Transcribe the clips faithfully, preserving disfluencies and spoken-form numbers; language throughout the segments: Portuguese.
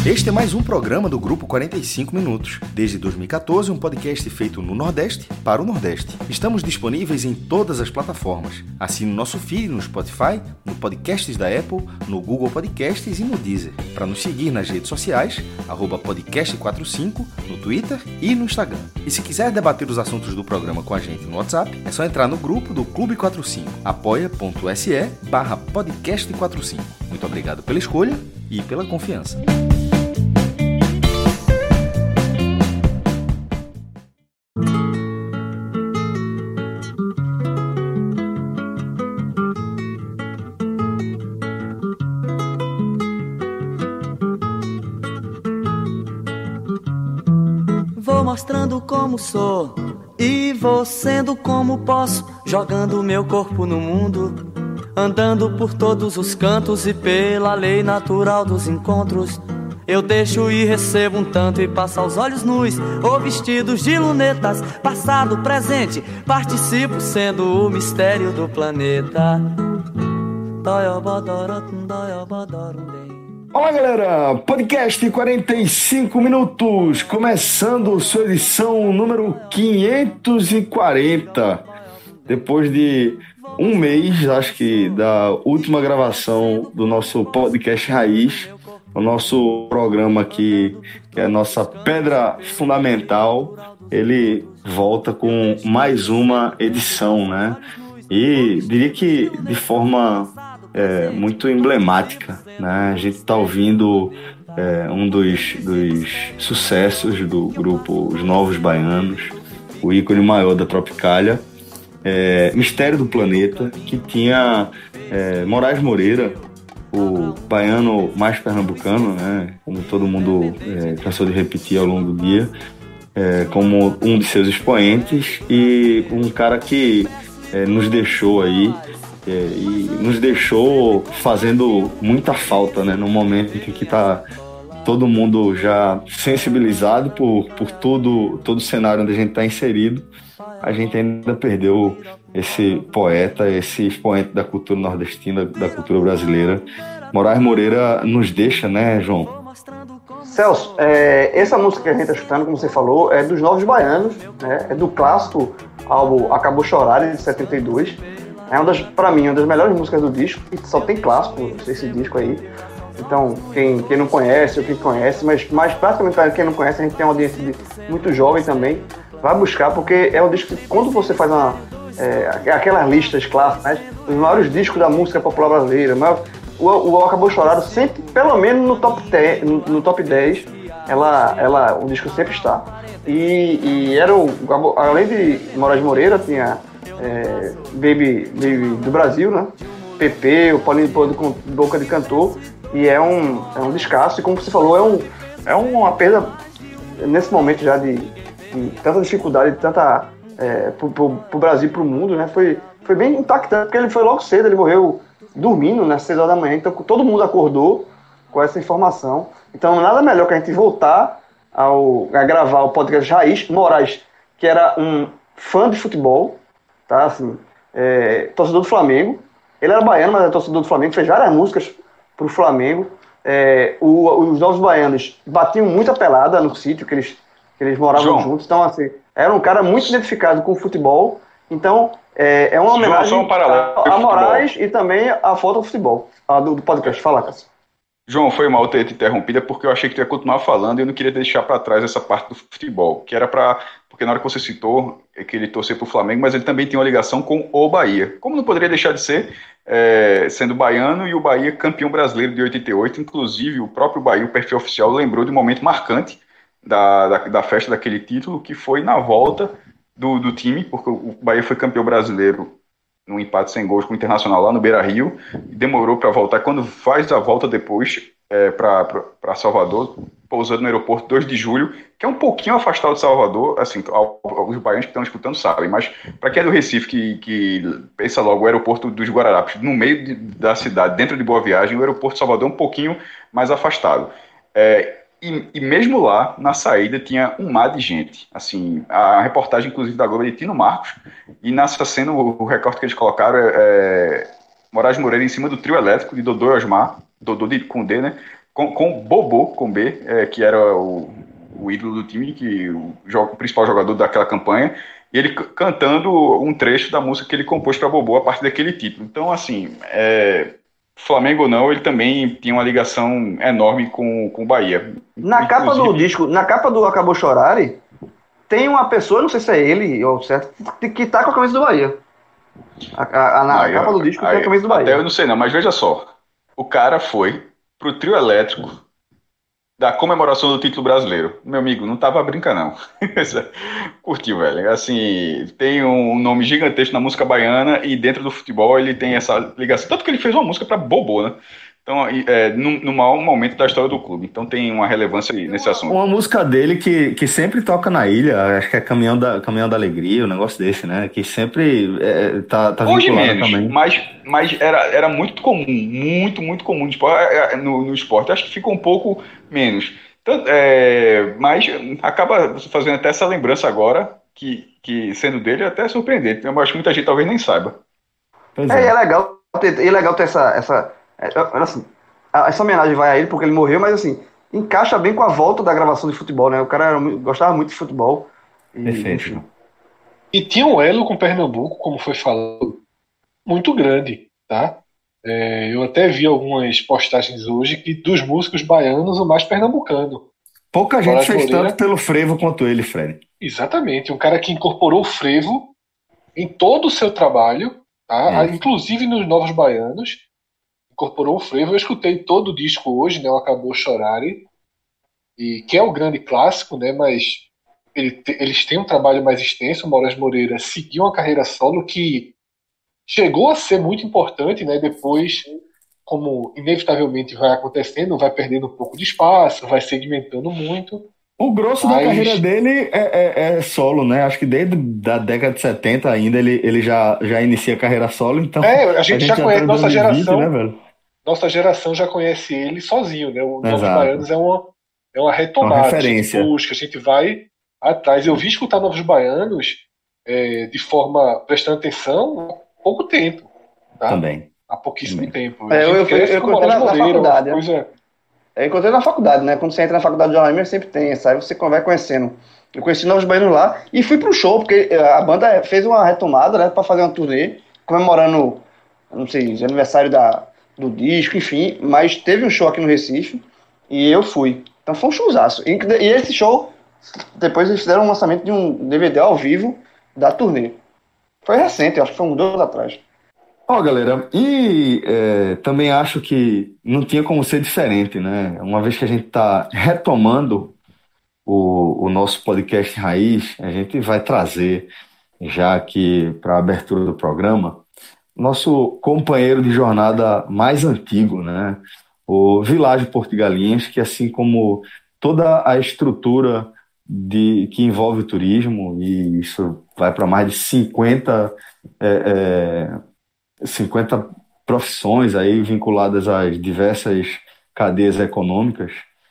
Este é mais um programa do Grupo quarenta e cinco Minutos. Desde dois mil e catorze, um podcast feito no Nordeste para o Nordeste. Estamos disponíveis em todas as plataformas. Assine o nosso feed no Spotify, no Podcasts da Apple, no Google Podcasts e no Deezer. Para nos seguir nas redes sociais, arroba podcast quarenta e cinco, no Twitter e no Instagram. E se quiser debater os assuntos do programa com a gente no WhatsApp, é só entrar no grupo do Clube quarenta e cinco, apoia.se barra podcast quarenta e cinco. Muito obrigado pela escolha e pela confiança. Vou mostrando como sou e vou sendo como posso, jogando meu corpo no mundo, andando por todos os cantos e pela lei natural dos encontros. Eu deixo e recebo um tanto e passo aos olhos nus ou vestidos de lunetas, passado, presente, participo sendo o mistério do planeta. Olá galera, podcast quarenta e cinco minutos, começando sua edição número quinhentos e quarenta, depois de um mês, acho que, da última gravação do nosso podcast Raiz, o nosso programa aqui, que é a nossa pedra fundamental. Ele volta com mais uma edição, né? E diria que de forma é, muito emblemática, né? A gente está ouvindo é, um dos, dos sucessos do grupo Os Novos Baianos, o ícone maior da Tropicália, é, Mistério do Planeta, que tinha é, Moraes Moreira, o baiano mais pernambucano, né? Como todo mundo é, cansou de repetir ao longo do dia, é, como um de seus expoentes, e um cara que é, nos deixou aí, é, e nos deixou fazendo muita falta, né? No momento em que está todo mundo já sensibilizado por, por todo, todo o cenário onde a gente está inserido, a gente ainda perdeu esse poeta, esse expoente da cultura nordestina, da cultura brasileira. Moraes Moreira nos deixa, né, João? Celso, é, essa música que a gente está escutando, como você falou, é dos Novos Baianos, né, é do clássico álbum Acabou Chorar, de setenta e dois. É uma das, pra mim, uma das melhores músicas do disco, e só tem clássico esse disco aí. Então, quem, quem não conhece ou quem conhece, mas, mas praticamente para quem não conhece, a gente tem uma audiência de, muito jovem também, vai buscar, porque é um disco que, quando você faz uma, é, aquelas listas clássicas, né, os maiores discos da música popular brasileira, maior, o, o Acabou Chorado sempre, pelo menos no top dez, no, no top dez ela, ela, o disco sempre está. E, e era o, além de Moraes Moreira, tinha é, Baby, Baby do Brasil, né? Pepe, o Paulinho do Boca de Cantor, e é um, é um descasso, e como você falou, é, um, é uma perda nesse momento já de, de tanta dificuldade, de tanta é, pro, pro, pro Brasil e pro mundo, né? Foi, foi bem impactante, porque ele foi logo cedo, ele morreu dormindo, né, seis horas da manhã, então todo mundo acordou com essa informação. Então nada melhor que a gente voltar ao, a gravar o podcast Raiz. Moraes, que era um fã de futebol, tá, assim, é, torcedor do Flamengo. Ele era baiano, mas era torcedor do Flamengo, fez várias músicas pro Flamengo. É, o, os Novos Baianos batiam muita pelada no sítio que eles, que eles moravam João. juntos, então assim, era um cara muito identificado com o futebol. Então é, é uma homenagem um a, a Moraes e também a foto do futebol, a do, do podcast. Fala, Cássio. João, foi mal ter te interrompido, é porque eu achei que tu ia continuar falando e eu não queria deixar para trás essa parte do futebol, que era para, porque na hora que você citou é que ele torcia para o Flamengo, mas ele também tem uma ligação com o Bahia. Como não poderia deixar de ser, é, sendo baiano e o Bahia campeão brasileiro de oitenta e oito, inclusive o próprio Bahia, o perfil oficial, lembrou de um momento marcante da, da, da festa daquele título, que foi na volta do, do time, porque o Bahia foi campeão brasileiro num empate sem gols com o Internacional lá no Beira-Rio, e demorou para voltar. Quando faz a volta depois é, para Salvador, pousando no aeroporto dois de julho, que é um pouquinho afastado de Salvador, assim, os baianos que estão escutando sabem, mas para quem é do Recife, que, que pensa logo o aeroporto dos Guararapes, no meio de, da cidade, dentro de Boa Viagem, o aeroporto de Salvador é um pouquinho mais afastado. É, E, e mesmo lá, na saída, tinha um mar de gente. Assim, a reportagem, inclusive, da Globo é de Tino Marcos, e nessa cena, o, o recorte que eles colocaram é, é Moraes Moreira em cima do trio elétrico de Dodô e Osmar, Dodô de, com D, né? com, com Bobô, com B, é, que era o, o ídolo do time, que o, o principal jogador daquela campanha, e ele c- cantando um trecho da música que ele compôs para Bobô a partir daquele título. Então, assim, é, Flamengo ou não, ele também tinha uma ligação enorme com, com o Bahia. Na capa do Inclusive, disco, na capa do Acabou Chorare, tem uma pessoa, não sei se é ele ou certo, que tá com a camisa do Bahia. A, a- a- na aí, capa do disco tem aí, a camisa do até eu Bahia. não sei não, mas veja só, o cara foi pro trio elétrico da comemoração do título brasileiro. Meu amigo, não tava brincando, não. Curtiu, velho. Assim, tem um nome gigantesco na música baiana e dentro do futebol ele tem essa ligação. Tanto que ele fez uma música para Bobô, né? Então, é, no, no maior momento da história do clube. Então tem uma relevância nesse assunto. Uma música dele que, que sempre toca na ilha, acho que é Caminhão da, Caminhão da Alegria, um negócio desse, né? Que sempre é, tá, tá Hoje vinculado menos, também. mas, mas era, era muito comum, muito, muito comum no esporte. é, é, No, no esporte. Acho que fica um pouco menos. Tanto, é, mas acaba fazendo até essa lembrança agora, que, que sendo dele é até surpreendente. Eu acho que muita gente talvez nem saiba. Pois É, e é é. legal ter, e é legal ter essa, essa, é, é, assim, a- essa homenagem vai a ele porque ele morreu, mas assim, encaixa bem com a volta da gravação de futebol, né? O cara era muito- gostava muito de futebol. E, Perfeito. enfim. E tinha um elo com Pernambuco, como foi falado, muito grande, tá? É, eu até vi algumas postagens hoje que dos músicos baianos, o mais pernambucano. Pouca gente Moraes fez Moreira. tanto pelo frevo quanto ele, Fred. Exatamente, um cara que incorporou o frevo em todo o seu trabalho, tá? Isso. Inclusive nos Novos Baianos, incorporou o frevo. Eu escutei todo o disco hoje, né? O Acabou Chorare, e que é o grande clássico, né? Mas ele te- eles têm um trabalho mais extenso. O Moraes Moreira seguiu uma carreira solo que chegou a ser muito importante, né? Depois, como inevitavelmente vai acontecendo, vai perdendo um pouco de espaço, vai segmentando muito. O grosso da Mas- carreira dele é, é- é solo, né? Acho que desde da década de setenta ainda ele, ele já, já inicia a carreira solo, então É, a gente já tá conhece, em nossa dois mil e vinte, geração, né, velho? nossa geração já conhece ele sozinho, né? O Novos Exato. Baianos é uma, é uma retomada, Uma a gente referência. busca, a gente vai atrás. Eu vi escutar Novos Baianos é, de forma prestando atenção há pouco tempo, tá? Também. Há pouquíssimo Também. tempo. É, A eu- gente eu fui- cresce eu com contei Moraes na- na Moreira, uma faculdade, né? coisa... Eu encontrei na faculdade, né? Quando você entra na faculdade de jornalismo, sempre tem essa. Aí você vai conhecendo. Eu conheci Novos Baianos lá e fui pro show, porque eh, a banda fez uma retomada, né? Pra fazer uma turnê, comemorando, não sei, o aniversário da, do disco, enfim. Mas teve um show aqui no Recife e eu fui. Então foi um showzaço. E, e esse show, depois eles fizeram um lançamento de um D V D ao vivo da turnê. Foi recente, eu acho que foi uns dois anos atrás. Ó, galera, e é, também acho que não tinha como ser diferente, né? Uma vez que a gente está retomando o, o nosso podcast Raiz, a gente vai trazer já aqui para a abertura do programa nosso companheiro de jornada mais antigo, né? O Világio Portugalinhas, que assim como toda a estrutura de, que envolve o turismo, e isso vai para mais de cinquenta é, é, cinquenta profissões aí vinculadas às diversas cadeias econômicas,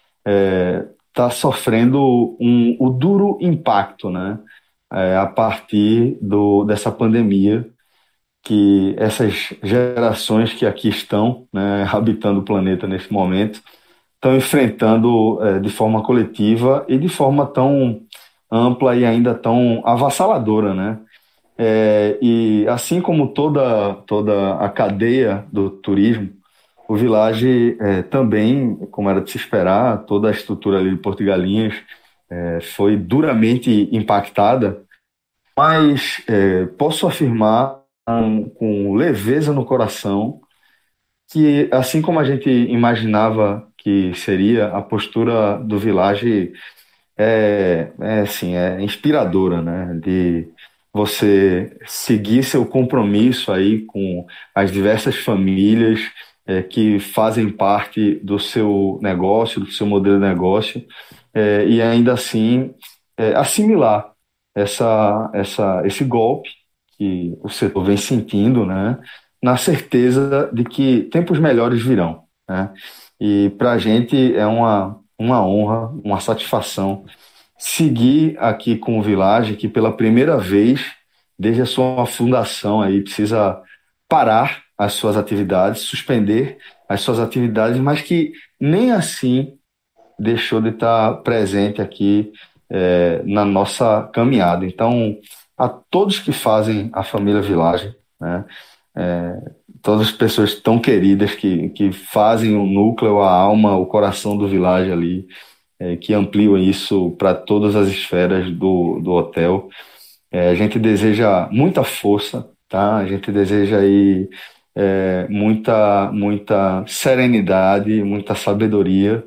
está sofrendo um, o duro impacto, né, é, a partir do, dessa pandemia, que essas gerações que aqui estão, né, habitando o planeta nesse momento, estão enfrentando é, de forma coletiva e de forma tão ampla e ainda tão avassaladora, né? É, e assim como toda, toda a cadeia do turismo, o Village é, também, como era de se esperar, toda a estrutura ali de Porto de Galinhas é, foi duramente impactada, mas é, posso afirmar com, com leveza no coração que, assim como a gente imaginava que seria, a postura do Village é, é, assim, é inspiradora, né? De você seguir seu compromisso aí com as diversas famílias é, que fazem parte do seu negócio, do seu modelo de negócio, é, e ainda assim é, assimilar essa, essa, esse golpe que o setor vem sentindo, né? Na certeza de que tempos melhores virão, né? E para a gente é uma, uma honra, uma satisfação seguir aqui com o Village, que pela primeira vez, desde a sua fundação, aí, precisa parar as suas atividades, suspender as suas atividades, mas que nem assim deixou de estar presente aqui é, na nossa caminhada. Então, a todos que fazem a família Village, né, é, todas as pessoas tão queridas que, que fazem o núcleo, a alma, o coração do Village ali, é, que ampliam isso para todas as esferas do, do hotel. É, a gente deseja muita força, tá? A gente deseja aí é, muita, muita serenidade, muita sabedoria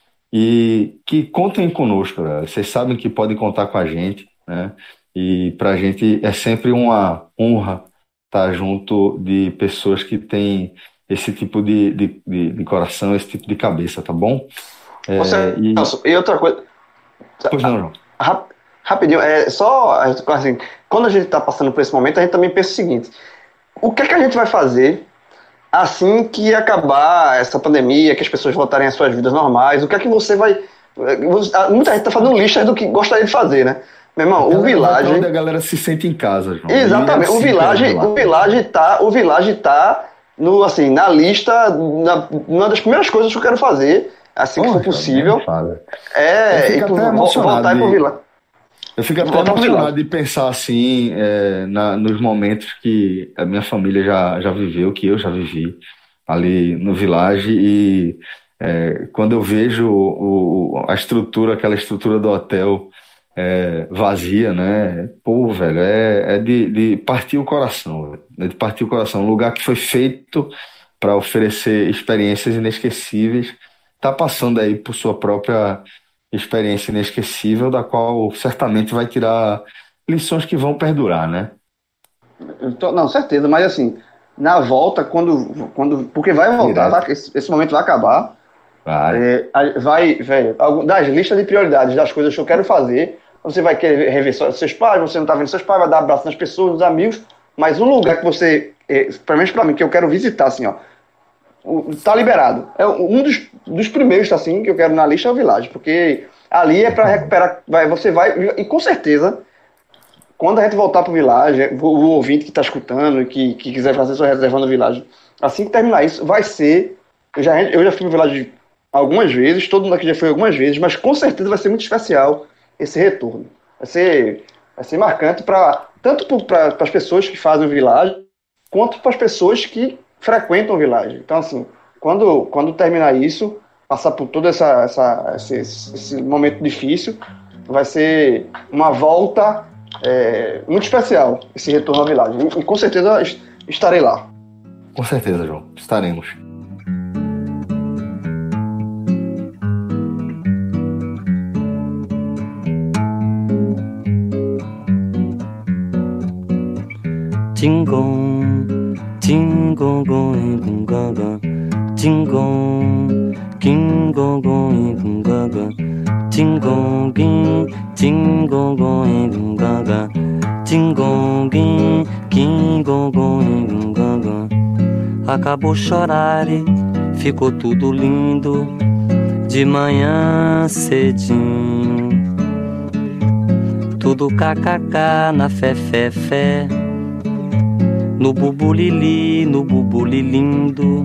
e que contem conosco, galera. Vocês sabem que podem contar com a gente, né? E para a gente é sempre uma honra estar junto de pessoas que têm esse tipo de, de, de, de coração, esse tipo de cabeça, tá bom? É, Você, e... Nelson, e outra coisa, Pois não, João. rap- rapidinho, é só assim, quando a gente está passando por esse momento, a gente também pensa o seguinte: o que é que a gente vai fazer assim que acabar essa pandemia, que as pessoas voltarem às suas vidas normais? O que é que você vai. Muita gente está fazendo lista do que gostaria de fazer, né? Meu irmão, o Village. Onde a galera se sente em casa, João. Exatamente. O Village, o Village tá, o Village tá no, assim, na lista, na, uma das primeiras coisas que eu quero fazer, assim que for possível. É, eu fico até emocionado voltar de, pro Village. Eu fico até Voltar pro emocionado Village. de pensar assim, é, na, nos momentos que a minha família já, já viveu, que eu já vivi ali no Village, e é, quando eu vejo o, o- a estrutura, aquela estrutura do hotel é, vazia, né? Pô, velho, é, é de, de partir o coração, velho. É de partir o coração. Um lugar que foi feito para oferecer experiências inesquecíveis, tá passando aí por sua própria experiência inesquecível, da qual certamente vai tirar lições que vão perdurar, né? Eu tô- Não, certeza, mas assim, na volta, quando. quando porque vai voltar, Direto. vai- esse, esse momento vai acabar. Vai. É, a- vai, velho, algum- das listas de prioridades das coisas que eu quero fazer, você vai querer rever só- seus pais, você não tá vendo seus pais, vai dar abraço nas pessoas, nos amigos, mas um lugar que você, é, pelo menos pra mim, que eu quero visitar, assim, ó, o- tá liberado. É um dos, dos primeiros, assim, que eu quero na lista é o Village, porque ali é pra recuperar, vai, você vai, e com certeza, quando a gente voltar pro Village, o, o ouvinte que tá escutando, que, que quiser fazer sua reserva no Village, assim que terminar isso, vai ser, eu já, eu já fui no Village algumas vezes, todo mundo aqui já foi algumas vezes, mas com certeza vai ser muito especial esse retorno. Vai ser, vai ser marcante para tanto para as pessoas que fazem o Village, quanto para as pessoas que frequentam o Village. Então, assim, quando, quando terminar isso, passar por todo essa, essa, esse, esse momento difícil, vai ser uma volta é, muito especial, esse retorno ao Village. E, e com certeza est- estarei lá. Com certeza, João. Estaremos. Tingong, tingong, gong, gaga. Tingong, king, gong, gaga. Tingong, king, tingong, gong, gaga. Tingong, king, gong, gaga. Acabou chorar e ficou tudo lindo de manhã cedinho. Tudo kkk na fé, fé, fé. No bubulili, no bubulilindo.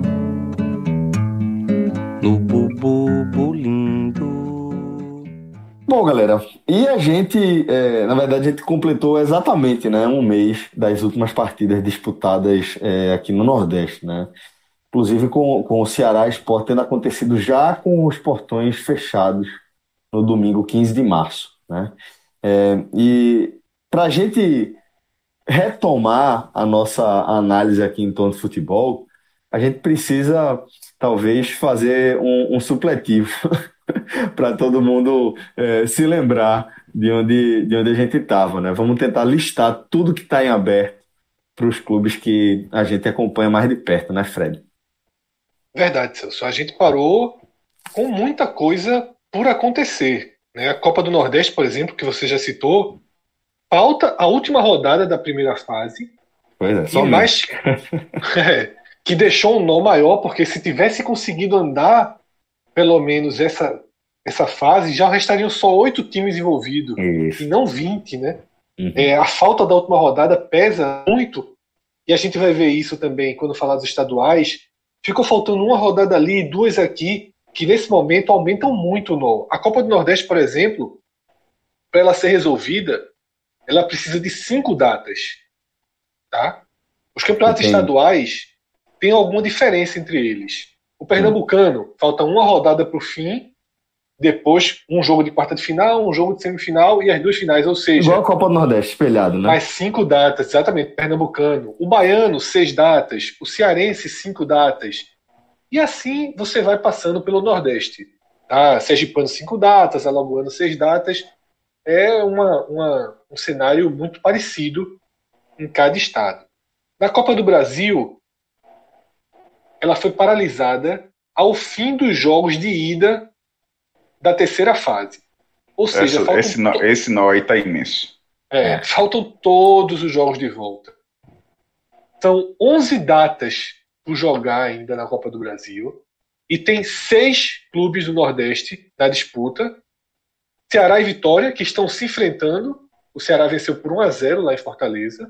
No bububulindo. Bom, galera, e a gente, é, na verdade, a gente completou exatamente, né, um mês das últimas partidas disputadas é, aqui no Nordeste, né? Inclusive com, com o Ceará Sport tendo acontecido já com os portões fechados no domingo quinze de março, né? É, e para a gente retomar a nossa análise aqui em torno de futebol, a gente precisa talvez fazer um, um supletivo para todo mundo eh, se lembrar de onde, de onde a gente estava, né? Vamos tentar listar tudo que está em aberto para os clubes que a gente acompanha mais de perto, né, Fred? Verdade, Celso. A gente parou com muita coisa por acontecer, né? A Copa do Nordeste, por exemplo, que você já citou, falta a última rodada da primeira fase. Pois é, E só mais é, que deixou um nó maior, porque se tivesse conseguido andar pelo menos essa, essa fase, já restariam só oito times envolvidos, Isso. e não vinte, né? Uhum. É, a falta da última rodada pesa muito, e a gente vai ver isso também quando falar dos estaduais, ficou faltando uma rodada ali e duas aqui, que nesse momento aumentam muito o nó. A Copa do Nordeste, por exemplo, para ela ser resolvida, ela precisa de cinco datas. Tá? Os campeonatos Entendi. estaduais têm alguma diferença entre eles. O Pernambucano, falta uma rodada para o fim, depois um jogo de quarta de final, um jogo de semifinal e as duas finais, ou seja... Igual a Copa do Nordeste, espelhado, né? Mais cinco datas, exatamente, Pernambucano. O Baiano, seis datas. O Cearense, cinco datas. E assim você vai passando pelo Nordeste. Tá? Sergipano, cinco datas. Alagoano, seis datas. É uma, uma, um cenário muito parecido em cada estado. Na Copa do Brasil, ela foi paralisada ao fim dos jogos de ida da terceira fase. Ou seja, Essa, faltam esse, nó, to- esse nó aí tá imenso. é, faltam todos os jogos de volta. São onze datas por jogar ainda na Copa do Brasil. E tem seis clubes do Nordeste na disputa. Ceará e Vitória, que estão se enfrentando. O Ceará venceu por um a zero lá em Fortaleza.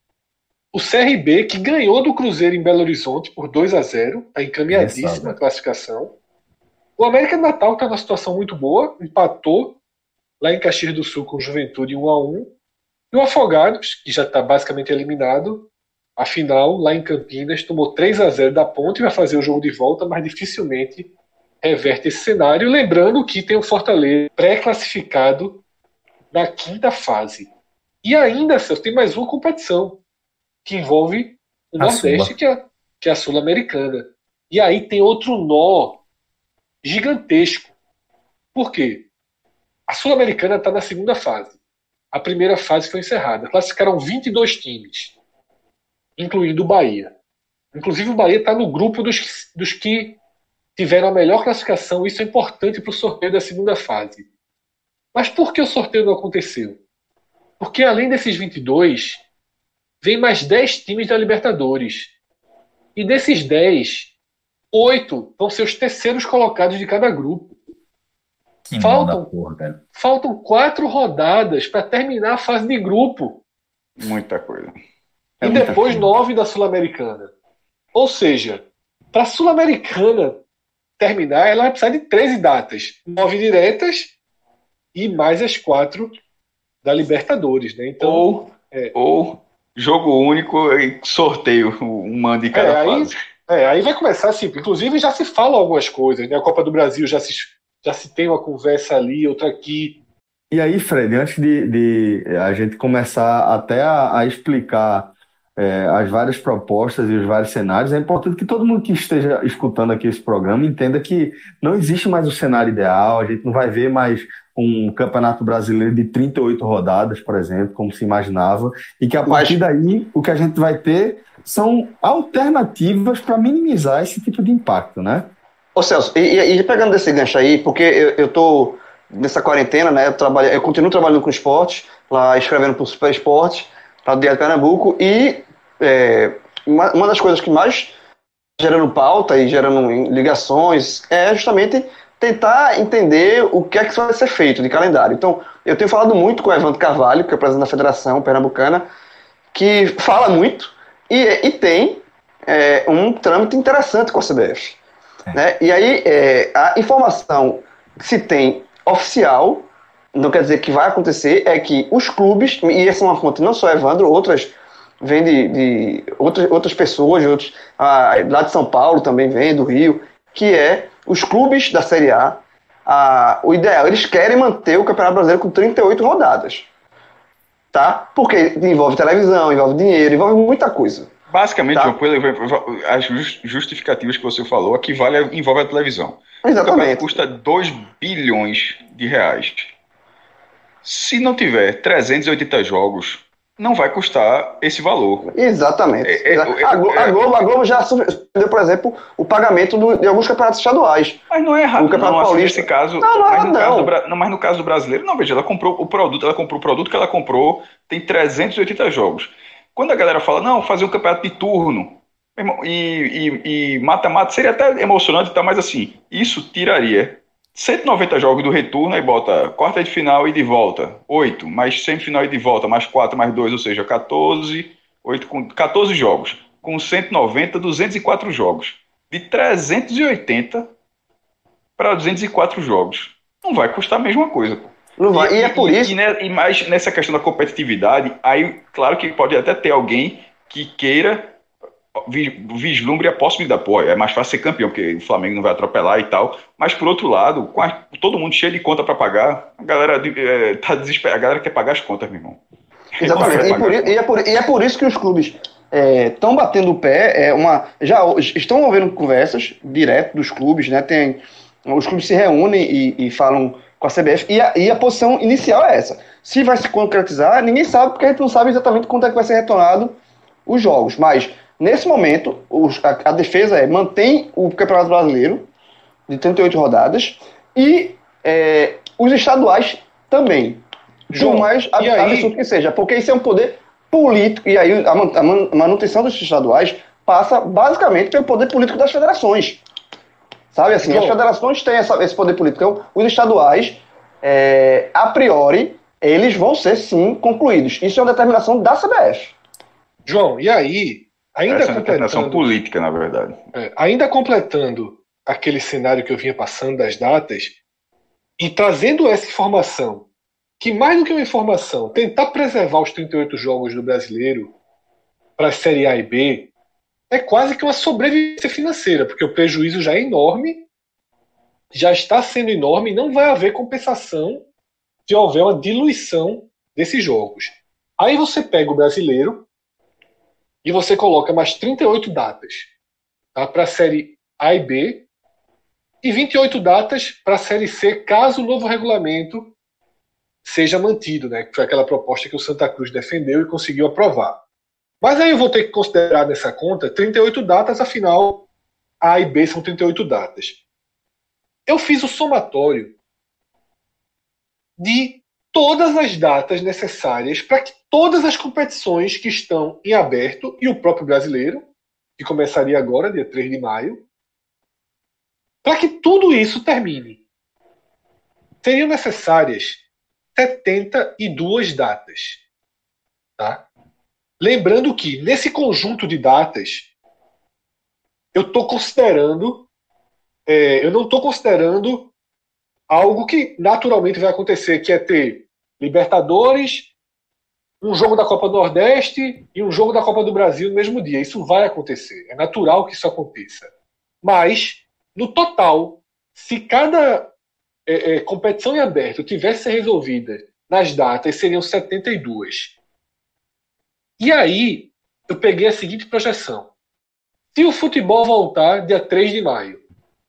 O C R B, que ganhou do Cruzeiro em Belo Horizonte por dois a zero. Está encaminhadíssima a classificação. O América de Natal está numa situação muito boa. Empatou lá em Caxias do Sul com o Juventude um a um. E o Afogados, que já está basicamente eliminado, afinal, lá em Campinas, tomou três a zero da Ponte e vai fazer o jogo de volta, mas dificilmente reverte esse cenário. Lembrando que tem o Fortaleza pré-classificado na quinta fase. E ainda, Celso, tem mais uma competição que envolve o A Nordeste, Sula. que é, que é a Sul-Americana. E aí tem outro nó gigantesco. Por quê? A Sul-Americana está na segunda fase. A primeira fase foi encerrada. Classificaram vinte e dois times, incluindo o Bahia. Inclusive o Bahia está no grupo dos, dos que tiveram a melhor classificação. Isso é importante para o sorteio da segunda fase. Mas por que o sorteio não aconteceu? Porque além desses vinte e dois, vem mais dez times da Libertadores. E desses dez, oito vão ser os terceiros colocados de cada grupo. Que Faltam- mão da porra, cara. Faltam quatro rodadas para terminar a fase de grupo. Muita coisa. É e muita depois coisa. nove da Sul-Americana. Ou seja, para a Sul-Americana terminar, ela vai precisar de treze datas. Nove diretas e mais as quatro da Libertadores. Né? Então, Ou, é. ou jogo único e sorteio, um mando de cada É, aí- fase. é, aí vai começar assim. Inclusive já se fala algumas coisas. Né? A Copa do Brasil já se, já se tem uma conversa ali, outra aqui. E aí, Fred, antes de, de a gente começar até a, a explicar é, as várias propostas e os vários cenários, é importante que todo mundo que esteja escutando aqui esse programa entenda que não existe mais o cenário ideal, a gente não vai ver mais um campeonato brasileiro de trinta e oito rodadas, por exemplo, como se imaginava, e que a Mas- partir daí o que a gente vai ter são alternativas para minimizar esse tipo de impacto, né? Ô Celso, e, e- e pegando desse gancho aí, porque eu, eu tô nessa quarentena, né? Eu, trabalho, eu continuo trabalhando com esporte, lá escrevendo pro Super Esporte, lá do Diário de Pernambuco, e é, uma, uma das coisas que mais gerando pauta e gerando ligações é justamente tentar entender o que é que vai ser feito de calendário. Então, eu tenho falado muito com o Evandro Carvalho, que é o presidente da Federação Pernambucana, que fala muito e, e tem é, um trâmite interessante com a C B F. Né? E aí, é, a informação que se tem oficial, não quer dizer que vai acontecer, é que os clubes, e essa é uma fonte não só Evandro, outras vêm de, de outras, outras pessoas, de outros, ah, lá de São Paulo também vem, do Rio, que é os clubes da Série A, ah, o ideal, eles querem manter o Campeonato Brasileiro com trinta e oito rodadas. Tá? Porque envolve televisão, envolve dinheiro, envolve muita coisa. Basicamente, Tá. João Pedro, as jus- justificativas que você falou, aqui vale, envolve a televisão. O campeonato Exatamente. custa dois bilhões de reais. Se não tiver trezentos e oitenta jogos, não vai custar esse valor. Exatamente. É, é, a, Glo- é, a Globo, a Globo já suspendeu, por exemplo, o pagamento do- de alguns campeonatos estaduais. Mas não é errado, O Campeonato não, assim, Paulista- nesse caso. Não, não é mas, no errado, caso não. do, Bra- não, mas no caso do brasileiro, não, veja, ela comprou o produto, ela comprou o produto que ela comprou, tem trezentos e oitenta jogos. Quando a galera fala, não, fazer um campeonato de turno meu irmão, e e- e mata-mata, seria até emocionante e tal, mas assim, isso tiraria cento e noventa jogos do retorno, aí bota quarta de final e de volta, oito, mais semifinal e de volta, mais quatro, mais dois, ou seja, quatorze, oito, com quatorze jogos. Com cento e noventa, duzentos e quatro jogos. de trezentos e oitenta para duzentos e quatro jogos. Não vai custar a mesma coisa, pô. Não vai. E, e é por e, isso. E, e, e mais nessa questão da competitividade, aí, claro que pode até ter alguém que queira vislumbre a possibilidade. Pô, é mais fácil ser campeão, porque o Flamengo não vai atropelar e tal. Mas, por outro lado, com a, todo mundo cheio de conta para pagar, a galera é, tá desesperada. A galera quer pagar as contas, meu irmão. Exatamente. E, por, e, é por, e é por isso que os clubes estão é, batendo o pé. É uma, já estão havendo conversas direto dos clubes, né? Tem, os clubes se reúnem e, e falam com a C B F. E a, e a posição inicial é essa. Se vai se concretizar, ninguém sabe, porque a gente não sabe exatamente quando é que vai ser retornado os jogos. Mas, nesse momento, os, a, a defesa é mantém o Campeonato Brasileiro de trinta e oito rodadas e é, os estaduais também. João, por mais absurdo que seja, porque isso é um poder político, e aí a, a manutenção dos estaduais passa basicamente pelo poder político das federações. Sabe assim, João, as federações têm essa, esse poder político. Então, os estaduais, é, a priori, eles vão ser sim concluídos. Isso é uma determinação da C B F. João, e aí, ainda essa é uma determinação política, na verdade. É, ainda completando aquele cenário que eu vinha passando das datas, e trazendo essa informação, que mais do que uma informação, tentar preservar os trinta e oito jogos do Brasileiro para a Série A e B é quase que uma sobrevivência financeira, porque o prejuízo já é enorme, já está sendo enorme e não vai haver compensação se houver uma diluição desses jogos. Aí você pega o Brasileiro e você coloca mais trinta e oito datas, tá, para a Série A e B e vinte e oito datas para a Série C, caso o novo regulamento seja mantido, né? Que foi aquela proposta que o Santa Cruz defendeu e conseguiu aprovar. Mas aí eu vou ter que considerar nessa conta trinta e oito datas, afinal, A e B são trinta e oito datas. Eu fiz o somatório de todas as datas necessárias para que todas as competições que estão em aberto, e o próprio Brasileiro, que começaria agora, dia três de maio, para que tudo isso termine. Seriam necessárias setenta e duas datas. Tá? Lembrando que, nesse conjunto de datas, eu estou considerando, é, eu não estou considerando algo que naturalmente vai acontecer, que é ter Libertadores, um jogo da Copa do Nordeste e um jogo da Copa do Brasil no mesmo dia. Isso vai acontecer. É natural que isso aconteça. Mas, no total, se cada É, é, competição em aberto tivesse ser resolvida nas datas, seriam setenta e duas. E aí, eu peguei a seguinte projeção. Se o futebol voltar dia três de maio,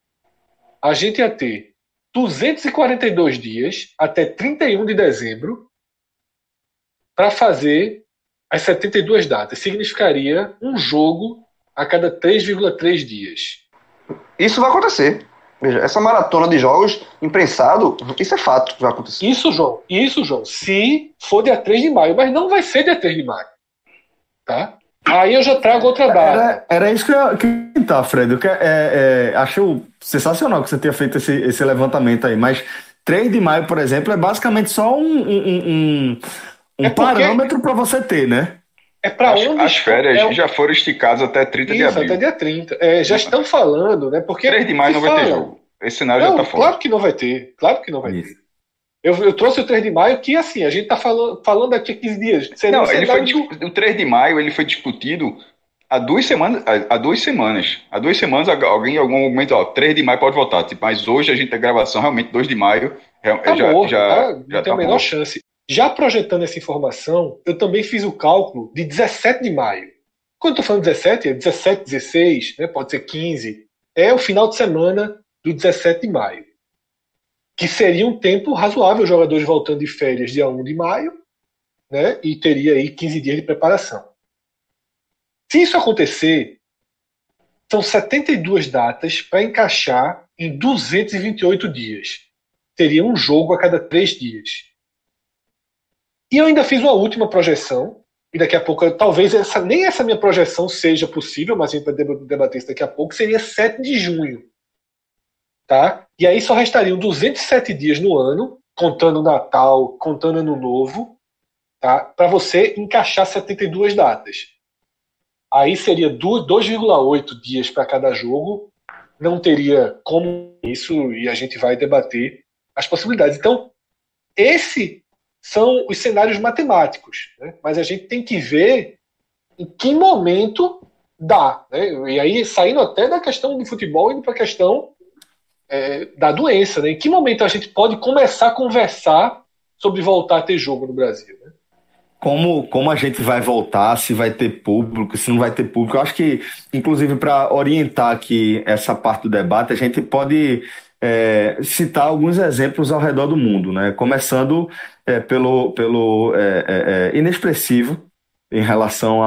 a gente ia ter duzentos e quarenta e dois dias até trinta e um de dezembro para fazer as setenta e duas datas. Significaria um jogo a cada três vírgula três dias. Isso vai acontecer. Veja, essa maratona de jogos imprensado, isso é fato que vai acontecer. Isso, João. Isso, João. Se for dia três de maio, mas não vai ser dia três de maio. Tá? Aí eu já trago outra data. Era, era isso que eu ia comentar, Fred. Eu que, é, é, acho sensacional que você tenha feito esse, esse levantamento aí, mas três de maio, por exemplo, é basicamente só um, um, um, um é parâmetro para você ter, né? É para as, onde as férias é o... já foram esticadas até trinta Isso, de abril. até dia trinta. É, já estão falando, né? Porque três de maio não vai fala. ter jogo. Esse cenário não, já está fora. Claro que não vai ter. Claro que não vai Isso. ter. Eu, eu trouxe o três de maio, que assim, a gente está falando, falando daqui a quinze dias. Não, ele foi, do... o três de maio ele foi discutido há duas semanas. Há duas semanas. Há duas semanas alguém em algum momento, ó, três de maio pode votar. Tipo, mas hoje a gente tem gravação, realmente, dois de maio. Tá já, morto, já, tá? já Não tem tá a menor morto. chance. Já projetando essa informação, eu também fiz o cálculo de dezessete de maio. Quando eu estou falando dezessete, é dezessete, dezesseis, né? Pode ser quinze. É o final de semana do dezessete de maio. Que seria um tempo razoável, os jogadores voltando de férias dia um de maio, né? E teria aí quinze dias de preparação. Se isso acontecer, são setenta e duas datas para encaixar em duzentos e vinte e oito dias. Teria um jogo a cada três dias. E eu ainda fiz uma última projeção, e daqui a pouco, talvez essa, nem essa minha projeção seja possível, mas a gente vai debater isso daqui a pouco, seria sete de junho. Tá? E aí só restariam duzentos e sete dias no ano, contando Natal, contando Ano Novo, tá? Para você encaixar setenta e duas datas. aí seria dois vírgula oito dias para cada jogo, não teria como isso, e a gente vai debater as possibilidades. Então, esses são os cenários matemáticos, né? Mas a gente tem que ver em que momento dá, né? E aí, saindo até da questão do futebol, indo para a questão é, da doença, né? Em que momento a gente pode começar a conversar sobre voltar a ter jogo no Brasil, né? Como, como a gente vai voltar, se vai ter público, se não vai ter público. Eu acho que, inclusive, para orientar aqui essa parte do debate, a gente pode é, citar alguns exemplos ao redor do mundo, né? Começando é, pelo, pelo é, é, inexpressivo em relação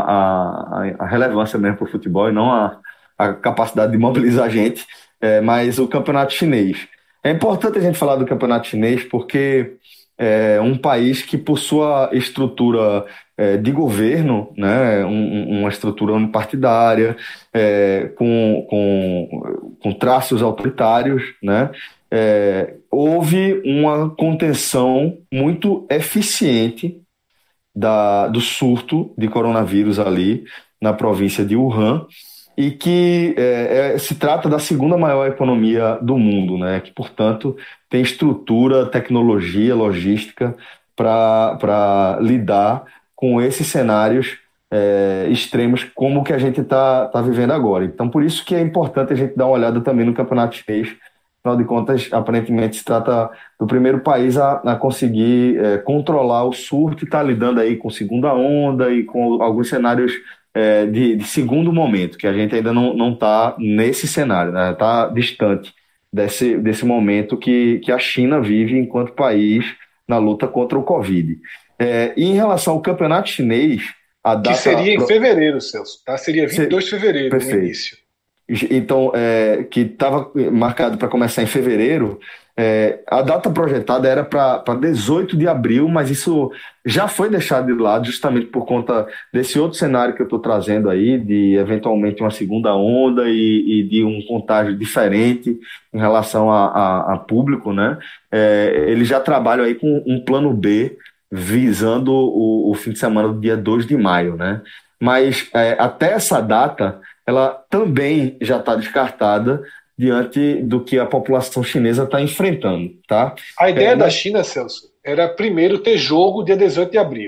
à relevância mesmo para o futebol e não a, a capacidade de mobilizar a gente, é, mas o campeonato chinês. É importante a gente falar do campeonato chinês porque é um país que, por sua estrutura é, de governo, né, um, uma estrutura unipartidária, é, com, com, com traços autoritários, né, é, houve uma contenção muito eficiente da, do surto de coronavírus ali na província de Wuhan, e que é, é, se trata da segunda maior economia do mundo, né? Que, portanto, tem estrutura, tecnologia, logística para lidar com esses cenários é, extremos como o que a gente está tá vivendo agora. Então, por isso que é importante a gente dar uma olhada também no campeonato chinês. Afinal de contas, aparentemente, se trata do primeiro país a, a conseguir é, controlar o surto e está lidando aí com segunda onda e com alguns cenários É, de, de segundo momento, que a gente ainda não está nesse cenário, né? Está distante desse, desse momento que, que a China vive enquanto país na luta contra o Covid. É, e em relação ao campeonato chinês, a data... Que seria em fevereiro, Celso, tá? Seria vinte e dois de fevereiro, Perfeito. No início. Então, é, que estava marcado para começar em fevereiro, é, a data projetada era para dezoito de abril, mas isso já foi deixado de lado justamente por conta desse outro cenário que eu estou trazendo aí, de eventualmente uma segunda onda e, e de um contágio diferente em relação a, a, a público, né? É, eles já trabalham aí com um plano B visando o, o fim de semana do dia dois de maio, né? Mas é, até essa data ela também já está descartada diante do que a população chinesa está enfrentando, tá? A ideia é, da China, Celso, era primeiro ter jogo dia dezoito de abril.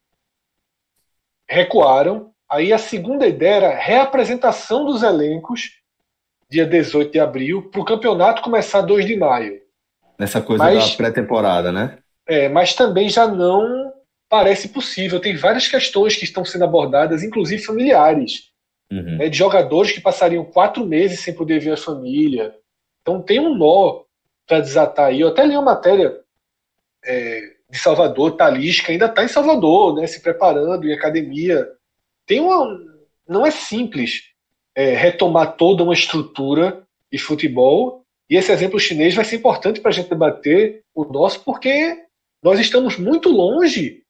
Recuaram. Aí a segunda ideia era reapresentação dos elencos dia dezoito de abril para o campeonato começar dois de maio. Nessa coisa mas, da pré-temporada, né? É, mas também já não parece possível. Tem várias questões que estão sendo abordadas, inclusive familiares. Uhum. Né, de jogadores que passariam quatro meses sem poder ver a família. Então tem um nó para desatar aí. Eu até li uma matéria é, de Salvador, Talisca ainda está em Salvador, né, se preparando em academia. Tem uma, não é simples é, retomar toda uma estrutura de futebol, e esse exemplo chinês vai ser importante para a gente debater o nosso, porque nós estamos muito longe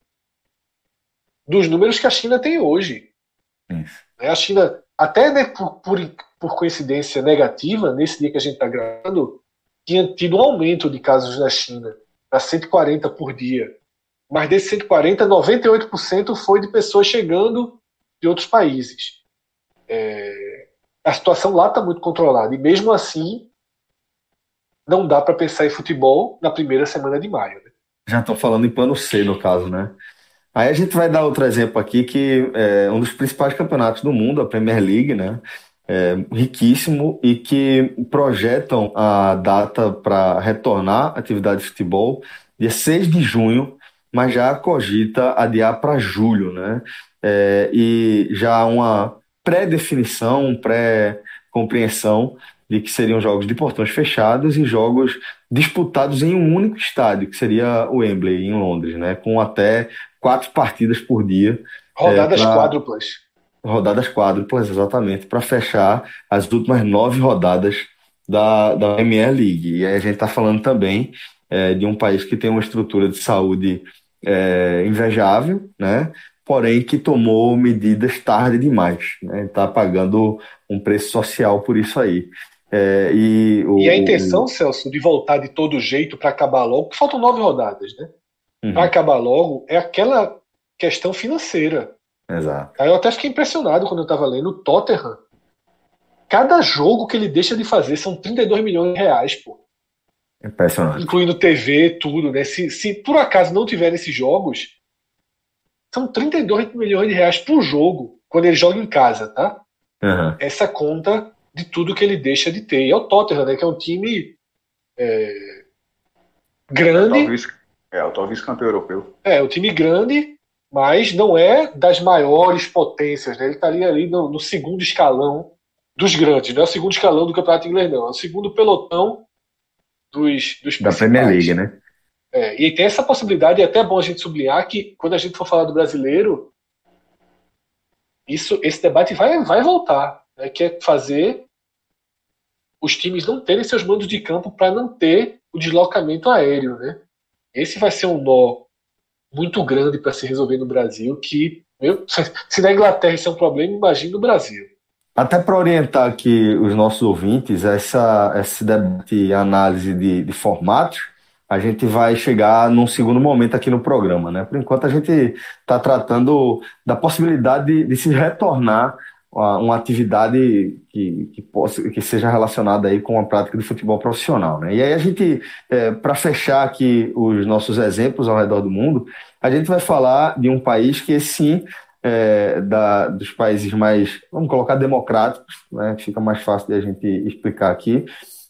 dos números que a China tem hoje. Isso. A China, até né, por, por, por coincidência negativa, nesse dia que a gente está gravando, tinha tido um aumento de casos na China, para cento e quarenta por dia. Mas desses cento e quarenta, noventa e oito por cento foi de pessoas chegando de outros países. É, a situação lá está muito controlada. E mesmo assim, não dá para pensar em futebol na primeira semana de maio. Né? Já estou falando em plano C, no caso, né? Aí a gente vai dar outro exemplo aqui, que é um dos principais campeonatos do mundo, a Premier League, né? É, riquíssimo, e que projetam a data para retornar à atividade de futebol dia seis de junho, mas já cogita adiar para julho, né? É, e já há uma pré-definição, pré-compreensão de que seriam jogos de portões fechados e jogos disputados em um único estádio, que seria o Wembley, em Londres, né? Com até quatro partidas por dia. Rodadas é, pra... quádruplas. Rodadas quádruplas, exatamente, para fechar as últimas nove rodadas da, da Premier League. E aí a gente está falando também é, de um país que tem uma estrutura de saúde é, invejável, né? Porém que tomou medidas tarde demais, né? Está pagando um preço social por isso aí. É, e, o, e a intenção, o... Celso, de voltar de todo jeito para acabar logo, que faltam nove rodadas, né? Uhum. Para acabar logo, é aquela questão financeira. Exato. Aí eu até fiquei impressionado quando eu estava lendo o Tottenham. Cada jogo que ele deixa de fazer são trinta e dois milhões de reais, pô. Impressionante. Incluindo T V, tudo, né? Se, se por acaso não tiver esses jogos, são trinta e dois milhões de reais por jogo, quando ele joga em casa, tá? Uhum. Essa conta de tudo que ele deixa de ter. E é o Tottenham, né? Que é um time é, grande. Talvez, é, o talvez campeão europeu. É, um time grande, mas não é das maiores potências, né? Ele tá ali, ali no, no segundo escalão dos grandes. Não é o segundo escalão do campeonato inglês, não. É o segundo pelotão dos, dos Da Premier League, né? É, e tem essa possibilidade, e é até bom a gente sublinhar que quando a gente for falar do brasileiro, isso, esse debate vai, vai voltar, né, que é fazer os times não terem seus mandos de campo para não ter o deslocamento aéreo, né? Esse vai ser um nó muito grande para se resolver no Brasil, que meu, se na Inglaterra isso é um problema, imagina no Brasil. Até para orientar aqui os nossos ouvintes, essa, esse debate e análise de, de formatos, a gente vai chegar num segundo momento aqui no programa, né? Por enquanto a gente está tratando da possibilidade de, de se retornar a uma atividade que, que, possa, que seja relacionada aí com a prática de futebol profissional, né? E aí a gente, é, para fechar aqui os nossos exemplos ao redor do mundo, a gente vai falar de um país que sim, é, da, dos países mais, vamos colocar, democráticos, né? Que fica mais fácil de a gente explicar aqui,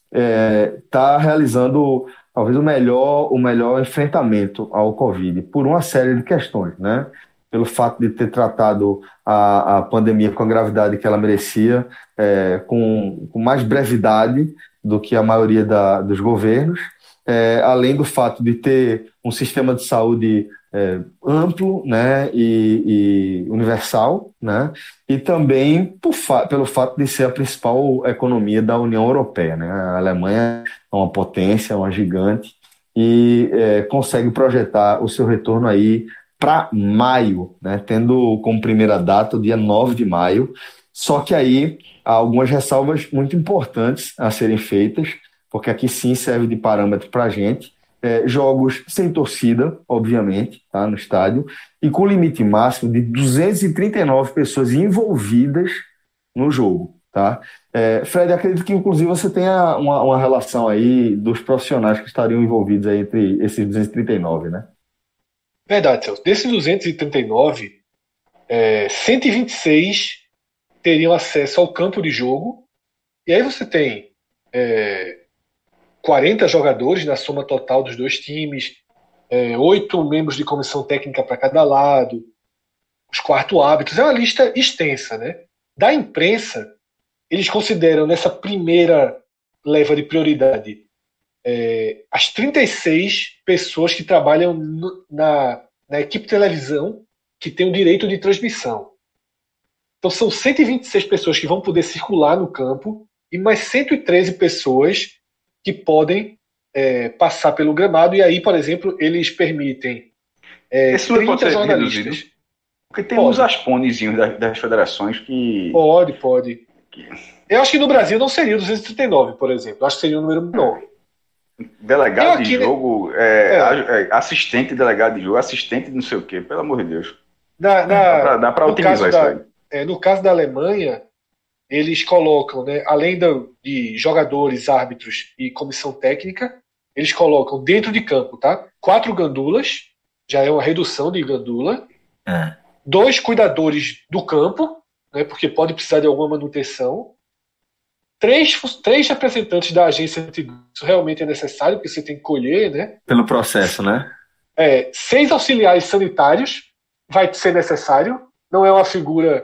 está realizando talvez o melhor, o melhor enfrentamento ao Covid, por uma série de questões, né? Pelo fato de ter tratado a, a pandemia com a gravidade que ela merecia, é, com, com mais brevidade do que a maioria da, dos governos, é, além do fato de ter um sistema de saúde é, amplo, né, e, e universal, né, e também por fa- pelo fato de ser a principal economia da União Europeia, né. A Alemanha é uma potência, uma gigante, e é, consegue projetar o seu retorno aí para maio, né, tendo como primeira data o dia nove de maio, só que aí há algumas ressalvas muito importantes a serem feitas, porque aqui sim serve de parâmetro para a gente. É, jogos sem torcida, obviamente, tá, no estádio, e com limite máximo de duzentas e trinta e nove pessoas envolvidas no jogo. Tá? É, Fred, acredito que inclusive você tenha uma, uma relação aí dos profissionais que estariam envolvidos aí entre esses duzentos e trinta e nove, né? Verdade, Celso. Desses duzentos e trinta e nove, é, cento e vinte e seis teriam acesso ao campo de jogo, e aí você tem é, quarenta jogadores na soma total dos dois times, é, oito membros de comissão técnica para cada lado, os quarto árbitros, é uma lista extensa, né? Da imprensa, eles consideram nessa primeira leva de prioridade é, as trinta e seis pessoas que trabalham no, na, na equipe de televisão que tem o direito de transmissão. Então são cento e vinte e seis pessoas que vão poder circular no campo e mais cento e treze pessoas que podem é, passar pelo gramado, e aí, por exemplo, eles permitem é, Esse número pode trinta ser jornalistas. reduzido? Porque tem Pode. uns asponezinhos das, das federações que... Pode, pode. que Eu acho que no Brasil não seria duzentos e trinta e nove, por exemplo. Eu acho que seria um número menor. Delegado Eu aqui, de né? jogo, é, É. a- é, assistente delegado de jogo, assistente de não sei o quê, pelo amor de Deus. Na, na- Dá pra, dá pra no otimizar caso isso da- aí. é, no caso da Alemanha, eles colocam, né, além da- de jogadores, árbitros e comissão técnica, eles colocam dentro de campo, tá? Quatro gandulas, já é uma redução de gandula. É. Dois cuidadores do campo, né, porque pode precisar de alguma manutenção. Três, fu- três representantes da agência antidoto, isso realmente é necessário, porque você tem que colher, né? Pelo processo, né? É, seis auxiliares sanitários, vai ser necessário. Não é uma figura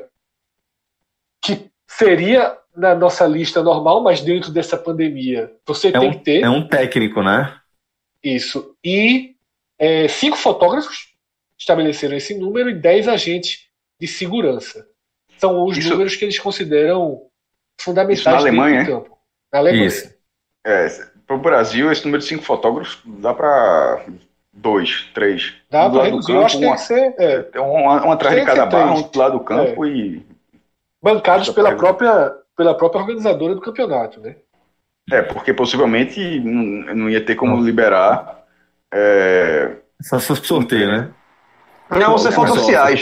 que seria na nossa lista normal, mas dentro dessa pandemia você É tem um, que ter é um técnico, né? isso. E é, cinco fotógrafos estabeleceram esse número e dez agentes de segurança. São os Isso- números que eles consideram fundamentais Isso na dentro Alemanha, do campo. Na Alemanha. Isso. É, para o Brasil, esse número de cinco fotógrafos dá para dois, três. Dá Um do para lado do reduzir. Eu acho que tem uma- que ser é, tem um, um atrás de Tem que cada ser barra, três. um do lado do campo e... bancados Essa pela pega. própria, pela própria organizadora do campeonato, né? É, porque possivelmente não, não ia ter como Não. liberar... É, Só se fosse sorteio, né? Não, você for Mas, ó, oficiais.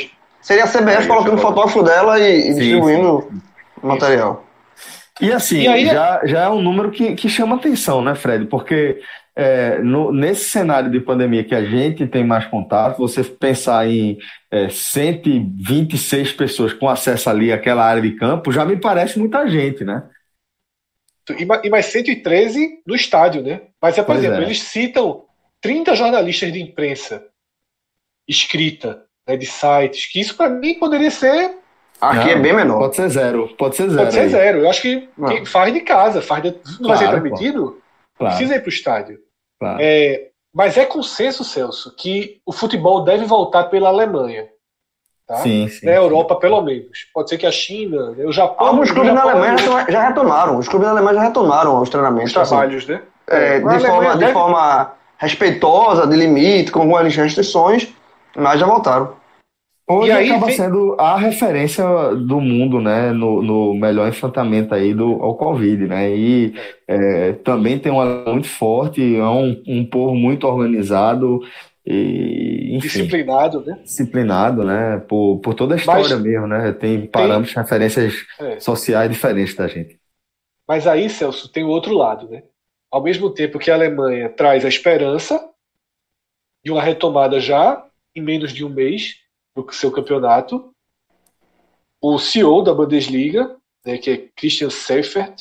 Seria a C B F Aí, colocando o fotógrafo dela e, e Sim, distribuindo o material. E assim, E aí- já, já é um número que, que chama atenção, né, Fred? Porque é, no- nesse cenário de pandemia que a gente tem mais contato, você pensar em é, cento e vinte e seis pessoas com acesso ali àquela área de campo, já me parece muita gente, né? E ma- e mais cento e treze no estádio, né? Mas, é, por Pois exemplo, é. eles citam trinta jornalistas de imprensa escrita, né, de sites, que isso para mim poderia ser, Aqui é Não, bem menor. Pode ser zero, pode ser zero. pode ser aí. zero. Eu acho que Não. quem faz de casa, faz de, não vai ser Claro, transmitido, Claro, precisa ir para o estádio. claro. É, mas é consenso, Celso, que o futebol deve voltar pela Alemanha. Tá? Sim, sim. Na Europa, pelo menos. Pode ser que a China, né, o Japão. Alguns o clubes na Japão, Alemanha já, já retomaram. Os clubes na Alemanha já retomaram os treinamentos. os trabalhos, né? assim, é, Na de, Alemanha forma, de deve- forma respeitosa, de limite, com algumas restrições, mas já voltaram. Hoje E aí acaba vem- sendo a referência do mundo, né, no, no melhor enfrentamento aí do, ao Covid, né, e é, também tem uma muito forte, é um, um povo muito organizado e, enfim, disciplinado, né? disciplinado, né, por, por toda a história Mas- mesmo, né, tem parâmetros, referências É. sociais diferentes da gente. Mas aí, Celso, tem o outro lado, né? Ao mesmo tempo que a Alemanha traz a esperança de uma retomada já em menos de um mês do seu campeonato, o C E O da Bundesliga, né, que é Christian Seifert,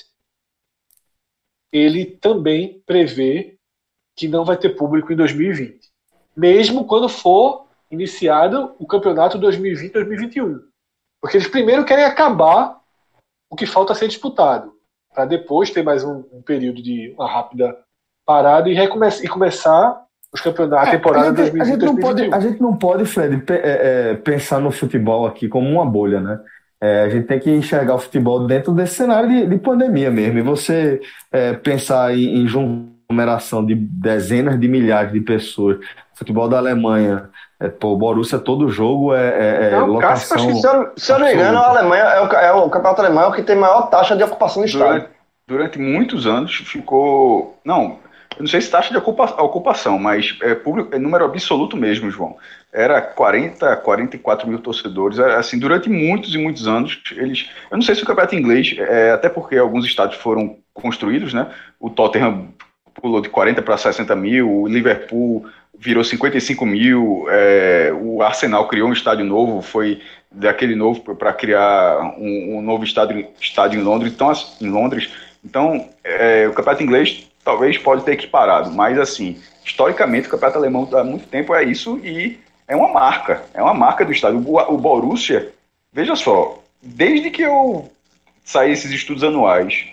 ele também prevê que não vai ter público em dois mil e vinte, mesmo quando for iniciado o campeonato dois mil e vinte dois mil e vinte e um. Porque eles primeiro querem acabar o que falta ser disputado, para depois ter mais um, um período de uma rápida parada e, recome e começar os campeonatos, a temporada a gente, a gente não pode, dois mil e vinte a gente não pode, Fred, pe- é, é, pensar no futebol aqui como uma bolha, né? É, a gente tem que enxergar o futebol dentro desse cenário de, de pandemia mesmo. E você é, pensar em, em aglomeração de dezenas de milhares de pessoas, futebol da Alemanha, é, pô, o Borussia todo jogo é, é, é Não, Cássio, locação. acho que, se eu, se eu não me engano, a Alemanha é o, é o campeonato alemão que tem maior taxa de ocupação do estádio. Durante, durante muitos anos ficou. Não, eu não sei se taxa de ocupa, ocupação, mas é, público, é número absoluto mesmo, João. Era quarenta, quarenta e quatro mil torcedores. Era, assim, durante muitos e muitos anos, eles. Eu não sei se o campeonato inglês, é, até porque alguns estádios foram construídos, né? O Tottenham pulou de quarenta para sessenta mil, o Liverpool virou cinquenta e cinco mil, é, o Arsenal criou um estádio novo, foi daquele novo para criar um, um novo estádio, estádio em Londres. Então, em Londres, então é, o campeonato inglês talvez pode ter equiparado, mas assim, historicamente o campeonato alemão há muito tempo é isso e é uma marca, é uma marca do estádio. O, o Borussia, veja só, desde que eu saí esses estudos anuais,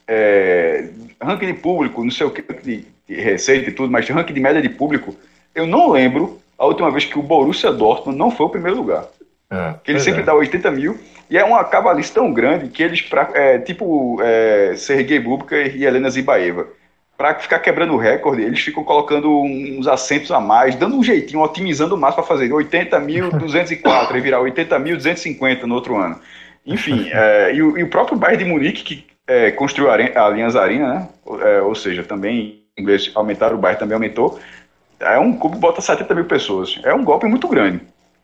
é, ranking de público, não sei o que, de, de receita e tudo, mas ranking de média de público, eu não lembro a última vez que o Borussia Dortmund não foi o primeiro lugar. É, Que ele pois sempre é. dá oitenta mil, e é uma cavalice tão grande que eles, pra, é, tipo é, Sergei Bubka e Helena Zibaeva, para ficar quebrando o recorde, eles ficam colocando uns assentos a mais, dando um jeitinho, otimizando o máximo para fazer oitenta mil duzentos e quatro e virar oitenta mil duzentos e cinquenta no outro ano. Enfim, é, e, o, e o próprio Bayern de Munique, que é, construiu a, a Allianz Arena, né? É, ou seja, também, em inglês aumentaram, o Bayern também aumentou. É um clube que bota setenta mil pessoas. É um golpe muito grande.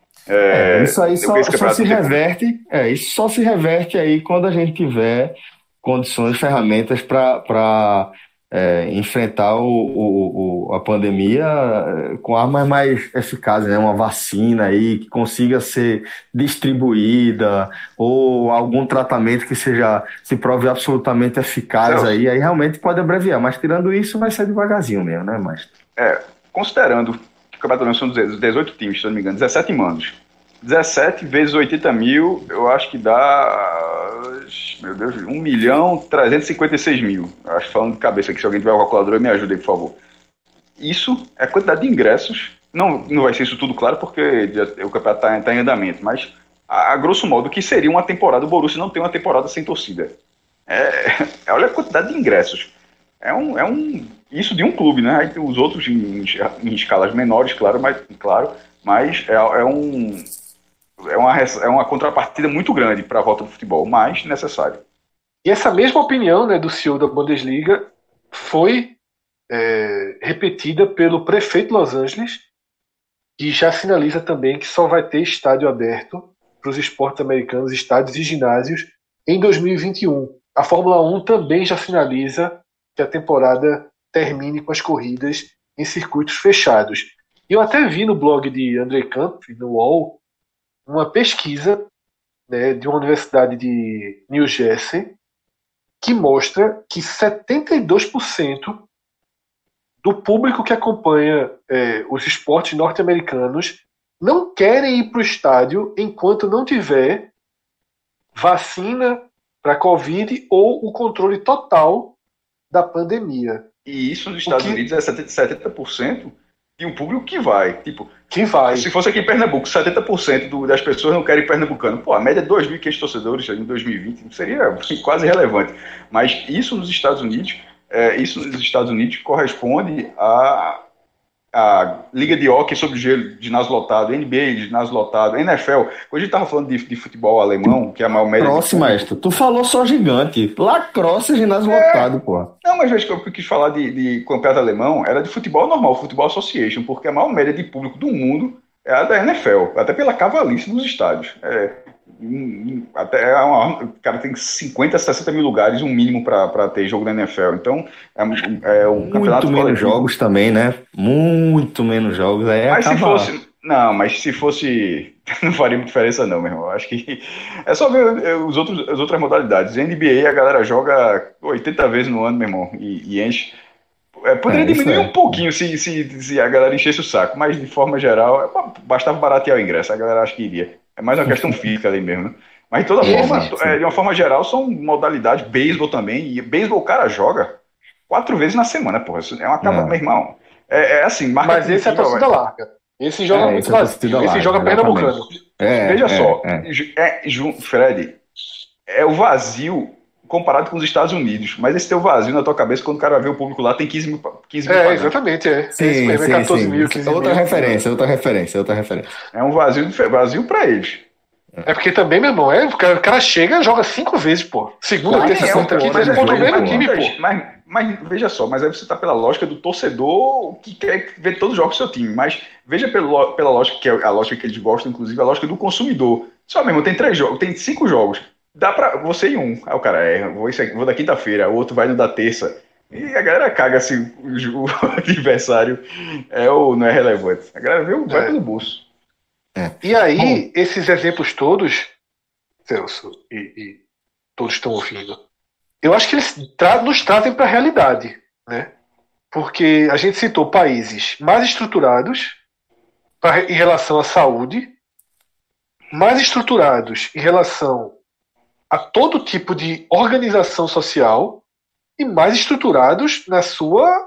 É, É, isso aí só, esse só campeonato se não tem- reverte, é, isso só se reverte aí quando a gente tiver condições, ferramentas para enfrentar o, o- o- a pandemia é, com armas mais eficazes, né? Uma vacina aí que consiga ser distribuída ou algum tratamento que seja, se prove absolutamente eficaz Celso. aí, aí realmente pode abreviar, mas tirando isso vai ser devagarzinho mesmo, né? Mas É, considerando que o campeonato são dezoito times, se eu não me engano, dezessete mandos. dezessete vezes oitenta mil, eu acho que dá, meu Deus, um milhão trezentos e cinquenta e seis mil. Eu acho, falando de cabeça aqui, se alguém tiver uma calculadora, me ajude aí, por favor. Isso é a quantidade de ingressos. Não, não vai ser isso tudo, claro, porque já, o campeonato está tá em andamento, mas a, a grosso modo, o que seria uma temporada, o Borussia não tem uma temporada sem torcida. É, olha a quantidade de ingressos. É um, é um, isso de um clube, né? Aí tem os outros em, em escalas menores, claro, mas, claro, mas é, é, um, é, uma, é uma contrapartida muito grande para a volta do futebol, mas necessário. E essa mesma opinião, né, do C E O da Bundesliga foi é, repetida pelo prefeito de Los Angeles, que já sinaliza também que só vai ter estádio aberto para os esportes americanos, estádios e ginásios em dois mil e vinte e um. A Fórmula um também já sinaliza que a temporada termine com as corridas em circuitos fechados. Eu até vi no blog de André Camp, no U O L, uma pesquisa, né, de uma universidade de New Jersey que mostra que setenta e dois por cento do público que acompanha é, os esportes norte-americanos não querem ir para o estádio enquanto não tiver vacina para Covid ou o controle total da pandemia. E isso nos Estados que... Unidos é setenta por cento de um público que vai. Tipo, que vai. Se fosse aqui em Pernambuco, setenta por cento do, das pessoas não querem pernambucano. Pô, a média é dois mil e quinhentos torcedores em dois mil e vinte seria quase irrelevante. Mas isso nos Estados Unidos, é, isso nos Estados Unidos corresponde a a Liga de Hóquei sobre Gelo de ginásio lotado, N B A de ginásio lotado, N F L. Hoje a gente estava falando de, de futebol alemão, que é a maior média. Lacrosse, maestro. Tu falou só gigante. Lacrosse, ginásio é... lotado, pô. Não, mas veja que eu quis falar de, de campeonato alemão, era de futebol normal, futebol association, porque a maior média de público do mundo é a da N F L, até pela cavalice dos estádios. É, até é uma, o cara tem cinquenta, sessenta mil lugares, um mínimo para ter jogo da N F L. Então, é, é um muito campeonato menos coletivo. Jogos também, né? Muito menos jogos. Aí mas acaba... se fosse. Não, mas se fosse. Não faria muita diferença, não, meu irmão. Acho que. É só ver os outros, as outras modalidades. N B A a galera joga oitenta vezes no ano, meu irmão, e, e enche. É, poderia é, diminuir é. um pouquinho se, se, se a galera enchesse o saco, mas de forma geral, bastava baratear o ingresso, a galera acha que iria. É mais uma questão física ali mesmo, né? Mas de toda é, forma, é, de uma forma geral, são modalidades, beisebol também, e beisebol o cara joga quatro vezes na semana, porra. Isso é uma capa, meu irmão. É, é assim, marca. Mas esse é a torcida larga. Esse joga é, muito vazio. Esse larga, joga pernambucano. É, Veja é, só, é. É, Fred, é o vazio comparado com os Estados Unidos, mas esse teu vazio na tua cabeça, quando o cara vai ver o público lá, tem quinze mil, quinze mil É, pagantes. Exatamente, é. Sim, sim, sim, quatorze mil, quinze mil. Outra referência, outra referência, outra referência. É um vazio, vazio pra eles. É porque também, meu irmão, é, o cara chega e joga cinco vezes, pô. Segunda, claro, terça, é, quarta, quinta, mas, ele contra o mesmo mas, time, mas, pô. Mas, mas veja só, mas aí você tá pela lógica do torcedor que quer ver todos os jogos do seu time. Mas veja pelo, pela lógica, que é a lógica que eles gostam, inclusive, a lógica do consumidor. Só mesmo, tem três jogos, tem cinco jogos. Dá pra você ir um. Aí o cara, é, vou, vou da quinta-feira, o outro vai no da terça. E a galera caga se o, o adversário é ou não é relevante. A galera vê, vai é. pelo bolso. É. E aí, Bom, esses exemplos todos, Celso, e, e todos estão ouvindo, eu acho que eles tra- nos trazem para a realidade, né? Porque a gente citou países mais estruturados pra, em relação à saúde, mais estruturados em relação a todo tipo de organização social e mais estruturados na sua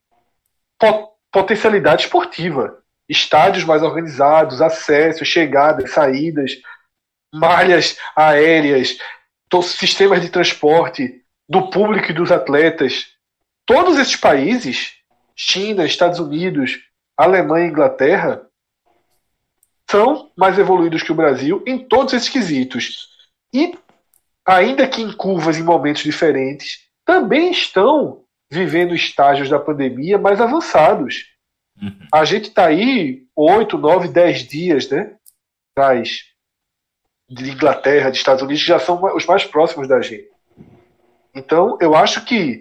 pot- potencialidade esportiva. Estádios mais organizados, acesso, chegadas, saídas, malhas aéreas, sistemas de transporte do público e dos atletas. Todos esses países, China, Estados Unidos, Alemanha e Inglaterra, são mais evoluídos que o Brasil em todos esses quesitos. E, ainda que em curvas em momentos diferentes, também estão vivendo estágios da pandemia mais avançados. Uhum. A gente está aí oito, nove, dez dias, né, atrás de Inglaterra, de Estados Unidos, que já são os mais próximos da gente. Então, eu acho que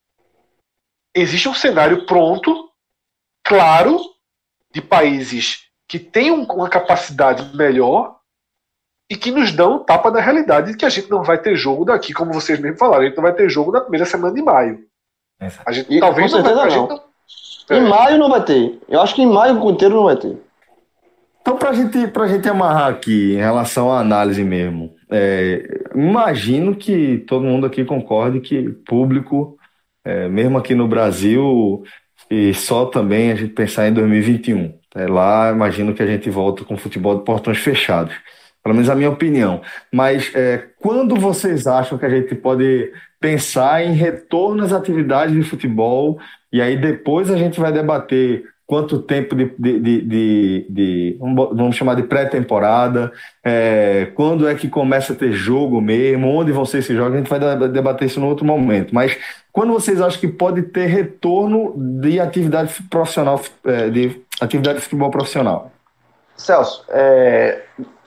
existe um cenário pronto, claro, de países que têm uma capacidade melhor e que nos dão um tapa na realidade de que a gente não vai ter jogo daqui, como vocês mesmo falaram, a gente não vai ter jogo na primeira semana de maio. A gente, e, talvez com certeza não. Vai, não. não... Em maio não vai ter. Eu acho que em maio inteiro não vai ter. Então, para gente, a gente amarrar aqui em relação à análise mesmo, é, imagino que todo mundo aqui concorde que público, é, mesmo aqui no Brasil, e só também a gente pensar em dois mil e vinte e um. É, lá, imagino que a gente volta com futebol de portões fechados. Pelo menos a minha opinião. Mas é, quando vocês acham que a gente pode pensar em retorno às atividades de futebol, e aí depois a gente vai debater quanto tempo de, de, de, de, de vamos chamar de pré-temporada, é, quando é que começa a ter jogo mesmo, onde vão ser esses jogos, a gente vai debater isso no outro momento. Mas quando vocês acham que pode ter retorno de atividade profissional, de atividade de futebol profissional? Celso, é,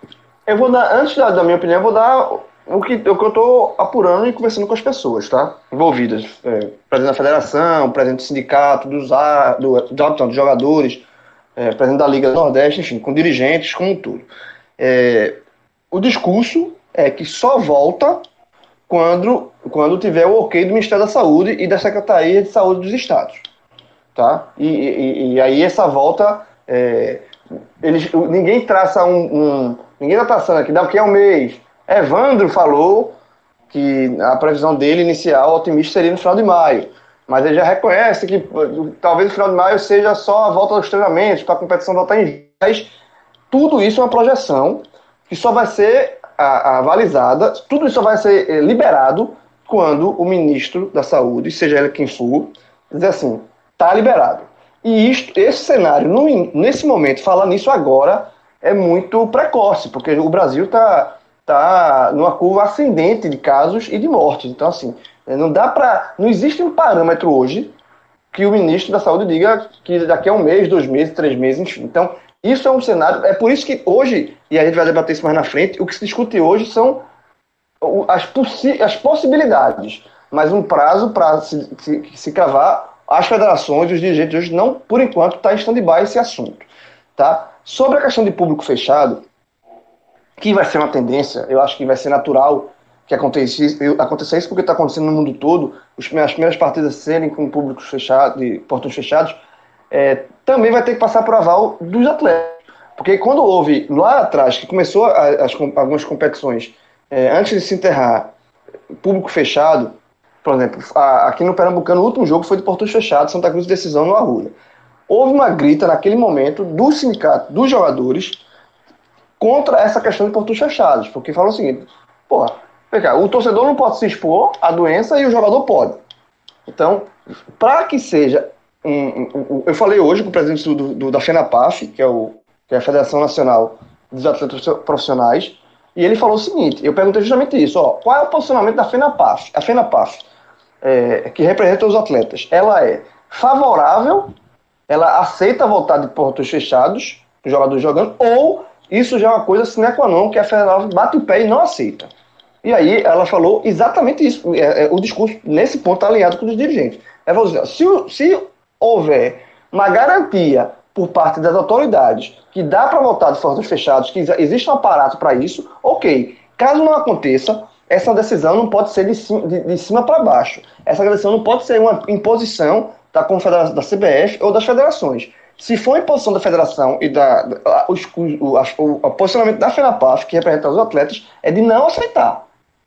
Eu vou dar, antes da, da minha opinião, eu vou dar o que, o que eu estou apurando e conversando com as pessoas, tá? Envolvidas. É, presidente da federação, presidente do sindicato, dos, do, do, dos jogadores, é, presidente da Liga do Nordeste, enfim, com dirigentes, como um todo. É, o discurso é que só volta quando, quando tiver o ok do Ministério da Saúde e da Secretaria de Saúde dos Estados. Tá? E, e, e aí essa volta, é, eles, ninguém traça um, um... Ninguém está traçando aqui, daqui a um mês. Evandro falou que a previsão dele inicial otimista seria no final de maio. Mas ele já reconhece que talvez no final de maio seja só a volta dos treinamentos, para a competição voltar em vez. Tudo isso é uma projeção que só vai ser avalizada, tudo isso só vai ser é, liberado quando o ministro da Saúde, seja ele quem for, dizer assim, está liberado. E isto, esse cenário, no, nesse momento, falar nisso agora, é muito precoce, porque o Brasil está tá numa curva ascendente de casos e de mortes. Então, assim, não dá para... Não existe um parâmetro hoje que o ministro da Saúde diga que daqui a um mês, dois meses, três meses, enfim. Então, isso é um cenário... É por isso que hoje, e a gente vai debater isso mais na frente, o que se discute hoje são as, possi as possibilidades, mas um prazo para se, se, se cravar. As federações e os dirigentes hoje não, por enquanto, está em stand-by esse assunto. Tá? Sobre a questão de público fechado, que vai ser uma tendência, eu acho que vai ser natural que aconteça isso, aconteça isso porque está acontecendo no mundo todo, as primeiras partidas serem com públicos fechados, de portões fechados, é, também vai ter que passar por aval dos atletas. Porque quando houve, lá atrás, que começou a, as, algumas competições, é, antes de se enterrar, público fechado, por exemplo, a, aqui no Pernambucano, o último jogo foi de portões fechados, Santa Cruz de Decisão no Arruda. Houve uma grita naquele momento do sindicato, dos jogadores, contra essa questão de portões fechados, porque falou o seguinte, porra, o torcedor não pode se expor à doença e o jogador pode. Então, para que seja, um, um, um, eu falei hoje com o presidente do, do, da FENAPAF, que é, o, que é a Federação Nacional dos Atletas Profissionais, e ele falou o seguinte, eu perguntei justamente isso, ó, qual é o posicionamento da FENAPAF? A FENAPAF, é, que representa os atletas, ela é favorável, ela aceita voltar de portões fechados, os jogadores jogando, ou isso já é uma coisa sine qua non, que a Federação bate o pé e não aceita. E aí ela falou exatamente isso. É, é, o discurso, nesse ponto, está alinhado com os dirigentes. Ela falou assim, se, se houver uma garantia por parte das autoridades que dá para voltar de portões fechados, que existe um aparato para isso, ok. Caso não aconteça, essa decisão não pode ser de cima, de, de cima para baixo. Essa decisão não pode ser uma imposição da, confederação, da C B F ou das federações. Se for a imposição da federação e da, da, os, o, o, o posicionamento da FENAPAF, que representa os atletas, é de não aceitar.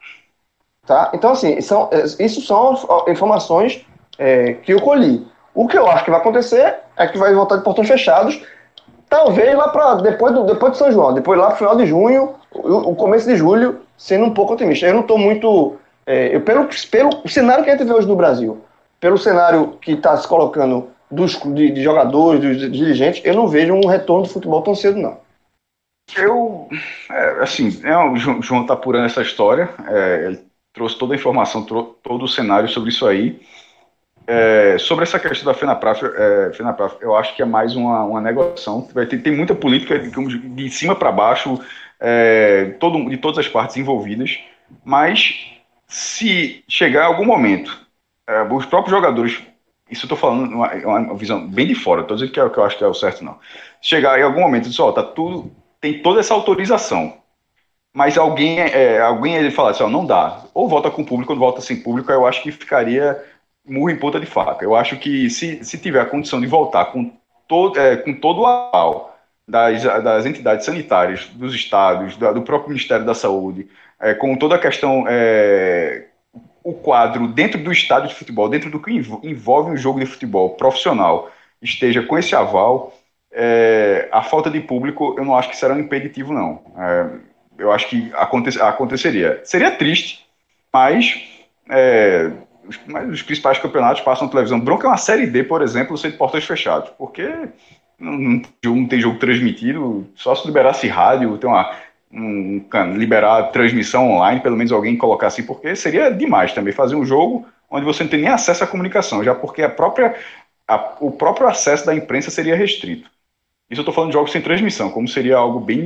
Tá? Então, assim, são, isso são informações é, que eu colhi. O que eu acho que vai acontecer é que vai voltar de portões fechados, talvez lá para depois do, depois de São João, depois lá para o final de junho, o, o começo de julho, sendo um pouco otimista. Eu não estou muito... É, eu, pelo, pelo cenário que a gente vê hoje no Brasil, pelo cenário que está se colocando dos, de, de jogadores, dos dirigentes, eu não vejo um retorno do futebol tão cedo, não. Eu, é, assim, é, o João está apurando essa história, é, ele trouxe toda a informação, trou- todo o cenário sobre isso aí. É, sobre essa questão da FENAPAF, é, FENAPAF, eu acho que é mais uma, uma negociação. Vai ter, tem muita política de, de cima para baixo, é, todo, de todas as partes envolvidas, mas se chegar a algum momento, é, os próprios jogadores, isso eu estou falando uma, uma visão bem de fora, estou dizendo que, é, que eu acho que é o certo, não. Chegar em algum momento e dizer, ó, tá tudo, tem toda essa autorização, mas alguém, é, alguém ele fala assim, ó, não dá, ou volta com público ou volta sem público, eu acho que ficaria murro em ponta de faca. Eu acho que se, se tiver a condição de voltar com todo, é, com todo o aval das, das entidades sanitárias, dos estados, do, do próprio Ministério da Saúde, é, com toda a questão, é, o quadro dentro do estádio de futebol, dentro do que envolve um jogo de futebol profissional, esteja com esse aval, é, a falta de público eu não acho que será um impeditivo, não. É, eu acho que aconte, aconteceria. Seria triste, mas... É, Mas os principais campeonatos passam na televisão. Bronca é uma Série D, por exemplo, sem portões fechados, porque não, não, não tem jogo transmitido, só se liberasse rádio, tem uma, um, liberar transmissão online, pelo menos alguém colocar assim, porque seria demais também fazer um jogo onde você não tem nem acesso à comunicação, já porque a própria, a, o próprio acesso da imprensa seria restrito. Isso eu estou falando de jogos sem transmissão, como seria algo bem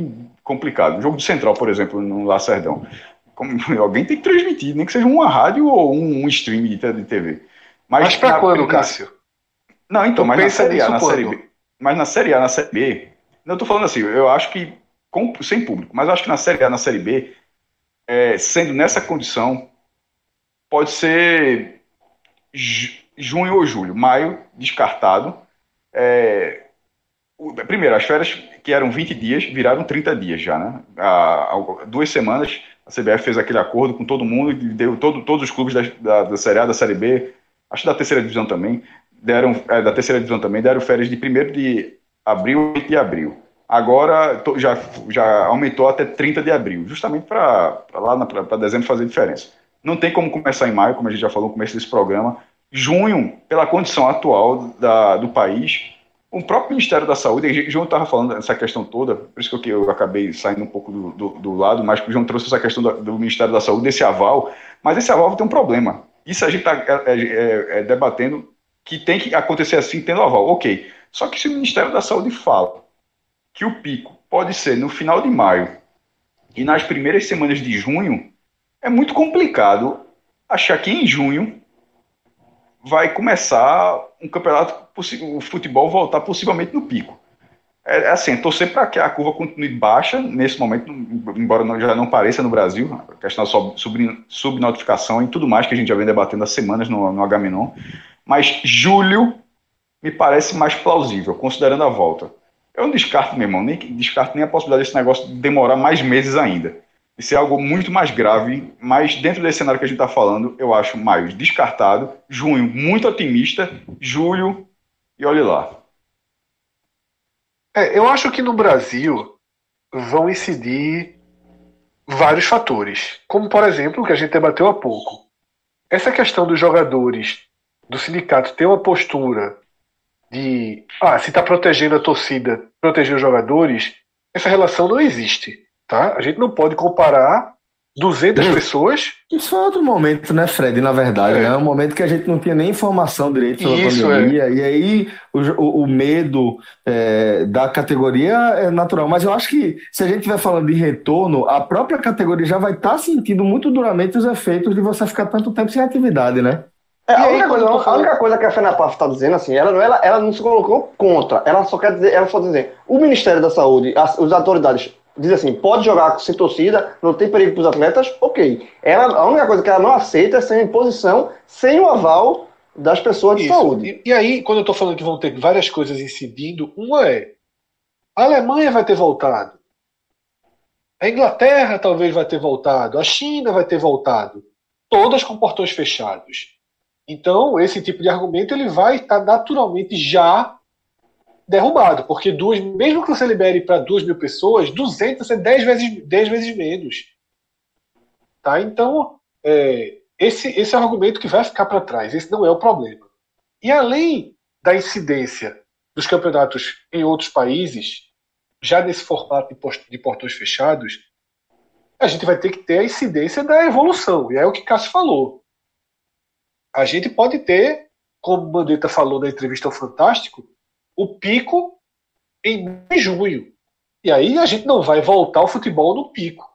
complicado. O jogo do Central, por exemplo, no Lacerdão. Como, alguém tem que transmitir, nem que seja uma rádio ou um, um stream de, de T V. Mas, mas pra na, quando, na, Cássio? Não, então, Tu mas na pensa Série A, nisso na Série quando? B. Mas na Série A, na Série B. Não, eu tô falando assim, eu acho que com, sem público, mas eu acho que na Série A, na Série B, é, sendo nessa condição, pode ser junho ou julho. Maio, descartado. É, o, primeiro, as férias que eram vinte dias viraram trinta dias já, né? Há, há duas semanas a C B F fez aquele acordo com todo mundo, e deu todo, todos os clubes da, da, da Série A, da Série B, acho que da terceira divisão também, deram, é, da terceira divisão também, deram férias de primeiro de abril e de abril. Agora to, já, já aumentou até trinta de abril, justamente para lá para dezembro fazer diferença. Não tem como começar em maio, como a gente já falou no começo desse programa. Junho, pela condição atual da, do país, o próprio Ministério da Saúde, o João estava falando dessa questão toda, por isso que eu, eu acabei saindo um pouco do, do, do lado, mas o João trouxe essa questão do, do Ministério da Saúde, desse aval, mas esse aval tem um problema. Isso a gente está é, é, é, debatendo que tem que acontecer assim, tendo aval, ok. Só que se o Ministério da Saúde fala que o pico pode ser no final de maio e nas primeiras semanas de junho, é muito complicado achar que em junho vai começar um campeonato, o futebol voltar possivelmente no pico. É, é assim, torcer para que a curva continue baixa nesse momento, embora não, já não pareça no Brasil, a questão da sub, subnotificação e tudo mais que a gente já vem debatendo há semanas no, no Agamenon, mas julho me parece mais plausível, considerando a volta. Eu não descarto, meu irmão, nem descarto nem a possibilidade desse negócio de demorar mais meses ainda. Isso é algo muito mais grave, mas dentro desse cenário que a gente está falando, eu acho maio descartado, junho muito otimista, julho e olhe lá. É, eu acho que no Brasil vão incidir vários fatores, como por exemplo o que a gente debateu há pouco. Essa questão dos jogadores do sindicato ter uma postura de ah, se está protegendo a torcida, proteger os jogadores, essa relação não existe. Tá? A gente não pode comparar duzentas hum. pessoas. Isso é outro momento, né, Fred? Na verdade, é né? um momento que a gente não tinha nem informação direito sobre Isso, a pandemia. É. E aí o, o, o medo é, da categoria é natural. Mas eu acho que se a gente estiver falando de retorno, a própria categoria já vai estar sentindo muito duramente os efeitos de você ficar tanto tempo sem atividade, né? É, a, única coisa, a única coisa que a FENAPAF está dizendo, assim, ela não, ela, ela não se colocou contra. Ela só quer dizer, ela só dizer, o Ministério da Saúde, as, as autoridades diz assim, pode jogar sem torcida, não tem perigo para os atletas, ok. Ela, a única coisa que ela não aceita é ser imposição sem o aval das pessoas de Isso. saúde. E, e aí, quando eu estou falando que vão ter várias coisas incidindo, uma é, a Alemanha vai ter voltado, a Inglaterra talvez vai ter voltado, a China vai ter voltado, todas com portões fechados. Então, esse tipo de argumento ele vai estar naturalmente já derrubado, porque duas, mesmo que você libere para duas mil pessoas, duzentas é dez vezes, dez vezes menos. Tá? Então, é, esse, esse é o argumento que vai ficar para trás. Esse não é o problema. E além da incidência dos campeonatos em outros países, já nesse formato de portões fechados, a gente vai ter que ter a incidência da evolução. E é o que Cássio falou. A gente pode ter, como o Mandetta falou na entrevista ao Fantástico, o pico em junho. E aí a gente não vai voltar ao futebol no pico.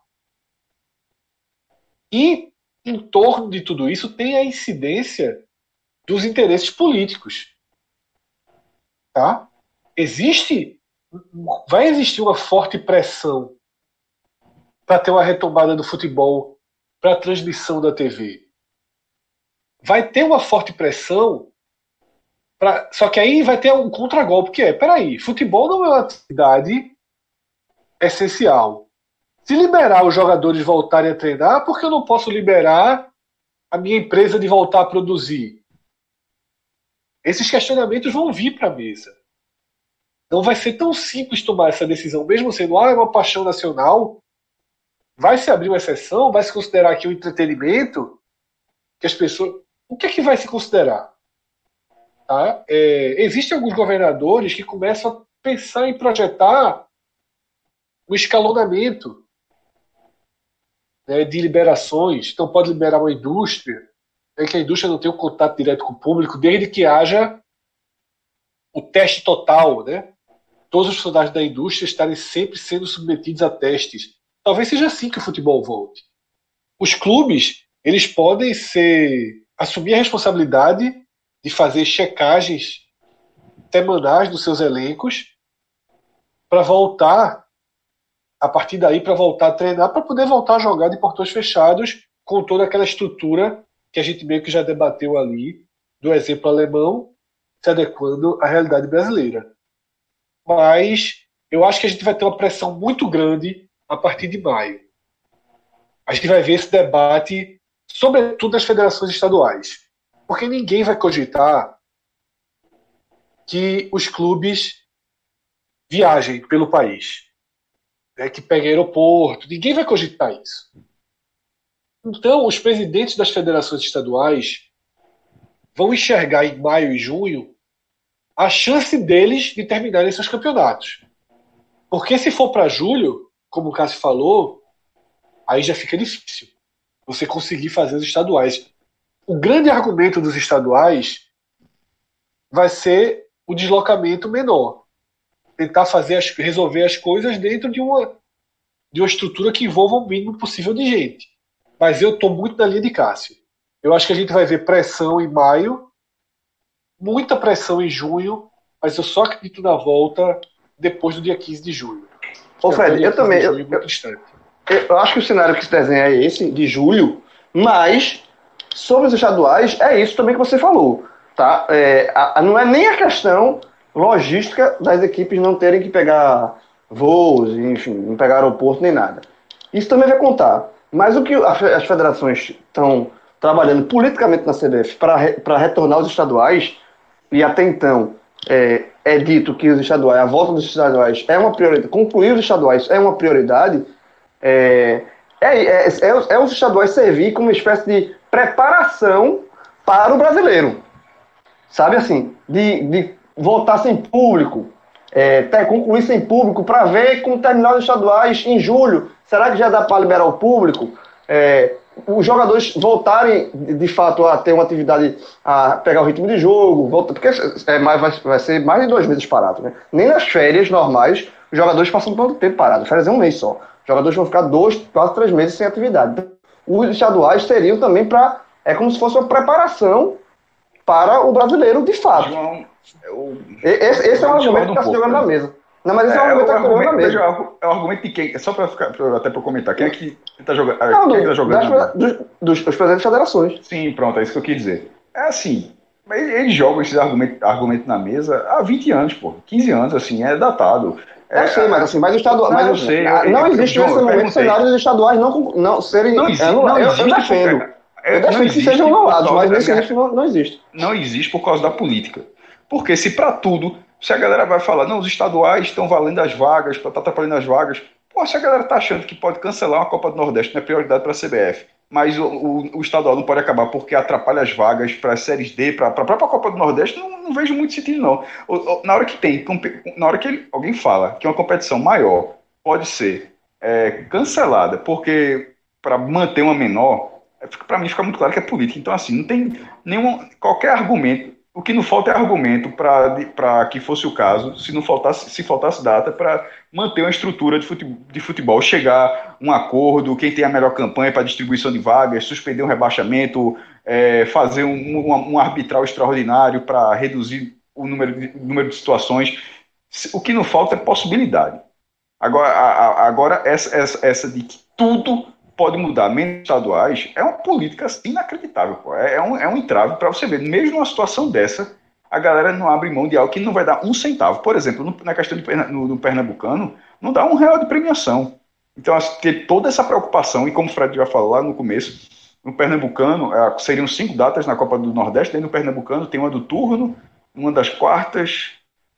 E em torno de tudo isso tem a incidência dos interesses políticos. Tá? Existe, vai existir uma forte pressão para ter uma retomada do futebol para a transmissão da T V. Vai ter uma forte pressão. Pra, só que aí vai ter um contragolpe, que é, peraí, futebol não é uma atividade essencial. Se liberar os jogadores voltarem a treinar, por que eu não posso liberar a minha empresa de voltar a produzir? Esses questionamentos vão vir para a mesa. Não vai ser tão simples tomar essa decisão, mesmo sendo ah, é uma paixão nacional. Vai se abrir uma exceção, vai se considerar aqui o entretenimento, que as pessoas... O que é que vai se considerar? Tá? É, existem alguns governadores que começam a pensar em projetar um escalonamento, né, de liberações. Então pode liberar uma indústria, né, que a indústria não tem um contato direto com o público, desde que haja o teste total, né? todos os funcionários da indústria estarem sempre sendo submetidos a testes. Talvez seja assim que o futebol volte. Os clubes, eles podem ser, assumir a responsabilidade de fazer checagens semanais dos seus elencos para voltar, a partir daí, para voltar a treinar, para poder voltar a jogar de portões fechados com toda aquela estrutura que a gente meio que já debateu ali, do exemplo alemão, se adequando à realidade brasileira. Mas eu acho que a gente vai ter uma pressão muito grande a partir de maio. A gente vai ver esse debate, sobretudo nas federações estaduais. Porque ninguém vai cogitar que os clubes viajem pelo país, né, que peguem aeroporto. Ninguém vai cogitar isso. Então, os presidentes das federações estaduais vão enxergar em maio e junho a chance deles de terminarem seus campeonatos. Porque se for para julho, como o Cássio falou, aí já fica difícil você conseguir fazer os estaduais. O grande argumento dos estaduais vai ser o deslocamento menor. Tentar fazer as, resolver as coisas dentro de uma, de uma estrutura que envolva o mínimo possível de gente. Mas eu estou muito na linha de Cássio. Eu acho que a gente vai ver pressão em maio, muita pressão em junho, mas eu só acredito na volta depois do dia quinze de julho. Ô Fred, eu também. Eu, eu, eu acho que o cenário que se desenha é esse, de julho, mas sobre os estaduais, é isso também que você falou. Tá? É, a, a, não é nem a questão logística das equipes não terem que pegar voos, enfim, não pegar aeroporto nem nada. Isso também vai contar. Mas o que as federações estão trabalhando politicamente na C B F para re, para retornar os estaduais, e até então é, é dito que os estaduais, a volta dos estaduais é uma prioridade, concluir os estaduais é uma prioridade, é, é, é, é, é os estaduais servir como uma espécie de preparação para o brasileiro. Sabe assim, de, de voltar sem público, é, ter, concluir sem público, para ver como terminar os estaduais em julho. Será que já dá para liberar o público? É, os jogadores voltarem, de, de fato, a ter uma atividade, a pegar o ritmo de jogo, volta, porque é, mais, vai, vai ser mais de dois meses parado, né? Nem nas férias normais, os jogadores passam tanto tempo parado. Férias é um mês só. Os jogadores vão ficar dois, quase três meses sem atividade. Então, os estaduais seriam também para... É como se fosse uma preparação para o brasileiro, de fato. João, eu, esse, esse eu, é o argumento que está se jogando na mesa. Não, mas esse é, é o argumento que está se jogando na mesa. É o argumento de quem? Só para ficar, pra, até para comentar. Quem é que está jogando? Não, quem do, é que tá jogando? Das, dos, dos, dos presidentes de federações. Sim, pronto, é isso que eu quis dizer. É assim, eles jogam esses argumentos argumento na mesa há vinte anos, pô. quinze anos, assim, é datado. É, eu sei, mas assim, mas o estadual. Mas eu sei. Eu, não eu, existe nesse momento cenário dos estaduais não, não serem. Não existe. Não, não eu, existe eu defendo. Porque, eu defendo que sejam anulados, mas nesse momento não, não existe. Não existe por causa da política. Porque se para tudo, se a galera vai falar, não, os estaduais estão valendo as vagas, está atrapalhando as vagas. Pô, se a galera está achando que pode cancelar uma Copa do Nordeste, não é prioridade para a C B F. Mas o, o, o estadual não pode acabar porque atrapalha as vagas para as séries D, para a própria Copa do Nordeste, não, não vejo muito sentido, não. O, o, na hora que tem, na hora que ele, alguém fala que uma competição maior pode ser é, cancelada, porque para manter uma menor, para mim fica muito claro que é política. Então, assim, não tem nenhum, qualquer argumento. O que não falta é argumento para que fosse o caso, se não faltasse, se faltasse data, para manter uma estrutura de futebol, de futebol, chegar a um acordo, quem tem a melhor campanha para distribuição de vagas, suspender um rebaixamento, é, fazer um, um, um arbitral extraordinário para reduzir o número de, o número de situações. O que não falta é possibilidade. Agora, a, a, agora essa, essa, essa de que tudo pode mudar, menos estaduais, é uma política inacreditável, pô. É, é, um, é um entrave para você ver. Mesmo numa situação dessa, a galera não abre mão de algo que não vai dar um centavo. Por exemplo, no, na questão de, no, no Pernambucano, não dá um real de premiação. Então, assim, ter toda essa preocupação, e como o Fred já falou lá no começo, no Pernambucano, é, seriam cinco datas na Copa do Nordeste, dentro do Pernambucano tem uma do turno, uma das quartas,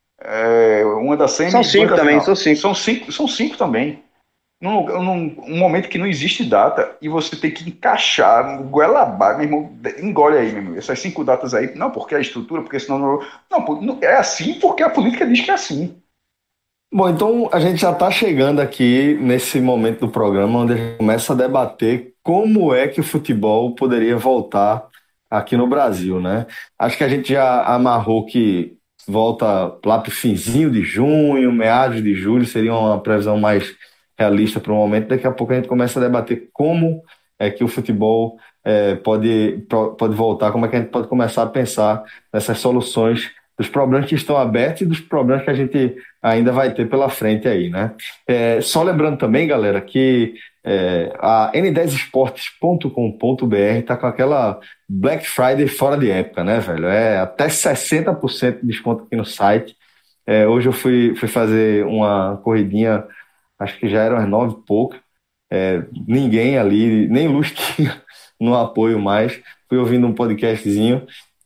é, uma da semi... São cinco também, são cinco. São cinco, são cinco também. Num, num um momento que não existe data e você tem que encaixar, goela abaixo, meu irmão, engole aí, meu irmão, essas cinco datas aí, não porque a estrutura, porque senão não, não, é assim porque a política diz que é assim. Bom, então a gente já está chegando aqui nesse momento do programa onde a gente começa a debater como é que o futebol poderia voltar aqui no Brasil, né? Acho que a gente já amarrou que volta lá para o finzinho de junho, meados de julho, seria uma previsão mais realista para o momento. Daqui a pouco a gente começa a debater como é que o futebol é, pode, pode voltar, como é que a gente pode começar a pensar nessas soluções dos problemas que estão abertos e dos problemas que a gente ainda vai ter pela frente aí, né? É, só lembrando também, galera, que é, a N dez esportes ponto com ponto b r tá com aquela Black Friday fora de época, né, velho? É até sessenta por cento de desconto aqui no site. É, hoje eu fui, fui fazer uma corridinha, acho que já eram as nove e pouco, é, ninguém ali, nem luz tinha no apoio mais, fui ouvindo um podcastzinho.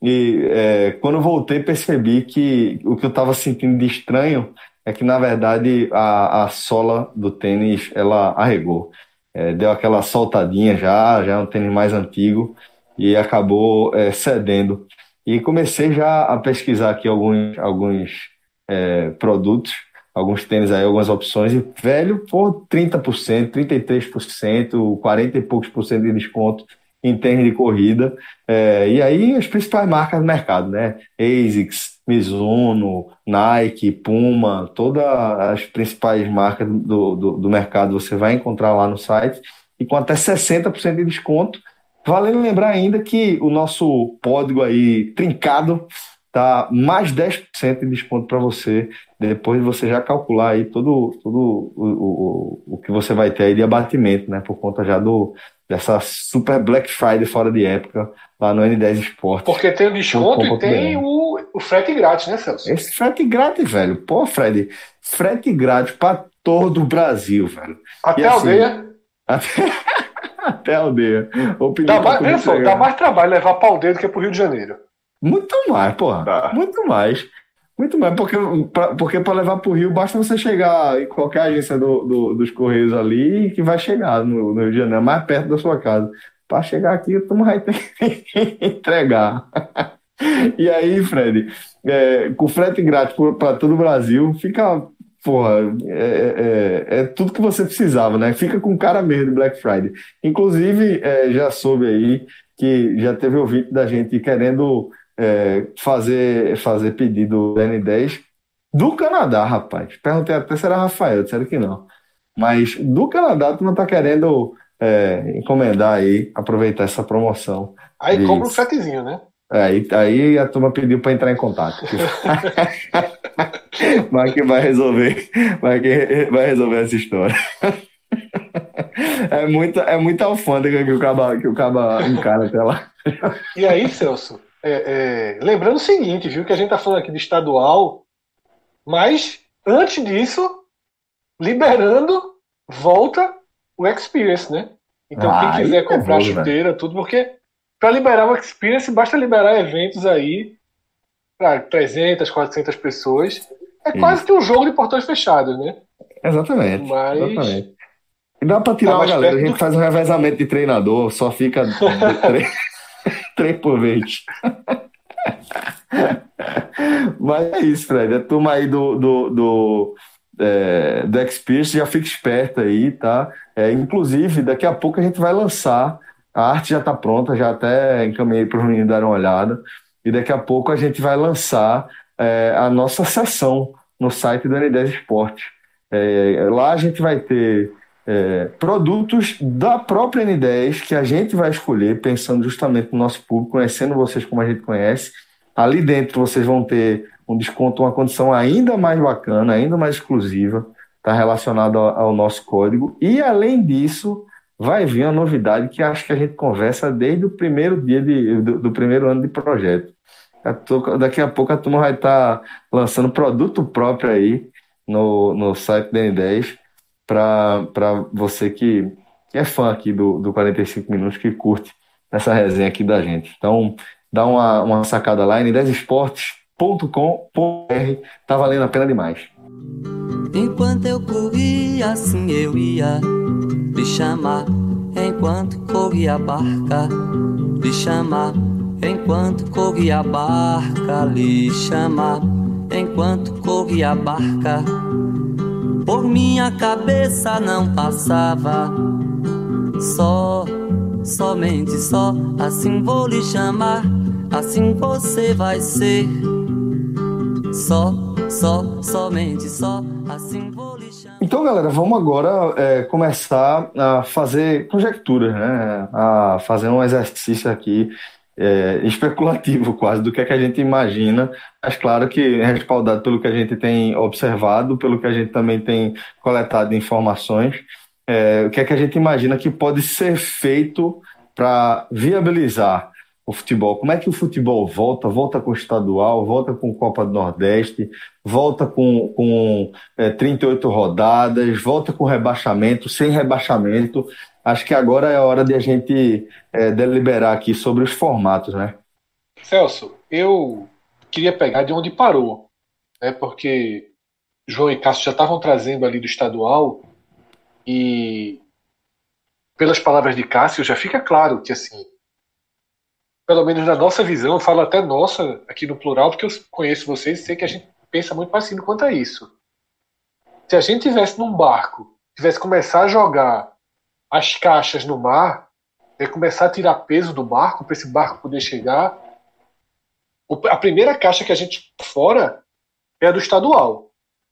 E é, quando voltei percebi que o que eu estava sentindo de estranho é que, na verdade, a, a sola do tênis, ela arregou. É, deu aquela soltadinha já, já é um tênis mais antigo e acabou é, cedendo. E comecei já a pesquisar aqui alguns, alguns é, produtos, alguns tênis aí, algumas opções, e velho, por trinta por cento, trinta e três por cento, quarenta e poucos por cento de desconto em tênis de corrida, é, e aí as principais marcas do mercado, né? ASICS, Mizuno, Nike, Puma, todas as principais marcas do, do, do mercado você vai encontrar lá no site, e com até sessenta por cento de desconto. Valendo lembrar ainda que o nosso código aí, trincado, tá mais dez por cento de desconto para você, depois de você já calcular aí todo, todo o, o, o que você vai ter aí de abatimento, né? Por conta já do dessa super Black Friday fora de época lá no N dez Esportes. Porque tem o desconto e tem o, o frete grátis, né, Celso? Esse frete grátis, velho. Pô, Fred, frete grátis para todo o Brasil, velho. Até e a assim, aldeia. Até, até a aldeia. Dá mais, só, dá mais trabalho levar para a aldeia do que para o Rio de Janeiro. Muito mais, porra. Dá. Muito mais. Muito mais, porque para porque levar para o Rio basta você chegar em qualquer agência do, do, dos Correios ali que vai chegar no, no Rio de Janeiro, mais perto da sua casa. Para chegar aqui, tu não vai ter que entregar. E aí, Fred, é, com frete grátis para todo o Brasil, fica, porra, é, é, é tudo que você precisava, né? Fica com cara mesmo do Black Friday. Inclusive, é, já soube aí que já teve ouvinte da gente querendo é, fazer, fazer pedido da N dez do Canadá, rapaz. Perguntei até se era Rafael, disseram que não. Mas do Canadá, tu não tá querendo é, encomendar aí, aproveitar essa promoção. Aí de... compra um fretezinho, né? Aí, aí a turma pediu para entrar em contato. Mas que vai resolver, mas que vai resolver essa história. É muita, é muita alfândega que o caba, que o caba encara até lá. E aí, Celso, é, é, lembrando o seguinte, viu, que a gente tá falando aqui de estadual, mas antes disso, liberando, volta o Experience, né? Então Ah, quem aí quiser é comprar nervoso, chuteira, tudo, porque para liberar o Experience, basta liberar eventos aí para trezentas, quatrocentas pessoas. É quase Isso. que um jogo de portões fechados, né? Exatamente. Mas Exatamente. E dá para tirar Tá uma mais galera, a perto gente do- faz um revezamento de treinador, só fica três, três por vez. Mas é isso, Fred. A turma aí do, do, do, é, do Experience já fica esperta aí, tá? É, inclusive, daqui a pouco a gente vai lançar. A arte já está pronta, já até encaminhei para os meninos darem uma olhada. E daqui a pouco a gente vai lançar é, a nossa sessão no site do N dez Esportes. É, lá a gente vai ter é, produtos da própria N dez que a gente vai escolher, pensando justamente no nosso público, conhecendo vocês como a gente conhece. Ali dentro vocês vão ter um desconto, uma condição ainda mais bacana, ainda mais exclusiva, está relacionado ao, ao nosso código. E além disso, vai vir uma novidade que acho que a gente conversa desde o primeiro dia de, do, do primeiro ano de projeto. Daqui a pouco a turma vai estar lançando produto próprio aí no, no site da N dez para você que, que é fã aqui do, do quarenta e cinco minutos, que curte essa resenha aqui da gente. Então, dá uma, uma sacada lá, N dez esportes ponto com ponto b r, tá valendo a pena demais. Enquanto eu corria, assim eu ia lhe chamar. Enquanto corria a barca, lhe chamar. Enquanto corria a barca, lhe chamar. Enquanto corria a barca, por minha cabeça não passava. Só, somente só, assim vou lhe chamar. Assim você vai ser. Só, só, somente só, assim vou lixar. Então, galera, vamos agora é, começar a fazer conjecturas, né? A fazer um exercício aqui é, especulativo quase do que é que a gente imagina, mas claro que respaldado pelo que a gente tem observado, pelo que a gente também tem coletado de informações, é, o que é que a gente imagina que pode ser feito para viabilizar o futebol. Como é que o futebol volta? Volta com o estadual, volta com Copa do Nordeste, volta com, com é, trinta e oito rodadas, volta com rebaixamento, sem rebaixamento. Acho que agora é a hora de a gente é, deliberar aqui sobre os formatos, né? Celso, eu queria pegar de onde parou, né? Porque João e Cássio já estavam trazendo ali do estadual e, pelas palavras de Cássio, já fica claro que, assim, pelo menos na nossa visão, eu falo até nossa aqui no plural, porque eu conheço vocês e sei que a gente pensa muito parecido quanto a isso. Se a gente tivesse num barco, tivesse começar a jogar as caixas no mar, é começar a tirar peso do barco para esse barco poder chegar, a primeira caixa que a gente tira fora é a do estadual.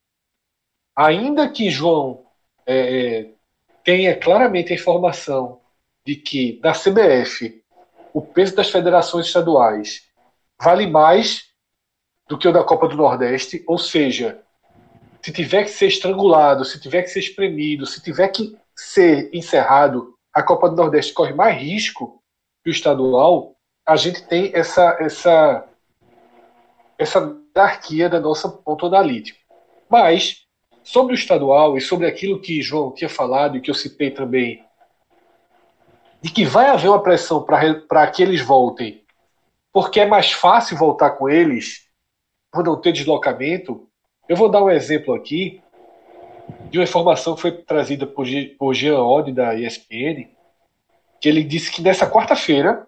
Ainda que João é, tenha claramente a informação de que na C B F o peso das federações estaduais vale mais do que o da Copa do Nordeste, ou seja, se tiver que ser estrangulado, se tiver que ser espremido, se tiver que ser encerrado, a Copa do Nordeste corre mais risco que o estadual, a gente tem essa essa essa hierarquia da nossa ponto analítico. Mas, sobre o estadual e sobre aquilo que João tinha falado e que eu citei também, de que vai haver uma pressão para que eles voltem, porque é mais fácil voltar com eles, por não ter deslocamento. Eu vou dar um exemplo aqui de uma informação que foi trazida por, por Jean Oddi, da E S P N, que ele disse que nessa quarta-feira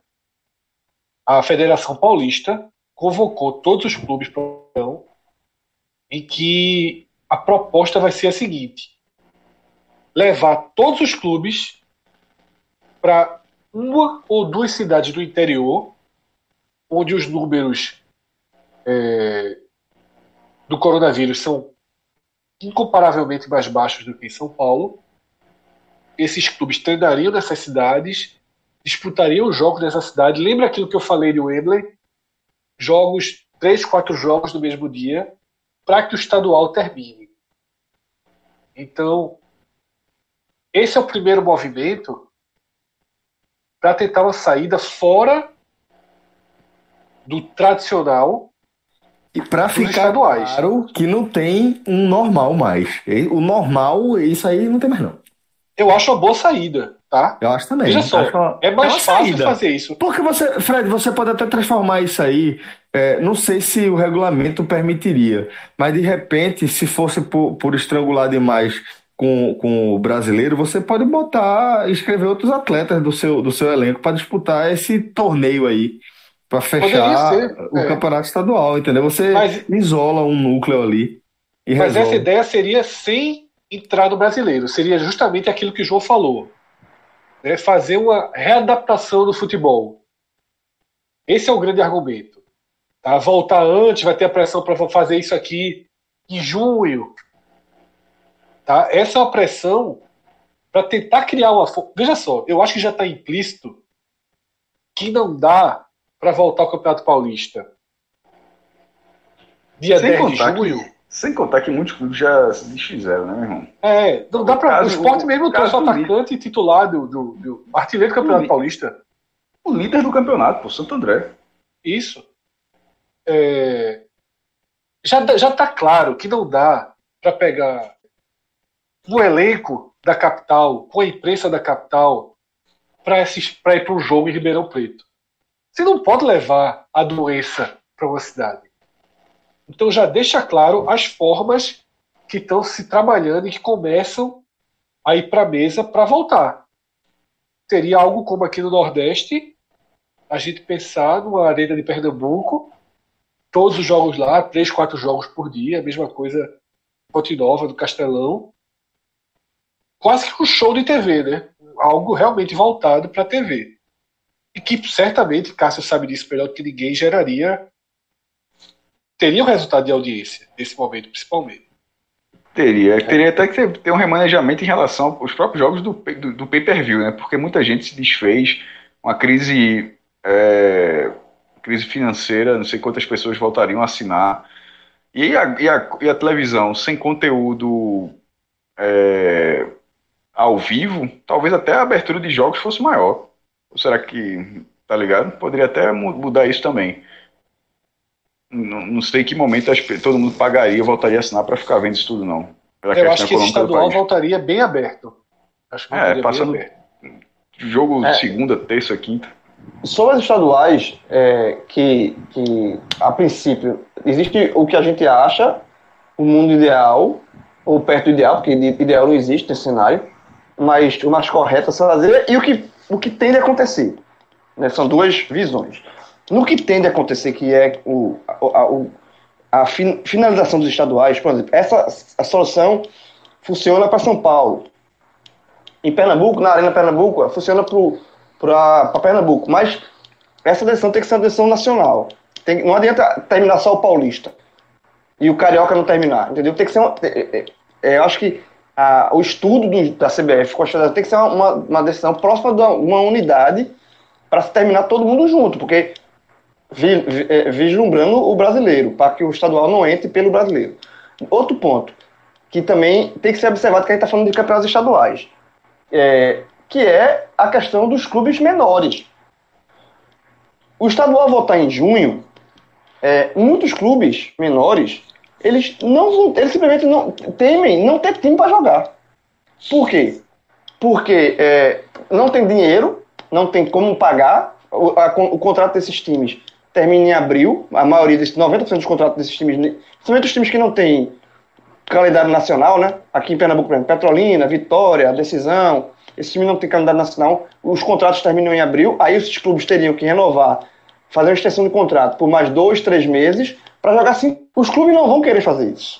a Federação Paulista convocou todos os clubes para uma reunião em que a proposta vai ser a seguinte: levar todos os clubes para uma ou duas cidades do interior, onde os números é, do coronavírus são incomparavelmente mais baixos do que em São Paulo. Esses clubes treinariam nessas cidades, disputariam os jogos nessa cidade. Lembra aquilo que eu falei de Wembley? Jogos, três, quatro jogos no mesmo dia, para que o estadual termine. Então, esse é o primeiro movimento para tentar uma saída fora do tradicional e para ficar estaduais. Claro que não tem um normal mais. O normal, isso aí não tem mais não. Eu acho uma boa saída, tá? Eu acho também. Veja só, uma... é mais é fácil saída. fazer isso. Porque você, Fred, você pode até transformar isso aí, é, não sei se o regulamento permitiria, mas de repente, se fosse por, por estrangular demais com, com o brasileiro, você pode botar, escrever outros atletas do seu, do seu elenco para disputar esse torneio aí, para fechar o é. campeonato estadual, entendeu? Você mas, isola um núcleo ali e Mas resolve. Essa ideia seria sem entrar no brasileiro, seria justamente aquilo que o João falou, né? Fazer uma readaptação do futebol. Esse é o grande argumento. Tá? Voltar antes, vai ter a pressão para fazer isso aqui em junho. Tá? Essa é uma pressão para tentar criar uma... Veja só, eu acho que já está implícito que não dá para voltar ao Campeonato Paulista dia sem dez de junho. Que, sem contar que muitos clubes já se desfizeram, né, meu irmão? É, não dá para. O Sport o, mesmo trouxe o atacante titular do, do, do artilheiro do Campeonato o, Paulista. O líder do campeonato, pô, Santo André. Isso. É, já, já tá claro que não dá para pegar um elenco da capital, com a imprensa da capital, para ir para um jogo em Ribeirão Preto. Você não pode levar a doença para uma cidade. Então já deixa claro as formas que estão se trabalhando e que começam a ir para a mesa para voltar. Seria algo como aqui no Nordeste, a gente pensar numa arena de Pernambuco, todos os jogos lá, três, quatro jogos por dia, a mesma coisa Ponte Nova, do Castelão. Quase que um show de T V, né? Algo realmente voltado para a T V. E que certamente, Cássio sabe disso melhor do que ninguém, geraria teria um resultado de audiência nesse momento, principalmente. Teria. Teria até que ter, ter um remanejamento em relação aos próprios jogos do, do, do pay-per-view, né? Porque muita gente se desfez, uma crise, é, crise financeira, não sei quantas pessoas voltariam a assinar. E a, e a, e a televisão sem conteúdo é, ao vivo, talvez até a abertura de jogos fosse maior. Ou será que, tá ligado? Poderia até mudar isso também. Não, não sei em que momento acho que todo mundo pagaria, voltaria a assinar para ficar vendo isso tudo, não. Pela Eu acho que esse estadual voltaria bem aberto. Acho que é, passando bem aberto. Jogo É. segunda, terça, quinta. Sobre as estaduais, é, que, que a princípio existe o que a gente acha, o mundo ideal, ou perto do ideal, porque ideal não existe nesse cenário, mas o mais correto a se fazer e o que, o que tende a acontecer. Né? São duas visões. No que tende a acontecer, que é o, a, o, a fin, finalização dos estaduais, por exemplo, essa a solução funciona para São Paulo. Em Pernambuco, na Arena Pernambuco, funciona para Pernambuco, mas essa decisão tem que ser uma decisão nacional. Tem, não adianta terminar só o Paulista e o Carioca não terminar, entendeu? Tem que ser uma, é, é, eu acho que a, o estudo do, da C B F com a federação tem que ser uma, uma, uma decisão próxima de uma unidade para se terminar todo mundo junto, porque vi, vi, é, vislumbrando o brasileiro, para que o estadual não entre pelo brasileiro. Outro ponto, que também tem que ser observado, que a gente está falando de campeonatos estaduais, é, que é a questão dos clubes menores. O estadual voltar em junho, é, muitos clubes menores, eles, não, eles simplesmente não, temem não ter time para jogar. Por quê? Porque é, não tem dinheiro, não tem como pagar, o, a, o contrato desses times termina em abril, a maioria desses, noventa por cento dos contratos desses times, principalmente os times que não têm calendário nacional, né? Aqui em Pernambuco, por exemplo, Petrolina, Vitória, Decisão, esse time não tem calendário nacional, os contratos terminam em abril, aí esses clubes teriam que renovar, fazer uma extensão de contrato por mais dois, três meses, para jogar assim. Os clubes não vão querer fazer isso.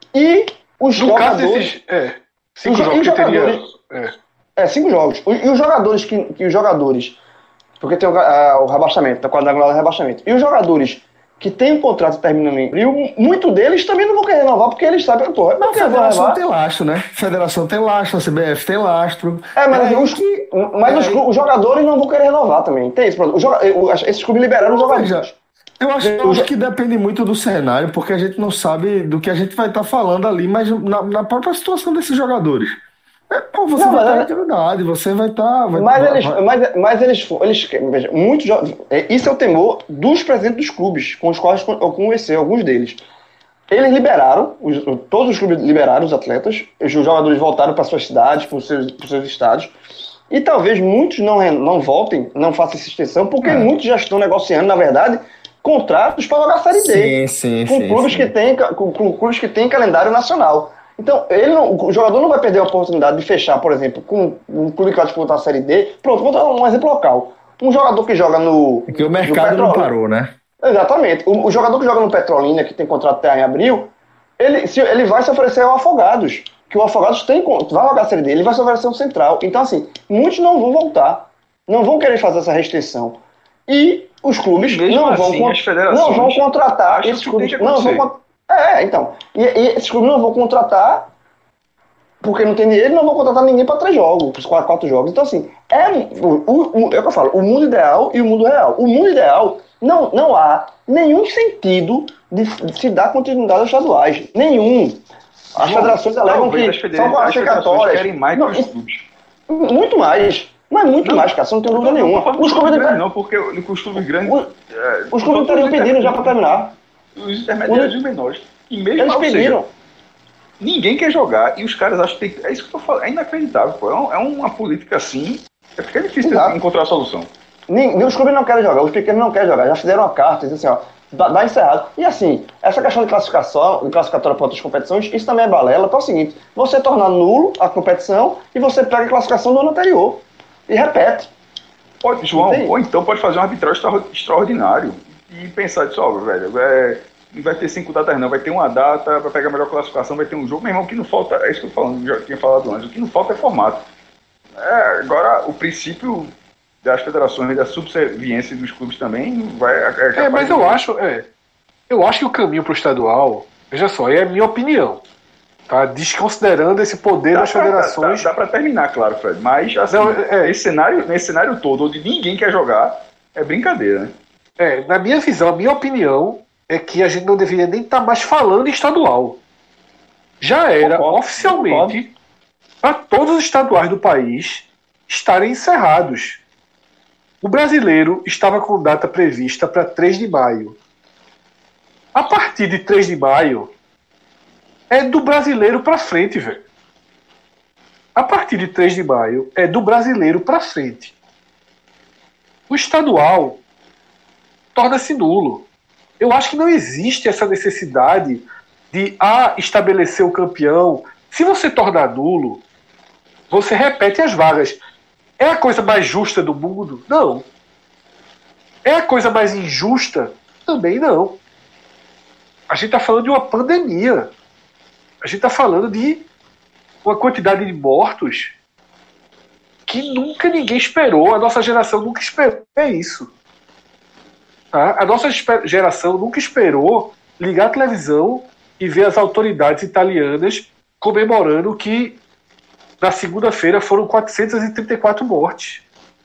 E os No caso jogadores... desses, é, cinco os, jogos os que teria... jogadores, É. é, cinco jogos. E os jogadores que, que os jogadores... Porque tem o, a, o rebaixamento, a quadrangular do rebaixamento. E os jogadores que têm um contrato terminando em abril, muito deles também não vão querer renovar, porque eles sabem, pô, é Mas porque a eu vou federação renovar. tem lastro, né? Federação tem lastro, a C B F tem lastro. É, mas, É, os, que- mas é, os, clu- os jogadores não vão querer renovar também. Tem isso. Os joga- o- esses clubes liberaram os jogadores. Veja, eu acho, eu acho que depende muito do cenário, porque a gente não sabe do que a gente vai estar falando ali, mas na, na própria situação desses jogadores. É, pô, você Não, vai mas estar é- em atividade, você vai estar. Vai, Mas vai- eles, vai- mas, mas eles, eles, veja, muitos jo- é, isso é o temor dos presidentes dos clubes, com os quais eu conversei, alguns deles. Eles liberaram, os- todos os clubes liberaram os atletas, os jogadores voltaram para suas cidades, para os seus, para os seus estados, e talvez muitos não, re- não voltem, não façam essa extensão, porque É. muitos já estão negociando, na verdade, contratos para jogar a Série D. Sim, sim, com sim, clubes sim. que têm com, com clubes que têm calendário nacional. Então, ele não, o jogador não vai perder a oportunidade de fechar, por exemplo, com um clube que vai disputar a Série D. Pronto, vou dar um exemplo local. Um jogador que joga no. Porque o no mercado não Petrolina- parou, né? Exatamente. O, o jogador que joga no Petrolina, que tem contrato até em abril, ele, se, ele vai se oferecer ao Afogados. Que o Afogados tem, con- vai jogar a Série D, ele vai se oferecer ao Central. Então, assim, muitos não vão voltar. Não vão querer fazer essa restrição. E os clubes Mesmo não, vão, assim, con- as federações não vão contratar acham esses que clubes. tem que Não vão, acontecer. con- é, então. E, e esses clubes não vão contratar porque não tem dinheiro, não vão contratar ninguém para três jogos, quatro, quatro jogos. Então, assim, é, o, o, o- é o que eu falo, o mundo ideal e o mundo real. O mundo ideal, não, não há nenhum sentido de, de se dar continuidade aos estaduais. Nenhum. As João, federações alegam talvez que as federa- são as federações classificatórias. querem mais Não, que os clubes. muito mais. Mas muito Não, mais, cara, você não tem dúvida Não, nenhuma. não, não, Os clubes, grandes não, porque os clubes grandes... Os- é, os clubes teriam pedido já para terminar. Os intermediários e os menores. E mesmo, Eles ou seja, pediram. ninguém quer jogar e os caras acham que tem... É isso que eu tô falando, é inacreditável, pô. É, um- é uma política assim, é porque é difícil Exato. encontrar a solução. Nem, os clubes não querem jogar, os pequenos não querem jogar. Já fizeram uma carta, dizem assim, ó, dá, dá encerrado. E assim, essa questão de classificação, de classificatória para outras competições, isso também é balela, porque é o seguinte, você torna nulo a competição e você pega a classificação do ano anterior e repete. Pode, João, Entendi. ou então pode fazer um arbitragem extra- extraordinário e pensar disso, ó, velho, é, não vai ter cinco datas não, vai ter uma data, vai pegar a melhor classificação, vai ter um jogo. Meu irmão, o que não falta, é isso que eu tô falando, já tinha falado antes, o que não falta é formato. É, agora, o princípio das federações, da subserviência dos clubes também vai... É, mas eu acho, é. Eu acho que o caminho para o estadual, veja só, é a minha opinião, tá? Desconsiderando esse poder Dá das pra, federações. Dá, dá para terminar, claro, Fred. Mas assim, Não, é, esse cenário, nesse cenário todo, onde ninguém quer jogar, é brincadeira, né? é, na minha visão, a minha opinião é que a gente não deveria nem estar mais falando em estadual. Já era Concordo, oficialmente para todos os estaduais do país estarem encerrados. O brasileiro estava com data prevista para três de maio. A partir de três de maio, é do brasileiro para frente, velho. A partir de três de maio, é do brasileiro para frente. O estadual torna-se nulo. Eu acho que não existe essa necessidade de ah, estabelecer o campeão. Se você tornar nulo, você repete as vagas. É a coisa mais justa do mundo? Não. É a coisa mais injusta? Também não. A gente está falando de uma pandemia. A gente está falando de uma quantidade de mortos que nunca ninguém esperou. A nossa geração nunca esperou. É isso. Tá? A nossa geração nunca esperou ligar a televisão e ver as autoridades italianas comemorando que na segunda-feira foram quatrocentas e trinta e quatro mortes.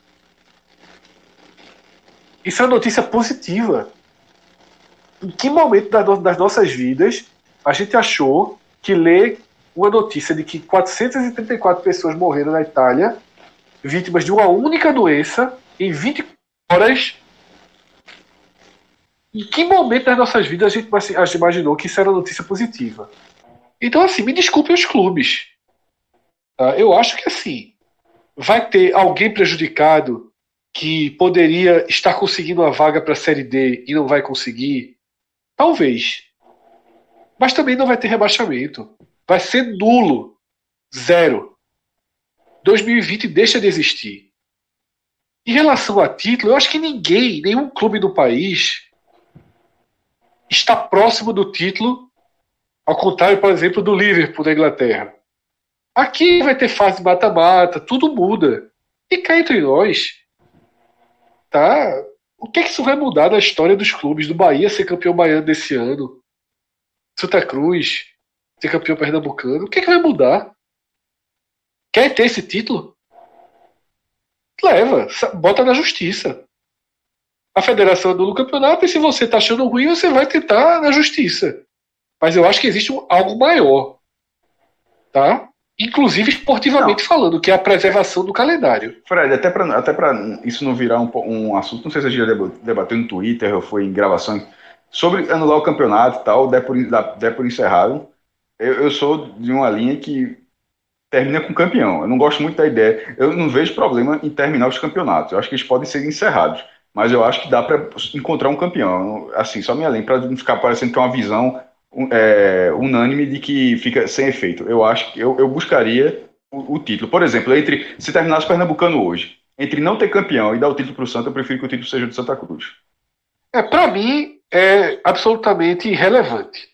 Isso é uma notícia positiva. Em que momento das nossas vidas a gente achou que ler uma notícia de que quatrocentas e trinta e quatro pessoas morreram na Itália, vítimas de uma única doença, em vinte horas... Em que momento das nossas vidas a gente, a gente imaginou que isso era notícia positiva? Então, assim, me desculpem os clubes. Tá? Eu acho que, assim, vai ter alguém prejudicado que poderia estar conseguindo uma vaga para a Série D e não vai conseguir? Talvez. Mas também não vai ter rebaixamento. Vai ser nulo. Zero. dois mil e vinte deixa de existir. Em relação a título, eu acho que ninguém, nenhum clube do país está próximo do título, ao contrário, por exemplo, do Liverpool da Inglaterra. Aqui vai ter fase mata-mata, tudo muda. E cá entre nós, tá? O que é que isso vai mudar na história dos clubes? Do Bahia ser campeão baiano desse ano, Santa Cruz ser campeão pernambucano, o que é que vai mudar? Quer ter esse título? Leva, bota na justiça. A federação anula o campeonato e se você está achando ruim, você vai tentar na justiça. Mas eu acho que existe um, algo maior. Tá? Inclusive esportivamente não. falando, que é a preservação do calendário. Fred, até para até isso não virar um, um assunto, não sei se a gente já debateu no Twitter ou foi em gravação, sobre anular o campeonato e tal, der por, der por encerrado. Eu, eu sou de uma linha que termina com campeão. Eu não gosto muito da ideia. Eu não vejo problema em terminar os campeonatos. Eu acho que eles podem ser encerrados. Mas eu acho que dá para encontrar um campeão. Assim, só me além, para não ficar parecendo que é uma visão é, unânime de que fica sem efeito. Eu acho que eu, eu buscaria o, o título. Por exemplo, entre se terminasse o Pernambucano hoje, entre não ter campeão e dar o título para o Santa, eu prefiro que o título seja do Santa Cruz. É, para mim, é absolutamente irrelevante.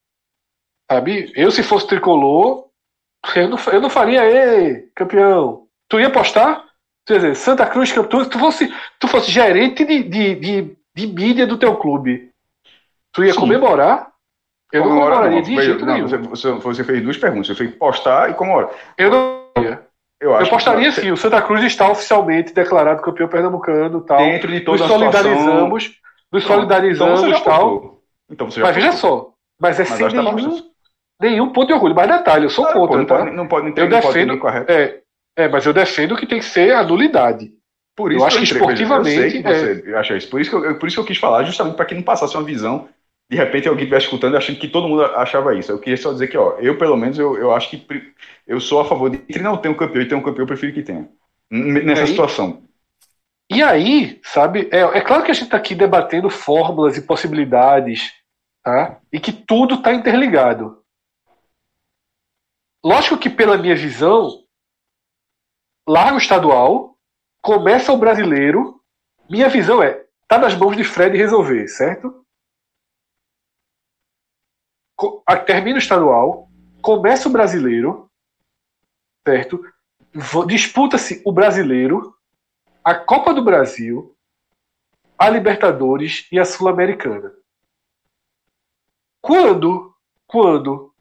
Sabe? Eu, se fosse tricolor, eu não, eu não faria, ei, campeão. Tu ia apostar? Quer dizer, Santa Cruz, tu, tu, fosse, tu fosse gerente de, de, de, de mídia do teu clube, tu ia Sim. comemorar? Eu não comemoraria de jeito nenhum. Você, você fez duas perguntas, você fez postar e comemorar. Eu não ia. Eu, acho eu postaria que... sim, o Santa Cruz está oficialmente declarado campeão pernambucano, tal. Dentro de toda nos a solidarizamos, situação... nos solidarizamos então tal. Então você já mas veja só, mas é mas sem nenhum, nenhum ponto de orgulho. Mas detalhe, eu sou claro, contra, pô, não tá? Pode, não pode, não tem, eu não defendo, pode correto. É, é, mas eu defendo que tem que ser a nulidade. Por isso eu acho que, que esportivamente. Eu sei que você é... acha isso. Por isso que eu, por isso que eu quis falar, justamente para que não passasse uma visão. De repente alguém estivesse escutando achando que todo mundo achava isso. Eu queria só dizer que, ó, eu pelo menos eu, eu acho que eu sou a favor de entre não ter um campeão e ter um campeão, eu prefiro que tenha. Nessa aí, situação. E aí, sabe, é, é claro que a gente está aqui debatendo fórmulas e possibilidades, tá? E que tudo está interligado. Lógico que, pela minha visão, larga o estadual, começa o brasileiro. Minha visão é, tá nas mãos de Fred resolver, certo? Termina o estadual, começa o brasileiro, certo? Disputa-se o brasileiro, a Copa do Brasil, a Libertadores e a Sul-Americana. Quando, quando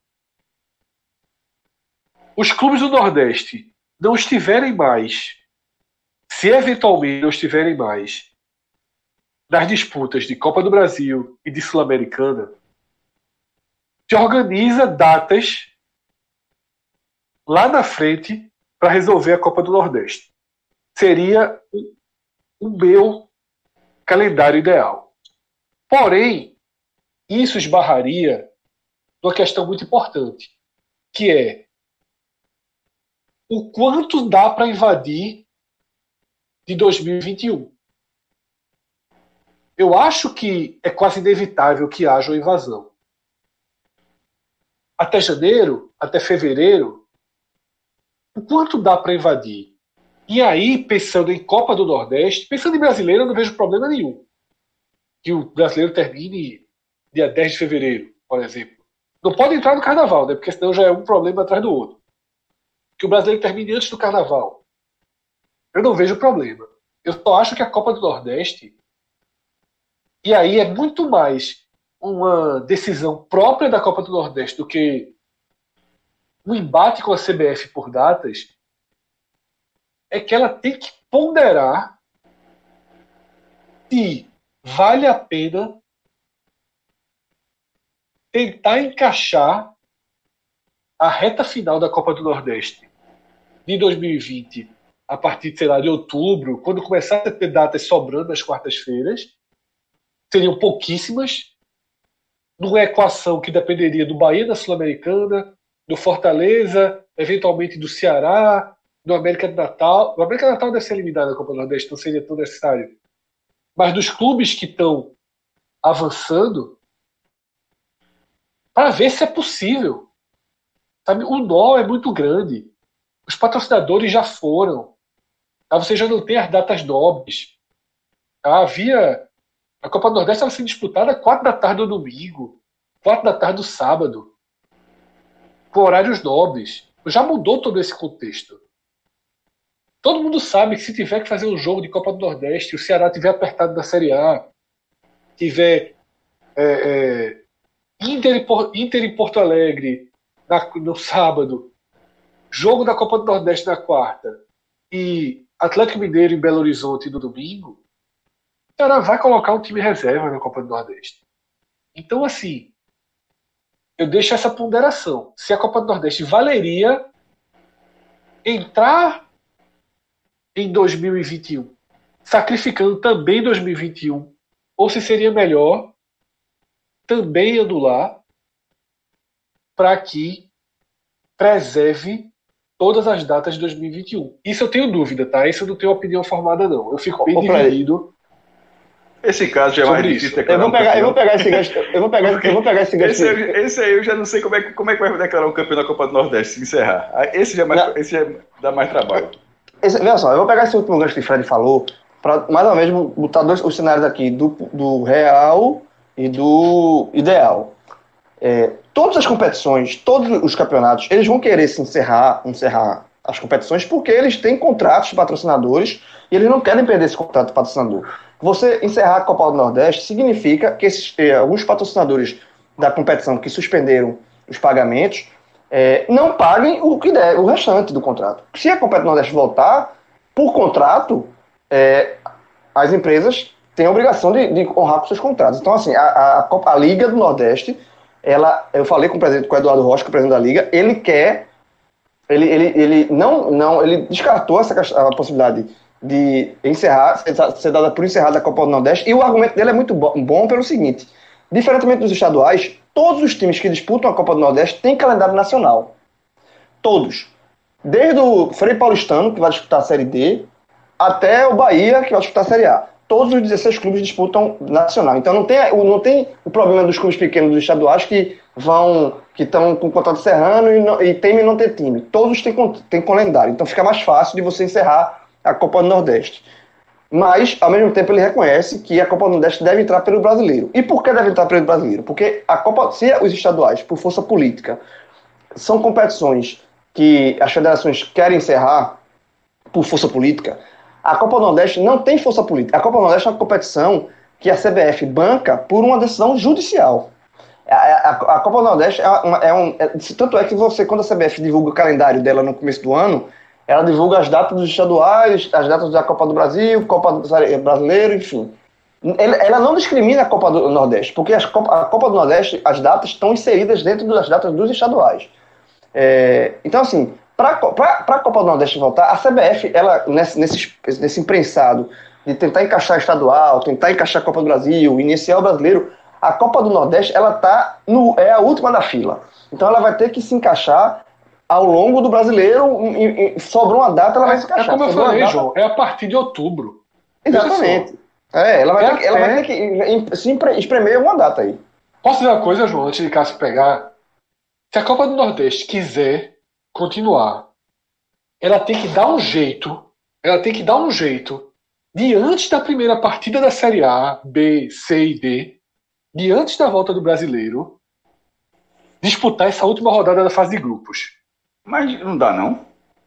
os clubes do Nordeste não estiverem mais, se eventualmente não estiverem mais nas disputas de Copa do Brasil e de Sul-Americana, se organiza datas lá na frente para resolver a Copa do Nordeste. Seria o, o meu calendário ideal. Porém, isso esbarraria numa questão muito importante, que é o quanto dá para invadir de dois mil e vinte e um. Eu acho que é quase inevitável que haja uma invasão. Até janeiro, até fevereiro, o quanto dá para invadir? E aí, pensando em Copa do Nordeste, pensando em brasileiro, eu não vejo problema nenhum. Que o brasileiro termine dia dez de fevereiro, por exemplo. Não pode entrar no carnaval, né? Porque senão já é um problema atrás do outro. Que o brasileiro termine antes do carnaval. Eu não vejo problema. Eu só acho que a Copa do Nordeste, e aí é muito mais uma decisão própria da Copa do Nordeste do que um embate com a C B F por datas, é que ela tem que ponderar se vale a pena tentar encaixar a reta final da Copa do Nordeste de dois mil e vinte a partir, sei lá, de outubro, quando começar a ter datas sobrando nas quartas-feiras, seriam pouquíssimas, numa equação que dependeria do Bahia da Sul-Americana, do Fortaleza, eventualmente do Ceará, do América do Natal. O América do Natal deve ser eliminado da Copa do Nordeste, não seria tão necessário. Mas dos clubes que estão avançando, para ver se é possível. Sabe? O nó é muito grande. Os patrocinadores já foram. Tá? Você já não tem as datas nobres. Tá? Havia... A Copa do Nordeste estava sendo disputada às quatro da tarde do domingo, quatro da tarde do sábado, com horários nobres. Já mudou todo esse contexto. Todo mundo sabe que se tiver que fazer um jogo de Copa do Nordeste, o Ceará tiver apertado na Série A, tiver é, é, Inter, Inter em Porto Alegre na, no sábado, jogo da Copa do Nordeste na quarta e Atlético Mineiro em Belo Horizonte no domingo, o Ceará vai colocar um time reserva na Copa do Nordeste. Então, assim, eu deixo essa ponderação. Se a Copa do Nordeste valeria entrar em dois mil e vinte e um, sacrificando também dois mil e vinte e um, ou se seria melhor também anular para que preserve todas as datas de dois mil e vinte e um. Isso eu tenho dúvida, tá? Isso eu não tenho opinião formada, não. Eu fico bem dividido. Esse caso já é mais difícil. Eu vou pegar, eu vou pegar esse gancho. Eu vou pegar, eu vou pegar esse gancho. Esse, esse aí eu já não sei como é, que, como é que vai declarar um campeão da Copa do Nordeste se encerrar. Esse já, é mais, esse já dá mais trabalho. Esse, veja só, eu vou pegar esse último gancho que o Fred falou para mais ou menos botar dois os cenários aqui do, do real e do ideal. É, todas as competições, todos os campeonatos, eles vão querer se encerrar, encerrar as competições porque eles têm contratos de patrocinadores e eles não querem perder esse contrato de patrocinador. Você encerrar a Copa do Nordeste significa que esses, eh, alguns patrocinadores da competição que suspenderam os pagamentos eh, não paguem o que der, o restante do contrato. Se a Copa do Nordeste voltar, por contrato, eh, as empresas têm a obrigação de, de honrar com seus contratos. Então, assim, a, a, a, Copa, a Liga do Nordeste, ela, eu falei com o presidente, com o Eduardo Rocha, que é o presidente da Liga, ele quer, ele, ele, ele, não, não, ele descartou essa a possibilidade de encerrar, ser dada por encerrada a Copa do Nordeste, e o argumento dele é muito bom pelo seguinte: diferentemente dos estaduais, todos os times que disputam a Copa do Nordeste têm calendário nacional. Todos. Desde o Frei Paulistano, que vai disputar a Série D, até o Bahia, que vai disputar a Série A. Todos os dezesseis clubes disputam nacional. Então não tem, não tem o problema dos clubes pequenos dos estaduais que vão, que estão com contrato serrano e, não, e temem não ter time. Todos têm, têm calendário. Então fica mais fácil de você encerrar a Copa do Nordeste. Mas, ao mesmo tempo, ele reconhece que a Copa do Nordeste deve entrar pelo brasileiro. E por que deve entrar pelo brasileiro? Porque a Copa, se os estaduais, por força política, são competições que as federações querem encerrar por força política, a Copa do Nordeste não tem força política. A Copa do Nordeste é uma competição que a C B F banca por uma decisão judicial. A, a, a Copa do Nordeste é, uma, é um... É, tanto é que você, quando a C B F divulga o calendário dela no começo do ano, ela divulga as datas dos estaduais, as datas da Copa do Brasil, Copa do Brasileiro, enfim. Ela não discrimina a Copa do Nordeste, porque as Copa, a Copa do Nordeste, as datas estão inseridas dentro das datas dos estaduais. É, então, assim, para a Copa do Nordeste voltar, a C B F, ela, nesse, nesse, nesse imprensado de tentar encaixar estadual, tentar encaixar a Copa do Brasil, iniciar o brasileiro, a Copa do Nordeste, ela tá no, é a última da fila. Então ela vai ter que se encaixar ao longo do brasileiro, e, e sobrou uma data, ela é, vai se encaixar. É como eu sobrou falei, data... João, é a partir de outubro. Exatamente. É, ela vai, é, ter, que, ela é... vai ter que se espremer alguma data aí. Posso dizer uma coisa, João, antes de Cássio pegar? Se a Copa do Nordeste quiser continuar, ela tem que dar um jeito, ela tem que dar um jeito de antes da primeira partida da Série A, B, C e D, de antes da volta do brasileiro, disputar essa última rodada da fase de grupos. Mas não dá, não?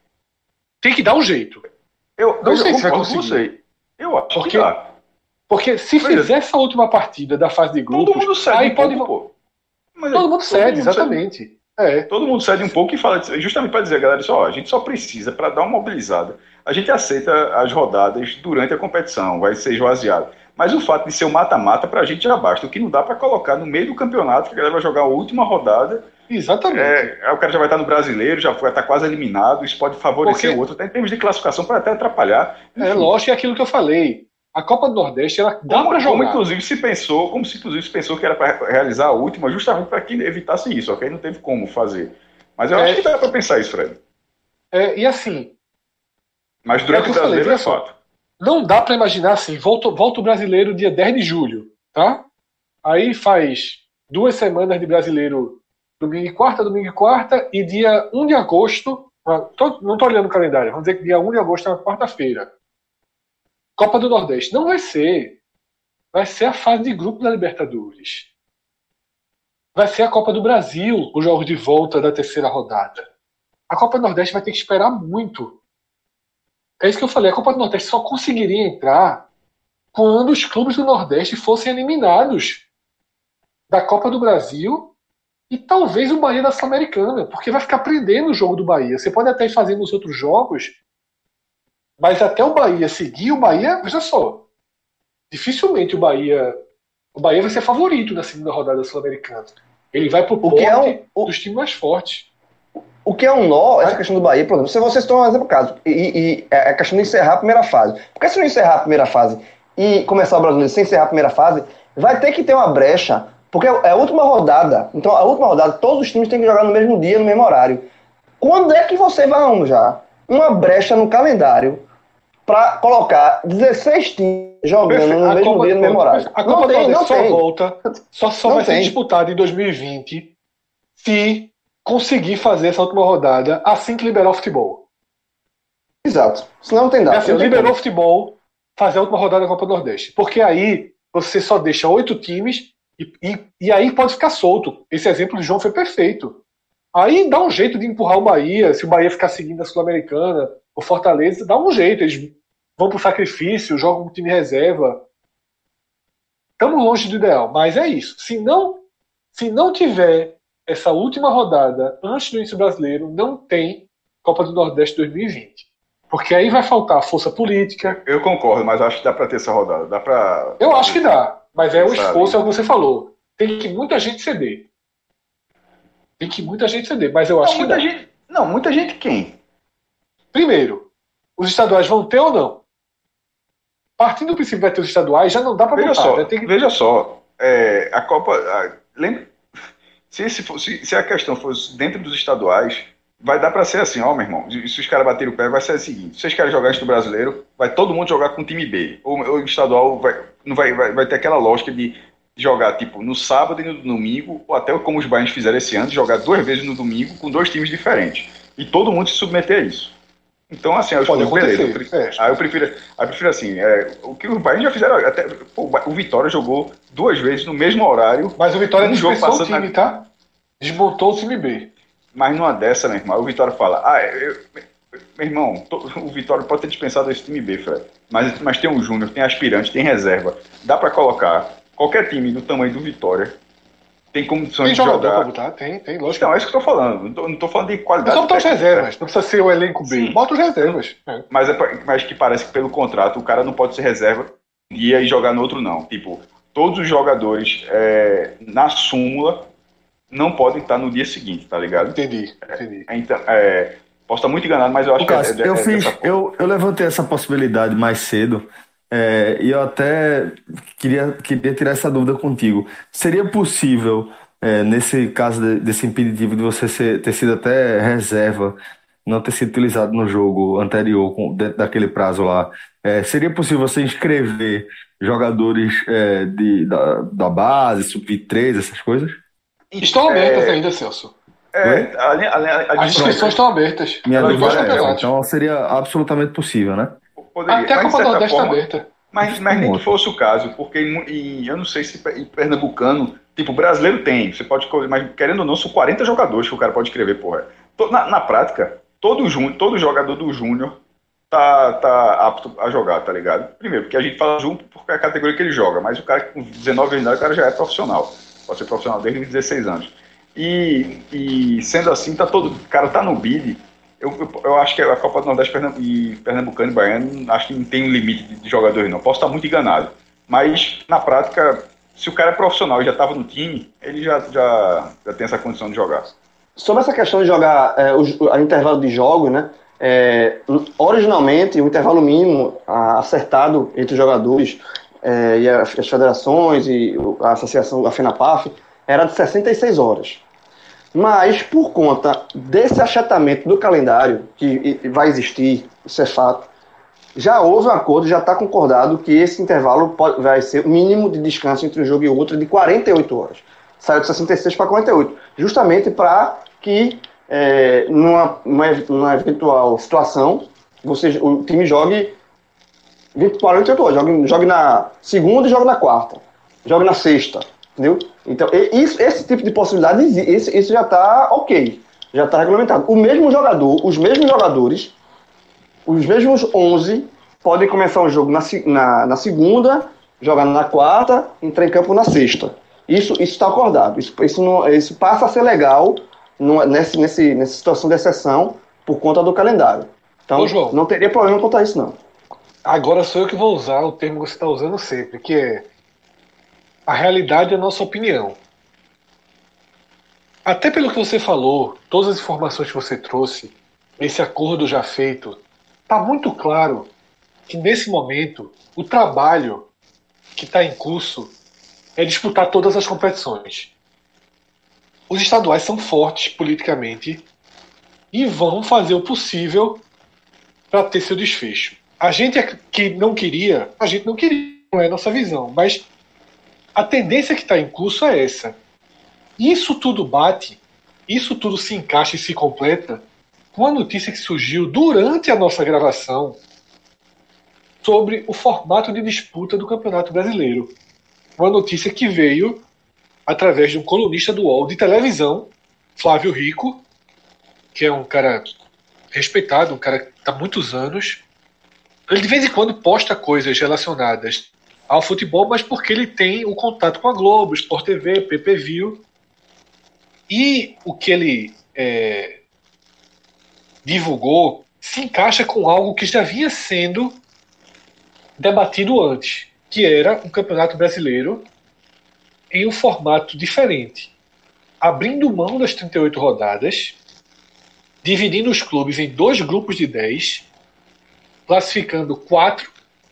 Tem que dar um jeito. Eu não eu, sei eu se vai conseguir. Você. Eu acho porque, que dá. Porque se Mas fizer essa última partida da fase de grupos, todo mundo cede aí um pode... pouco, pô. Mas todo mundo todo cede, mundo exatamente. Cede. É. Todo mundo cede um pouco e fala justamente para dizer, galera, só, a gente só precisa, para dar uma mobilizada, a gente aceita as rodadas durante a competição, vai ser esvaziado. Mas o fato de ser um mata-mata, pra gente já basta. O que não dá para colocar no meio do campeonato, que a galera vai jogar a última rodada. Exatamente. É, o cara já vai estar no brasileiro, já vai estar quase eliminado, isso pode favorecer Porque... o outro, até em termos de classificação, pode até atrapalhar. Enfim. É lógico, é aquilo que eu falei. A Copa do Nordeste, ela dá para jogar. Como inclusive se pensou, como se inclusive se pensou que era para realizar a última, justamente para que evitasse isso, só que aí não teve como fazer. Mas eu é... acho que dá para pensar isso, Fred. É, e assim. Mas durante é o brasileiro falei, é fato. Não dá para imaginar assim, volta, volta o brasileiro dia dez de julho, tá? Aí faz duas semanas de brasileiro, domingo e quarta, domingo e quarta, e dia um de agosto, tô, não estou olhando o calendário, vamos dizer que dia um de agosto é uma quarta-feira. Copa do Nordeste. Não vai ser. Vai ser a fase de grupo da Libertadores. Vai ser a Copa do Brasil, os jogos de volta da terceira rodada. A Copa do Nordeste vai ter que esperar muito. É isso que eu falei. A Copa do Nordeste só conseguiria entrar quando os clubes do Nordeste fossem eliminados da Copa do Brasil e talvez o Bahia da Sul-Americana, porque vai ficar prendendo o jogo do Bahia. Você pode até ir fazendo os outros jogos, mas até o Bahia seguir, o Bahia, veja só, dificilmente o Bahia o Bahia vai ser favorito na segunda rodada sul-americana. Ele vai pro ponto é um, o, dos times mais fortes. O que é um nó, essa questão do Bahia, por exemplo, se vocês estão um exemplo caso, e, e é a questão de encerrar a primeira fase. Porque se não encerrar a primeira fase e começar o brasileiro sem encerrar a primeira fase, vai ter que ter uma brecha, porque é a última rodada. Então, a última rodada, todos os times têm que jogar no mesmo dia, no mesmo horário. Quando é que você vai arranjar uma brecha no calendário para colocar dezesseis times jogando Perfeito. no mesmo Copa, dia, no mesmo horário? A Copa do Nordeste só tem. volta, só, só vai tem. ser disputada em dois mil e vinte se conseguir fazer essa última rodada assim que liberar o futebol. Exato. Senão não tem data. É assim, liberou o futebol, fazer a última rodada da Copa do Nordeste. Porque aí você só deixa oito times e, e, e aí pode ficar solto. Esse exemplo do João foi perfeito. Aí dá um jeito de empurrar o Bahia, se o Bahia ficar seguindo a Sul-Americana, o Fortaleza, dá um jeito. Eles vão pro sacrifício, jogam com o time reserva. Estamos longe do ideal, mas é isso. Se não, se não tiver essa última rodada antes do início brasileiro, não tem Copa do Nordeste dois mil e vinte. Porque aí vai faltar força política. Eu concordo, mas acho que dá para ter essa rodada. Dá pra... Eu acho que dá, mas é o esforço, é o que você falou. Tem que muita gente ceder. Tem que muita gente ceder, mas eu não, acho que muita dá. Gente, não, muita gente quem? Primeiro, os estaduais vão ter ou não? Partindo do princípio que vai ter os estaduais, já não dá para veja botar. Só, né? Tem que... Veja só, é, a Copa... A, lembra, se, se, se, se a questão fosse dentro dos estaduais, vai dar para ser assim, ó, meu irmão, se os caras baterem o pé, vai ser o seguinte, se vocês querem jogar isso do brasileiro, vai todo mundo jogar com o time B. O, o estadual vai, não vai, vai, vai ter aquela lógica de jogar tipo no sábado e no domingo, ou até como os baianos fizeram esse ano, jogar duas vezes no domingo com dois times diferentes. E todo mundo se submeter a isso. Então, assim, eu, Pode beleza, eu, prefiro, é. aí eu prefiro, aí eu prefiro assim, é, o que os baianos já fizeram, até, pô, o Vitória jogou duas vezes no mesmo horário. Mas o Vitória um jogo dispensou o time, na... tá? Desmontou o time B. Mas numa dessa, meu irmão, o Vitória fala, ah, eu, meu irmão, tô, o Vitória pode ter dispensado esse time B, Fred, mas, mas tem um Júnior, tem aspirante, tem reserva, dá pra colocar qualquer time do tamanho do Vitória tem condições Tem de jogador jogar. pra botar? Tem, tem, lógico. Então, é isso que eu tô falando. Não tô, não tô falando de É qualidade. só botar os técnica, reservas, não precisa ser o elenco B. Sim. Bota os reservas. É. Mas, é, pra- mas que parece que pelo contrato o cara não pode ser reserva um dia e jogar no outro, não. Tipo, todos os jogadores é, na súmula não podem estar no dia seguinte, tá ligado? Entendi, entendi. Então, é, posso estar muito enganado, mas eu acho Lucas, que é, é, eu, é fiz, dessa forma. eu, eu levantei essa possibilidade mais cedo é, e eu até queria, queria tirar essa dúvida contigo. Seria possível, é, nesse caso de- desse impeditivo de você ser- ter sido até reserva, não ter sido utilizado no jogo anterior, com- dentro daquele prazo lá, é, seria possível você inscrever jogadores é, de, da, da base, sub três, essas coisas? Estão abertas É, ainda, Celso. é, além, além, a As inscrições estão abertas. Minha Nos dúvida dois é essa. campeonatos. Então seria absolutamente possível, né? poderia, Até a mas, de Copa certa Nordeste está forma, aberta. Mas, mas nem que fosse o caso, porque em, em- eu não sei se em pernambucano, tipo, brasileiro tem, você pode escolher, mas querendo ou não, são quarenta jogadores que o cara pode escrever, porra. To- Na, na prática, todo, jú- todo jogador do Júnior tá, tá apto a jogar, tá ligado? Primeiro, porque a gente fala junto porque é a categoria que ele joga, mas o cara com dezenove anos, de idade, o cara já é profissional. Pode ser profissional desde os dezesseis anos. E, e sendo assim, tá todo, o cara tá no bid. Eu, eu, eu acho que a Copa do Nordeste Pernam- e Pernambucano e Baiano, acho que não tem um limite de, de jogadores, não. Posso estar muito enganado. Mas, na prática, se o cara é profissional e já estava no time, ele já, já, já tem essa condição de jogar. Sobre essa questão de jogar é, o, o intervalo de jogo, né? É, originalmente, o intervalo mínimo a, acertado entre os jogadores é, e as, as federações e a associação, a FENAPAF, era de sessenta e seis horas. Mas, por conta desse achatamento do calendário, que vai existir, isso é fato, já houve um acordo, já está concordado que esse intervalo pode, vai ser o mínimo de descanso entre um jogo e outro de quarenta e oito horas. Saiu de sessenta e seis para quarenta e oito, justamente para que, é, numa, numa, numa eventual situação, você, o time jogue vinte, quarenta e oito horas, jogue, jogue na segunda e jogue na quarta, jogue na sexta, entendeu? Então, isso, esse tipo de possibilidade, isso, isso já está ok, já está regulamentado. O mesmo jogador, os mesmos jogadores, os mesmos onze podem começar um jogo na, na, na segunda, jogar na quarta, entrar em campo na sexta. Isso está acordado. Isso, isso, não, isso passa a ser legal numa, nesse, nesse, nessa situação de exceção por conta do calendário. Então, Ô, João, não teria problema quanto a isso, não. agora sou eu que vou usar o termo que você está usando sempre, que é a realidade é a nossa opinião. Até pelo que você falou, todas as informações que você trouxe, esse acordo já feito, está muito claro que nesse momento o trabalho que está em curso é disputar todas as competições. Os estaduais são fortes politicamente e vão fazer o possível para ter seu desfecho. A gente que não queria, a gente não queria, não é a nossa visão, mas a tendência que está em curso é essa. Isso tudo bate, isso tudo se encaixa e se completa com a notícia que surgiu durante a nossa gravação sobre o formato de disputa do Campeonato Brasileiro. Uma notícia que veio através de um colunista do U O L de televisão, Flávio Rico, que é um cara respeitado, um cara que está há muitos anos. Ele de vez em quando posta coisas relacionadas ao futebol, mas porque ele tem o contato com a Globo, Sport T V, P P V. E o que ele é, divulgou se encaixa com algo que já vinha sendo debatido antes, que era um Campeonato Brasileiro em um formato diferente, abrindo mão das trinta e oito rodadas, dividindo os clubes em dois grupos de dez, classificando quatro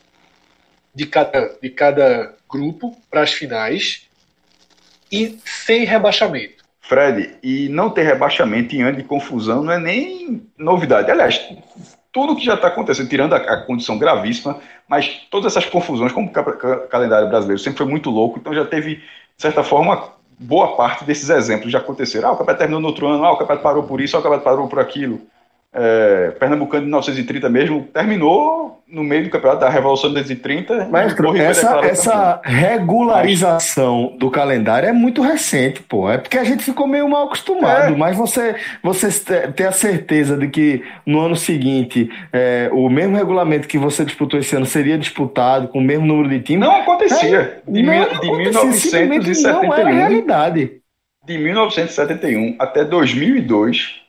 de cada, de cada grupo para as finais e sem rebaixamento. Fred, e não ter rebaixamento em ano de confusão não é nem novidade. Aliás, tudo que já está acontecendo, tirando a, a condição gravíssima, mas todas essas confusões, como o ca- ca- calendário brasileiro sempre foi muito louco, então já teve, de certa forma, boa parte desses exemplos já aconteceram. Ah, o campeonato terminou no outro ano, ah, o campeonato parou por isso, ah, o campeonato parou por aquilo. É, Pernambucano de mil novecentos e trinta mesmo terminou no meio do campeonato da Revolução de mil novecentos e trinta. Mestre, essa, essa regularização do calendário é muito recente, pô. É porque a gente ficou meio mal acostumado. É. Mas você, você ter a certeza de que no ano seguinte é, o mesmo regulamento que você disputou esse ano seria disputado com o mesmo número de times. Não acontecia. De, Não mil- acontecia, de mil novecentos e setenta e um. simplesmente não era realidade. de mil novecentos e setenta e um até dois mil e dois,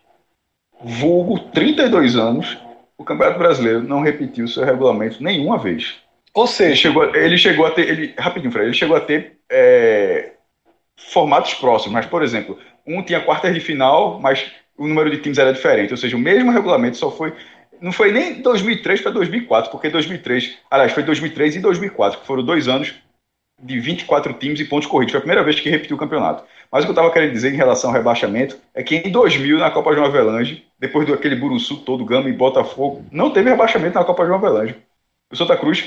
vulgo trinta e dois anos, o Campeonato Brasileiro não repetiu seu regulamento nenhuma vez. Ou seja, ele chegou, ele chegou a ter, ele, rapidinho, Fred, ele chegou a ter é, formatos próximos, mas, por exemplo, um tinha quartas de final, mas o número de times era diferente, ou seja, o mesmo regulamento só foi, não foi nem dois mil e três para dois mil e quatro, porque dois mil e três, aliás, foi dois mil e três e dois mil e quatro, que foram dois anos de vinte e quatro times e pontos corridos, foi a primeira vez que repetiu o campeonato. Mas o que eu estava querendo dizer em relação ao rebaixamento é que em dois mil, na Copa João Avelange, depois do aquele Buruçu todo, Gama e Botafogo, não teve rebaixamento na Copa João Avelange. O Santa Cruz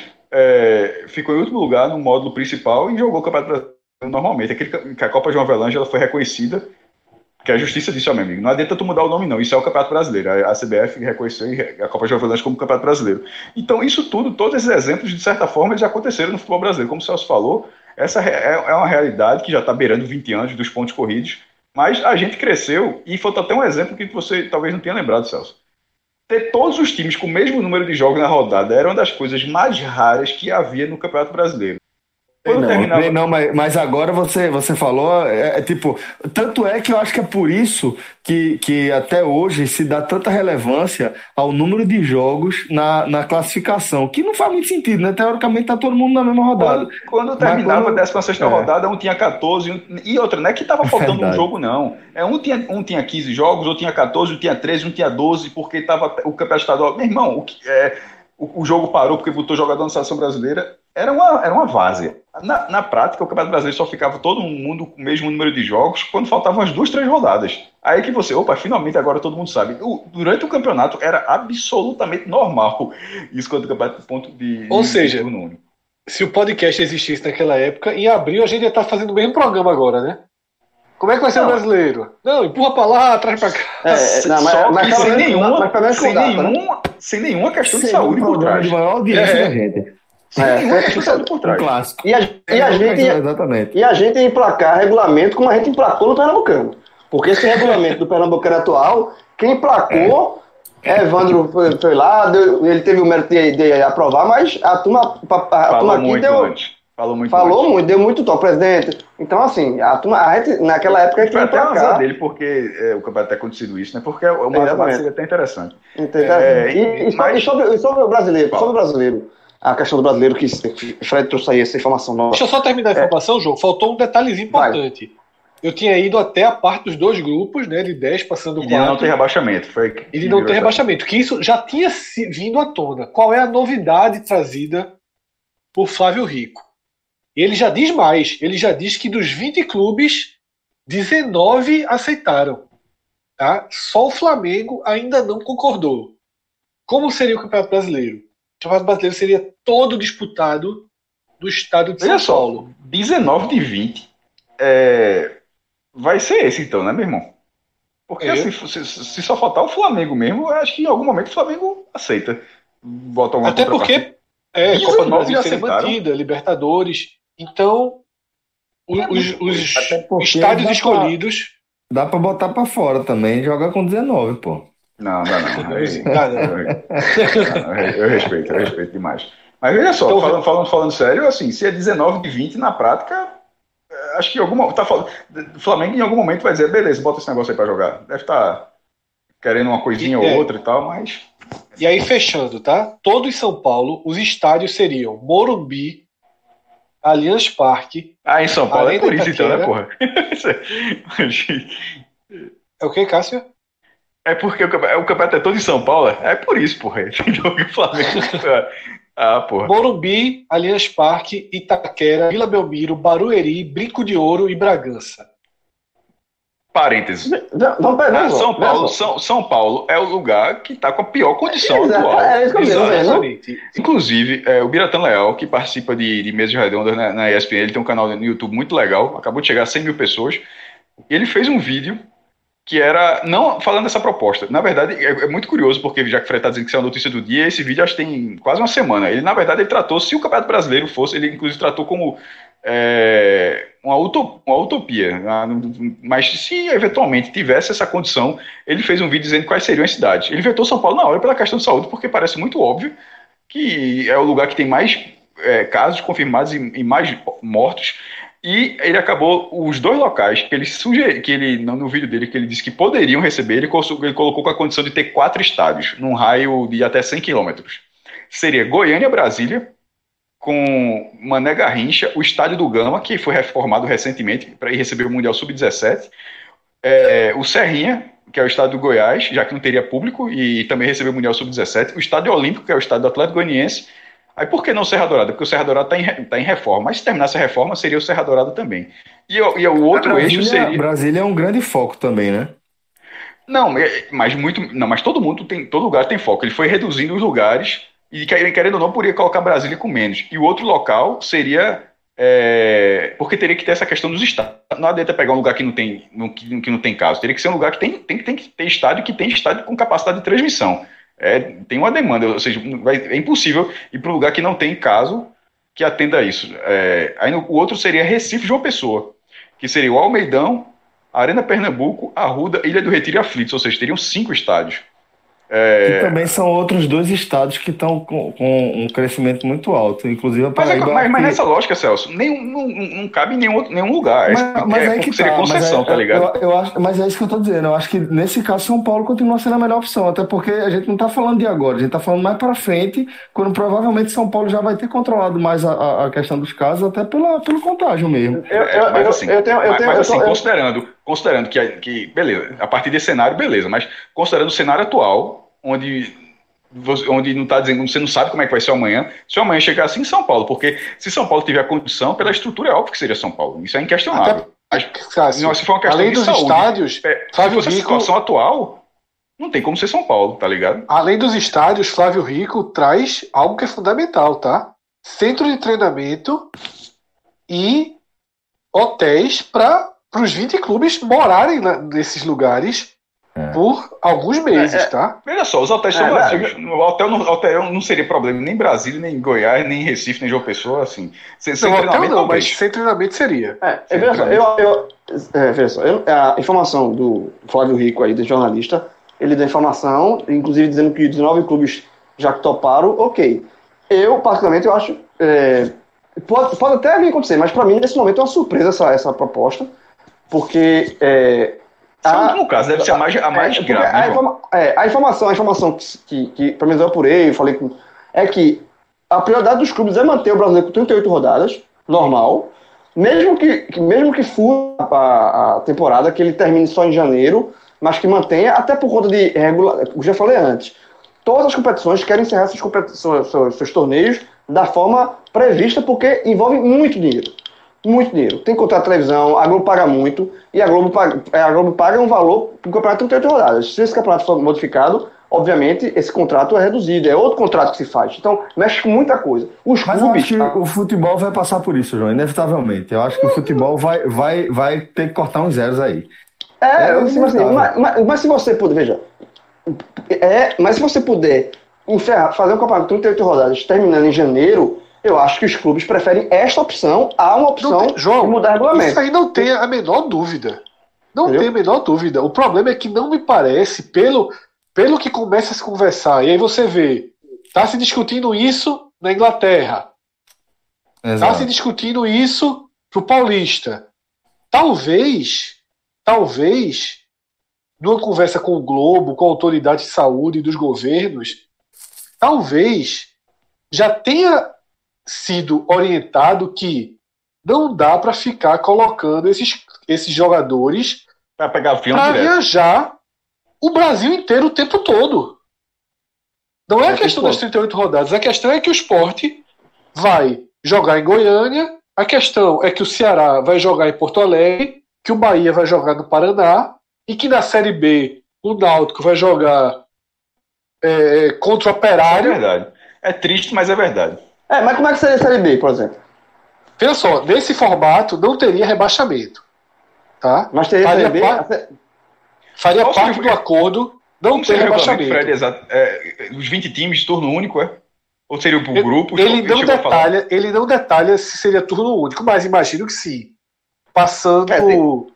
é, ficou em último lugar no módulo principal e jogou o Campeonato Brasileiro normalmente. Aquele, que a Copa João Avelange ela foi reconhecida, que a justiça disse, ó, meu amigo, não adianta tu mudar o nome não, isso é o Campeonato Brasileiro. A C B F reconheceu a Copa João Avelange como Campeonato Brasileiro. Então isso tudo, todos esses exemplos, de certa forma, eles já aconteceram no futebol brasileiro. Como o Celso falou, essa é, é uma realidade que já está beirando vinte anos dos pontos corridos, mas a gente cresceu, e falta até um exemplo que você talvez não tenha lembrado, Celso. Ter todos os times com o mesmo número de jogos na rodada era uma das coisas mais raras que havia no Campeonato Brasileiro. Quando não, terminava... não mas, mas agora você, você falou, é, é tipo, tanto é que eu acho que é por isso que, que até hoje se dá tanta relevância ao número de jogos na, na classificação, que não faz muito sentido, né? Teoricamente tá todo mundo na mesma rodada. Quando, quando terminava quando... a décima sexta é. rodada, um tinha catorze, um... e outra, não é que tava faltando é um jogo, não. É, um, tinha, um tinha quinze jogos, outro tinha catorze, um tinha treze, um tinha doze, porque tava o campeonato estadual. Meu irmão, o, que, é, o, o jogo parou porque botou jogador na seleção brasileira. Era uma, era uma várzea. Na, na prática, o Campeonato Brasileiro só ficava todo mundo com o mesmo número de jogos quando faltavam as duas, três rodadas. Aí que você, opa, finalmente agora todo mundo sabe. O, durante o campeonato era absolutamente normal isso quando o campeonato de ponto de... Ou de, seja, de se o podcast existisse naquela época, em abril a gente ia estar fazendo o mesmo programa agora, né? Como é que vai ser não. o brasileiro? Não, empurra pra lá, traz pra cá. É, não, mas, Só mas, que sem nenhuma, mas sem, data, nenhuma, né? sem nenhuma questão sem de saúde por trás. De maior audiência é. da gente. É, é, por trás. Um clássico. E a, e, a gente, exatamente. e a gente ia emplacar regulamento como a gente emplacou no Pernambucano. Porque esse regulamento do Pernambucano atual, quem emplacou, é. Evandro foi, foi lá, deu, ele teve o mérito de, de aprovar, mas a turma, a, a Falou turma aqui muito deu. Antes. Falou muito. Falou antes. muito, deu muito tom, presidente. Então, assim, a turma, a gente, naquela época a gente foi até emplacar. azar dele, porque é, o campeonato ter acontecido isso, né? Porque o matemática seria até interessante. Entendi. É, e, e, mas... e, sobre, e sobre o brasileiro, Fala. sobre o brasileiro. A questão do brasileiro, que o Fred trouxe aí essa informação nova. Deixa eu só terminar a informação, é. João. Faltou um detalhezinho importante. Vai. Eu tinha ido até a parte dos dois grupos, né, de dez passando quatro. E de não ter rebaixamento. Foi e de não ter rebaixamento, que isso já tinha vindo à tona. Qual é a novidade trazida por Flávio Rico? E ele já diz mais. Ele já diz que dos vinte clubes, dezenove aceitaram. Tá? Só o Flamengo ainda não concordou. Como seria o Campeonato Brasileiro? O Campeonato Brasileiro seria todo disputado no estado de São Olha só, Paulo. dezenove de vinte é... vai ser esse então, né, meu irmão? Porque é. assim, se, se só faltar o Flamengo mesmo, eu acho que em algum momento o Flamengo aceita. Bota uma Até porque é, Copa do Brasil ser mantida, Libertadores. Então, os, os, os estádios dá escolhidos... Pra, dá pra botar pra fora também, jogar com dezenove, pô. Não, não, não. Aí, não, eu, eu respeito, eu respeito demais. Mas veja só, então, falando, falando, falando sério, assim, se é dezenove de vinte na prática, acho que alguma, tá falando, o Flamengo em algum momento vai dizer, beleza, bota esse negócio aí pra jogar. Deve estar querendo uma coisinha e, ou é. outra e tal, mas... E aí, fechando, tá? Todo em São Paulo, os estádios seriam Morumbi, Allianz Parque... Ah, em São Paulo é por isso então, né, porra? É o que, Cássio? É porque o campeonato, o campeonato é todo em São Paulo? É por isso, porra. O Flamengo... Ah, porra. Morumbi, Allianz Parque, Itaquera, Vila Belmiro, Barueri, Brinco de Ouro e Bragança. Parênteses. Vamos pegar, ah, São, Paulo, São, São Paulo é o lugar que está com a pior condição é, atual. É, é isso que eu Exatamente. Inclusive, é, o Biratan Leal, que participa de, de mesas redondas na, na E S P N, ele tem um canal no YouTube muito legal, acabou de chegar a cem mil pessoas, e ele fez um vídeo que era, não falando dessa proposta, na verdade é, é muito curioso, porque já que o Fred está dizendo que isso é uma notícia do dia, esse vídeo acho que tem quase uma semana, ele na verdade ele tratou, se o Campeonato Brasileiro fosse, ele inclusive tratou como é, uma, utopia, uma utopia, mas se eventualmente tivesse essa condição, ele fez um vídeo dizendo quais seriam as cidades. Ele vetou São Paulo na hora pela questão de saúde, porque parece muito óbvio que é o lugar que tem mais é, casos confirmados e, e mais mortos. E ele acabou, os dois locais que ele sugeriu, que ele, no vídeo dele, que ele disse que poderiam receber, ele, ele colocou com a condição de ter quatro estádios, num raio de até cem quilômetros. Seria Goiânia, Brasília, com Mané Garrincha, o Estádio do Gama, que foi reformado recentemente para ir receber o Mundial sub dezessete, é, o Serrinha, que é o estádio do Goiás, já que não teria público, e também recebeu o Mundial sub dezessete, o Estádio Olímpico, que é o estádio do Atlético Goianiense. Aí por que não o Serra Dourada? Porque o Serra Dourada está em, tá em reforma, mas se terminar essa reforma, seria o Serra Dourada também. E, e o outro Brasília, eixo seria... Brasília é um grande foco também, né? Não, mas muito, não, mas todo mundo tem, todo lugar tem foco. Ele foi reduzindo os lugares e, querendo ou não, poderia colocar Brasília com menos. E o outro local seria... É, porque teria que ter essa questão dos estádios. Não adianta pegar um lugar que não tem, no, que, que não tem caso. Teria que ser um lugar que tem, tem, tem que ter estádio que tem estádio com capacidade de transmissão. É, tem uma demanda, ou seja, vai, é impossível ir para um lugar que não tem caso que atenda a isso. É, aí no, o outro seria Recife, João Pessoa, que seria o Almeidão, Arena Pernambuco, Arruda, Ilha do Retiro e Aflitos, ou seja, teriam cinco estádios. É... E também são outros dois estados que estão com, com um crescimento muito alto, inclusive a Paraíba. Mas, mas, mas que... nessa lógica, Celso, nenhum, não, não cabe em nenhum, outro, nenhum lugar. Mas, mas é, é que seria tá, concessão, é, tá ligado? Eu, eu acho, mas é isso que eu tô dizendo. Eu acho que nesse caso São Paulo continua sendo a melhor opção, até porque a gente não tá falando de agora, a gente tá falando mais para frente, quando provavelmente São Paulo já vai ter controlado mais a, a questão dos casos, até pela, pelo contágio mesmo. Eu, eu, mas assim, eu tenho, eu mas, tenho, mas, assim eu tô, considerando, considerando que, que, beleza, a partir desse cenário, beleza, mas considerando o cenário atual, onde, onde não tá dizendo, você não sabe como é que vai ser amanhã, se amanhã chegar assim em São Paulo, porque se São Paulo tiver a condição, pela estrutura é óbvio que seria São Paulo, isso é inquestionável. Mas, Cássio, se for uma questão além de dos saúde, estádios, é, Flávio se fosse Rico, a situação atual, não tem como ser São Paulo, tá ligado? Além dos estádios, Flávio Rico traz algo que é fundamental, tá? Centro de treinamento e hotéis para os vinte clubes morarem na, nesses lugares é. por alguns meses, é, é, tá? Veja só, os hotéis são é, vazios. O hotel, não, hotel não seria problema nem em Brasília, nem em Goiás, nem em Recife, nem em João Pessoa, assim. Sem, sem não, treinamento, hotel não, talvez. mas sem treinamento seria. É, é veja só, eu, eu, é, veja só eu, a informação do Flávio Rico aí, do jornalista, ele deu informação, inclusive dizendo que dezenove clubes já toparam, ok. Eu, particularmente, eu acho... É, pode, pode até vir acontecer, mas para mim, nesse momento, é uma surpresa essa, essa proposta, porque... É, A, no caso, deve ser a mais, a mais é, grave. A, informa, é, a informação, a informação que, que, que pelo menos eu apurei, eu falei com, é que a prioridade dos clubes é manter o brasileiro com trinta e oito rodadas, normal, mesmo que, que, mesmo que fure a, a temporada, que ele termine só em janeiro, mas que mantenha, até por conta de regular, eu já falei antes, todas as competições querem encerrar seus, seus, seus, seus torneios da forma prevista, porque envolve muito dinheiro. Muito dinheiro. Tem contrato de televisão, a Globo paga muito, e a Globo paga, a Globo paga um valor para o campeonato de trinta e oito rodadas. Se esse campeonato for modificado, obviamente, esse contrato é reduzido, é outro contrato que se faz. Então, mexe com muita coisa. Os Mas clubes... eu acho que o futebol vai passar por isso, João, inevitavelmente. Eu acho que o futebol vai, vai, vai ter que cortar uns zeros aí. É, é assim, mas, mas, mas se você puder, veja, é, mas se você puder encerrar, fazer um campeonato de trinta e oito rodadas terminando em janeiro, eu acho que os clubes preferem esta opção a uma opção tem, João, de mudar o regulamento. Isso aí não tem a menor dúvida. Não Entendeu? tem a menor dúvida. O problema é que não me parece, pelo, pelo que começa a se conversar, e aí você vê, está se discutindo isso na Inglaterra. Está se discutindo isso pro Paulista. Talvez, talvez, numa conversa com o Globo, com a autoridade de saúde dos governos, talvez já tenha sido orientado que não dá para ficar colocando esses, esses jogadores para pegar avião para direto. viajar o Brasil inteiro o tempo todo. Não é, é a questão das trinta e oito rodadas, a questão é que o Sport vai jogar em Goiânia, a questão é que o Ceará vai jogar em Porto Alegre, que o Bahia vai jogar no Paraná e que na Série B o Náutico vai jogar é, contra o Operário. É verdade. É triste, mas é verdade. É, mas como é que seria a Série B, por exemplo? Veja só, nesse formato não teria rebaixamento. Tá? Mas teria faria Série B? Par... Faria Qual parte seria... do acordo não ter rebaixamento. Fred, exato. É, os vinte times de turno único, é? Ou seria por grupo? Ele, ele, não detalha, ele não detalha se seria turno único, mas imagino que sim. Passando, é, tem...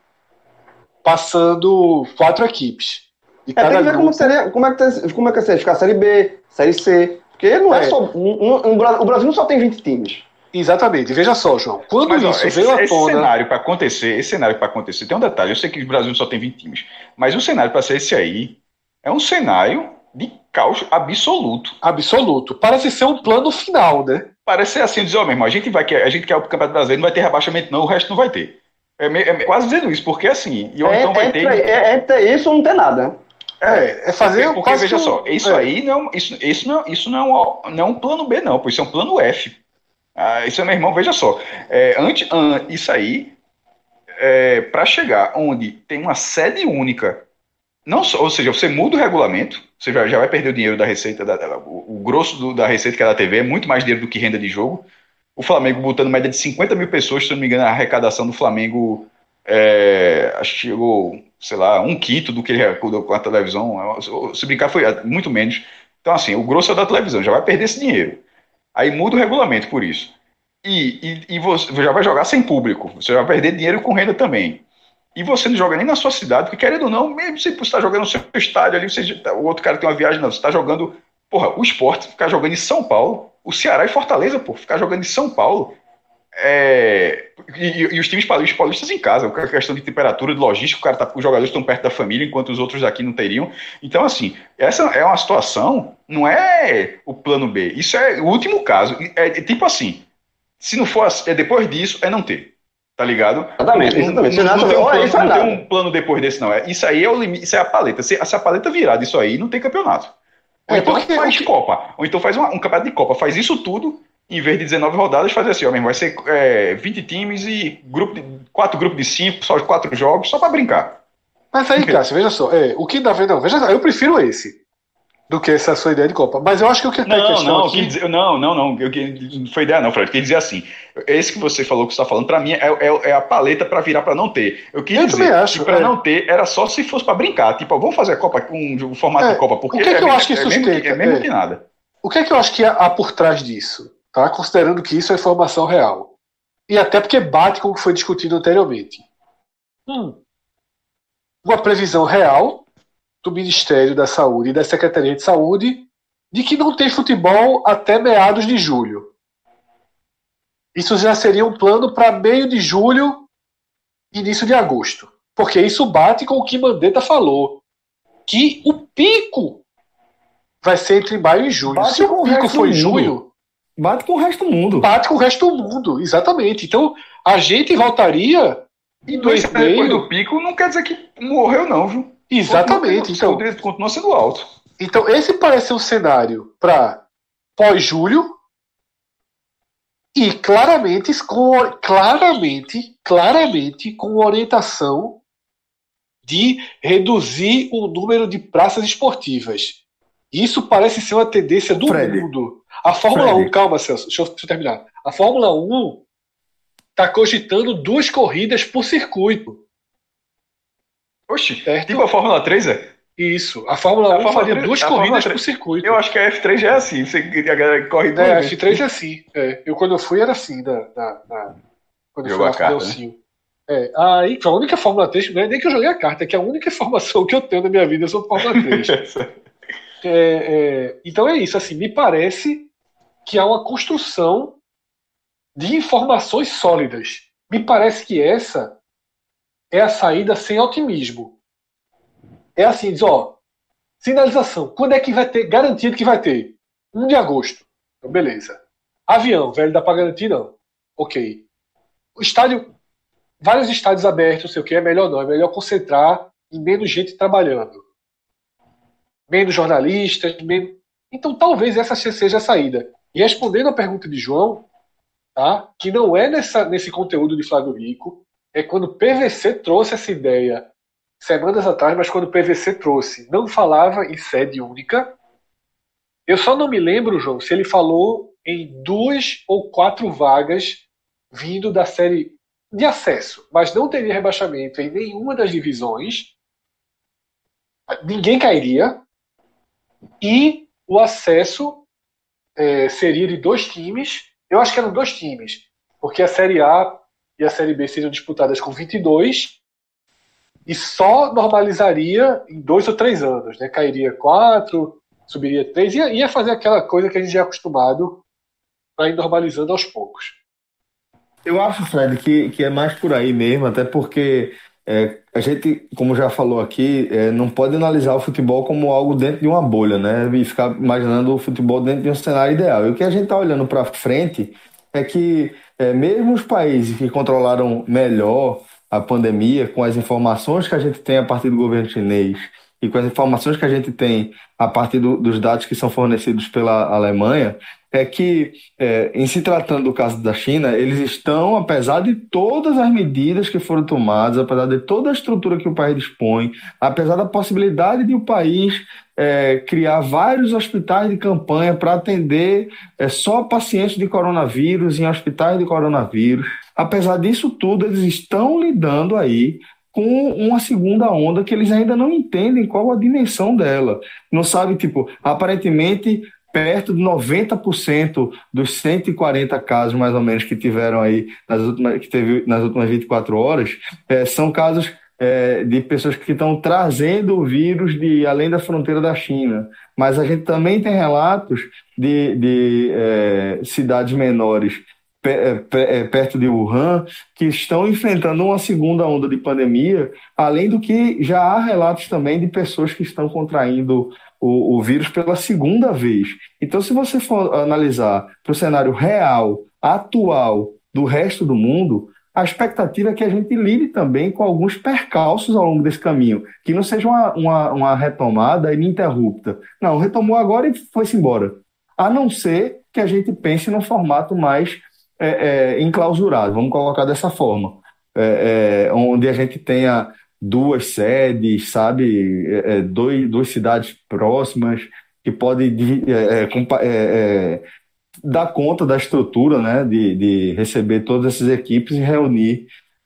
passando quatro equipes. E é, cada tem que ver grupo... como, seria, como, é que, como é que seria ficar Série B, Série C. Porque não é, é só. Um, um, um, o Brasil não só tem vinte times. Exatamente. Veja só, João. Quando Mas, ó, isso esse, veio à esse tona... cenário para acontecer, esse cenário para acontecer, tem um detalhe, eu sei que o Brasil só tem vinte times, mas o cenário para ser esse aí é um cenário de caos absoluto. Absoluto. Parece ser um plano final, né? Parece ser assim, dizer, ó, meu irmão, a gente, vai, a gente quer o Campeonato Brasileiro, não vai ter rebaixamento não, o resto não vai ter. É, meio, é quase dizendo isso, porque assim, e ou É, então vai entre, ter... é, entre isso não tem nada. É, é fazer... Porque, porque veja um... só, isso é. aí não, isso, isso, não, isso não, é um, não é um plano B não, pois isso é um plano F. Ah, isso é, meu irmão, veja só, é, antes, an, isso aí, é, para chegar onde tem uma sede única, não só, ou seja, você muda o regulamento, você já, já vai perder o dinheiro da receita, da, da, o, o grosso do, da receita que é da T V, é muito mais dinheiro do que renda de jogo. O Flamengo botando média de cinquenta mil pessoas, se não me engano, a arrecadação do Flamengo é, acho que chegou, sei lá, um quinto do que ele arrecadou com a televisão. Se brincar, foi muito menos. Então, assim, o grosso é da televisão, já vai perder esse dinheiro. Aí muda o regulamento por isso. E, e, e você já vai jogar sem público, você já vai perder dinheiro com renda também. E você não joga nem na sua cidade, porque querendo ou não, mesmo se você está jogando no seu estádio ali, você, o outro cara tem uma viagem, não, você está jogando, porra, o Sport ficar jogando em São Paulo, o Ceará e Fortaleza, pô, ficar jogando em São Paulo, é, e, e os times paulistas, paulistas em casa, a questão de temperatura, de logística, o cara tá, os jogadores estão perto da família, enquanto os outros daqui não teriam. Então, assim, essa é uma situação, não é o plano B, isso é o último caso, é, é tipo assim, se não for, é depois disso, é não ter. Tá ligado? Exatamente, exatamente. Não, não, não, tem, um plano, isso é não tem nada. um plano depois desse, não. É, isso aí é o limite, isso é a paleta. Se, se a paleta virar disso aí, não tem campeonato. Ou É, então porque- faz porque- Copa. Ou então faz uma- um campeonato de Copa. Faz isso tudo, em vez de dezenove rodadas, faz assim, ó, mesmo, vai ser é, vinte times e grupo de, quatro grupos de cinco, só quatro jogos, só pra brincar. Mas aí, Cássio, veja só. É, o que dá ver, não. Veja só, eu prefiro esse do que essa sua ideia de Copa. Mas eu acho que o que tem Não, questão não, aqui... que dizer, não, não, não, eu, que, não foi ideia não, Fred, eu queria dizer assim, esse que você falou que você está falando, para mim é, é, é a paleta para virar para não ter. Eu queria Eu dizer também acho, que para é. não ter era só se fosse para brincar, tipo, ó, vamos fazer a Copa com um, um formato É, de Copa, porque o que é que eu mesmo- acho que é mesmo, sustenta? é mesmo É. que nada. O que é que eu acho que há por trás disso? Tá? Considerando que isso é informação real. E até porque bate com o que foi discutido anteriormente. Hum. Uma previsão real do Ministério da Saúde e da Secretaria de Saúde de que não tem futebol até meados de julho. Isso já seria um plano para meio de julho, início de agosto. Porque isso bate com o que Mandetta falou. Que o pico vai ser entre maio e junho. Bate Se com o o pico resto for em do junho, mundo. Bate com o resto do mundo. bate com o resto do mundo. Exatamente. Então, a gente voltaria E em dois dois meses depois meio. do pico não quer dizer que morreu não, viu? Exatamente. Continua, Então, continua sendo alto. então, esse parece um cenário para pós-julho e claramente com, claramente, claramente com orientação de reduzir o número de praças esportivas. Isso parece ser uma tendência do Fred. mundo. A Fórmula Fred. um, calma, Celso, deixa eu, deixa eu terminar. A Fórmula um está cogitando duas corridas por circuito. Oxi, Certo. tipo a Fórmula três, é? Isso. A Fórmula A um Fórmula faria três duas a Fórmula corridas três por circuito. Eu acho que a F três já é assim, você, a galera corre duas É, a vezes. F três é assim. É. Eu, quando eu fui, era assim. Na, na, na- quando eu Jogou fui a lá com o carta, Nelsinho. É, aí, foi a única Fórmula três, não é nem que eu joguei a carta, é que a única informação que eu tenho na minha vida é sobre Fórmula três. É, é, então é isso, assim, me parece que há uma construção de informações sólidas. Me parece que essa é a saída sem otimismo. É assim, diz, ó, sinalização, quando é que vai ter? Garantido que vai ter. um de agosto. Então, beleza. Avião, velho, dá pra garantir, não. Ok. O estádio, vários estádios abertos, não sei o que, é melhor não, é melhor concentrar em menos gente trabalhando. Menos jornalistas, menos... Então talvez essa seja a saída. E respondendo a pergunta de João, tá, que não é nessa, nesse conteúdo de Flávio Rico, é quando o P V C trouxe essa ideia semanas atrás, mas quando o P V C trouxe, não falava em sede única. Eu só não me lembro, João, se ele falou em duas ou quatro vagas vindo da série de acesso, mas não teria rebaixamento em nenhuma das divisões. Ninguém cairia. E o acesso é, seria de dois times. Eu acho que eram dois times, porque a Série A e a Série B seriam disputadas com vinte e dois e só normalizaria em dois ou três anos, né? Cairia quatro, subiria três, ia, ia fazer aquela coisa que a gente já é acostumado para ir normalizando aos poucos. Eu acho, Fred, que, que é mais por aí mesmo, até porque é, a gente, como já falou aqui, é, não pode analisar o futebol como algo dentro de uma bolha, né? E ficar imaginando o futebol dentro de um cenário ideal. E o que a gente está olhando para frente é que é, mesmo os países que controlaram melhor a pandemia, com as informações que a gente tem a partir do governo chinês e com as informações que a gente tem a partir do- dos dados que são fornecidos pela Alemanha, é que é, em se tratando do caso da China, eles estão, apesar de todas as medidas que foram tomadas, apesar de toda a estrutura que o país dispõe, apesar da possibilidade de o país é, criar vários hospitais de campanha para atender é, só pacientes de coronavírus em hospitais de coronavírus, apesar disso tudo, eles estão lidando aí com uma segunda onda que eles ainda não entendem qual a dimensão dela. Não sabe, tipo, aparentemente perto de noventa por cento dos cento e quarenta casos, mais ou menos, que tiveram aí nas últimas, que teve nas últimas vinte e quatro horas, eh, são casos eh, de pessoas que estão trazendo o vírus de além da fronteira da China. Mas a gente também tem relatos de, de eh, cidades menores pe- pe- eh, perto de Wuhan que estão enfrentando uma segunda onda de pandemia, além do que já há relatos também de pessoas que estão contraindo o, o vírus pela segunda vez. Então, se você for analisar para o cenário real, atual, do resto do mundo, a expectativa é que a gente lide também com alguns percalços ao longo desse caminho, que não seja uma, uma, uma retomada ininterrupta. Não, retomou agora e foi-se embora. A não ser que a gente pense num formato mais é, é, enclausurado, vamos colocar dessa forma, é, é, onde a gente tenha duas sedes, sabe, é, é, dois, duas cidades próximas que podem divi- é, é, compa- é, é, dar conta da estrutura, né, de, de receber todas essas equipes e reunir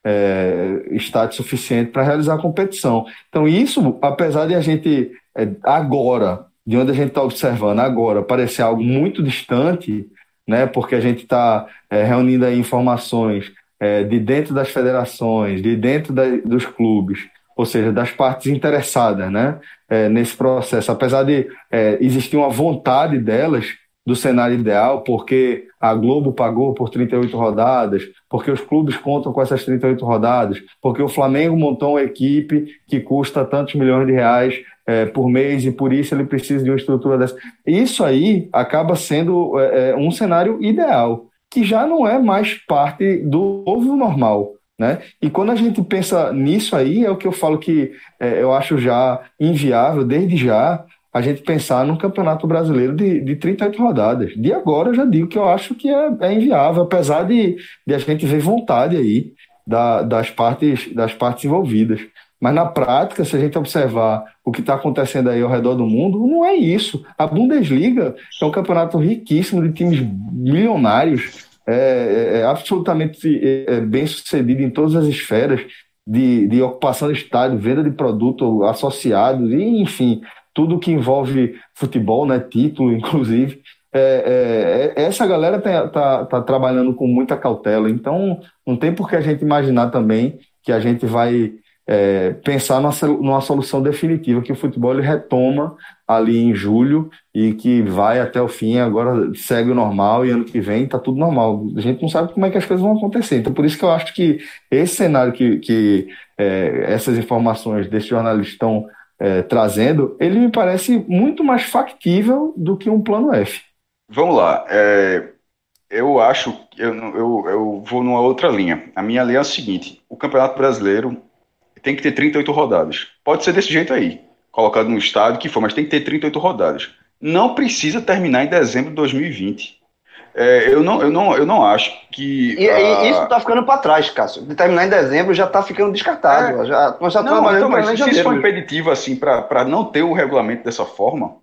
é, estádio suficiente para realizar a competição. Então, isso, apesar de a gente é, agora, de onde a gente está observando agora, parecer algo muito distante, né, porque a gente está é, reunindo aí informações é, de dentro das federações, de dentro da- dos clubes, ou seja, das partes interessadas, né, é, nesse processo. Apesar de é, existir uma vontade delas do cenário ideal, porque a Globo pagou por trinta e oito rodadas, porque os clubes contam com essas trinta e oito rodadas, porque o Flamengo montou uma equipe que custa tantos milhões de reais é, por mês e por isso ele precisa de uma estrutura dessa. Isso aí acaba sendo é, é, um cenário ideal, que já não é mais parte do novo normal, né? E quando a gente pensa nisso aí, é o que eu falo que é, eu acho já inviável, desde já, a gente pensar num campeonato brasileiro de, de trinta e oito rodadas. De agora eu já digo que eu acho que é, é inviável, apesar de, de a gente ver vontade aí da- das partes, das partes envolvidas. Mas na prática, se a gente observar o que está acontecendo aí ao redor do mundo, não é isso. A Bundesliga é um campeonato riquíssimo de times milionários, é, é- é absolutamente é, é bem sucedido em todas as esferas de, de ocupação de estádio, venda de produto associados, e, enfim, tudo que envolve futebol, né, título, inclusive. É, é, é- essa galera tá, tá, tá trabalhando com muita cautela, então não tem por que a gente imaginar também que a gente vai é, pensar numa, solu- numa solução definitiva, que o futebol ele retoma ali em julho e que vai até o fim, agora segue o normal e ano que vem tá tudo normal. A gente não sabe como é que as coisas vão acontecer. Então, por isso que eu acho que esse cenário que, que é, essas informações desses jornalistas estão é, trazendo, ele me parece muito mais factível do que um plano F. Vamos lá. é, eu acho, eu, não- eu, eu vou numa outra linha. A minha linha é a seguinte: o Campeonato Brasileiro tem que ter trinta e oito rodadas. Pode ser desse jeito aí, colocado no estádio, que for, mas tem que ter trinta e oito rodadas. Não precisa terminar em dezembro de dois mil e vinte. É, eu, não, eu, não, eu não acho que. E, e isso ah, tá ficando para trás, Cássio. De terminar em dezembro já tá ficando descartado. É. Já, nós já Não, trabalhando então, para mas em se isso for janeiro. impeditivo, assim, para não ter o regulamento dessa forma,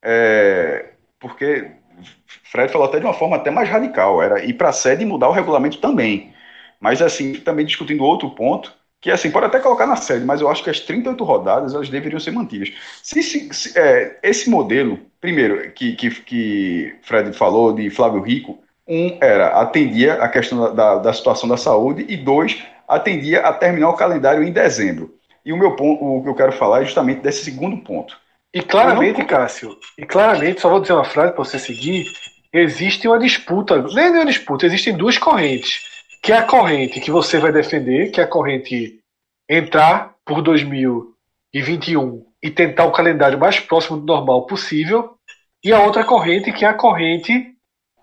é, porque Fred falou até de uma forma até mais radical, era ir para a sede e mudar o regulamento também. Mas, assim, também discutindo outro ponto, que, assim, pode até colocar na sede, mas eu acho que as trinta e oito rodadas, elas deveriam ser mantidas. Se, se- se- é, esse modelo, primeiro, que, que, que Fred falou, de Flávio Rico, um era, atendia a questão da, da, da situação da saúde, e dois, atendia a terminar o calendário em dezembro. E o meu ponto, o que eu quero falar é justamente desse segundo ponto. E claramente, Eu não- Cássio, e claramente, só vou dizer uma frase para você seguir, existe uma disputa, nem é uma disputa, existem duas correntes. que é a corrente que você vai defender, que é a corrente entrar por dois mil e vinte e um e tentar o calendário mais próximo do normal possível, e a outra corrente, que é a corrente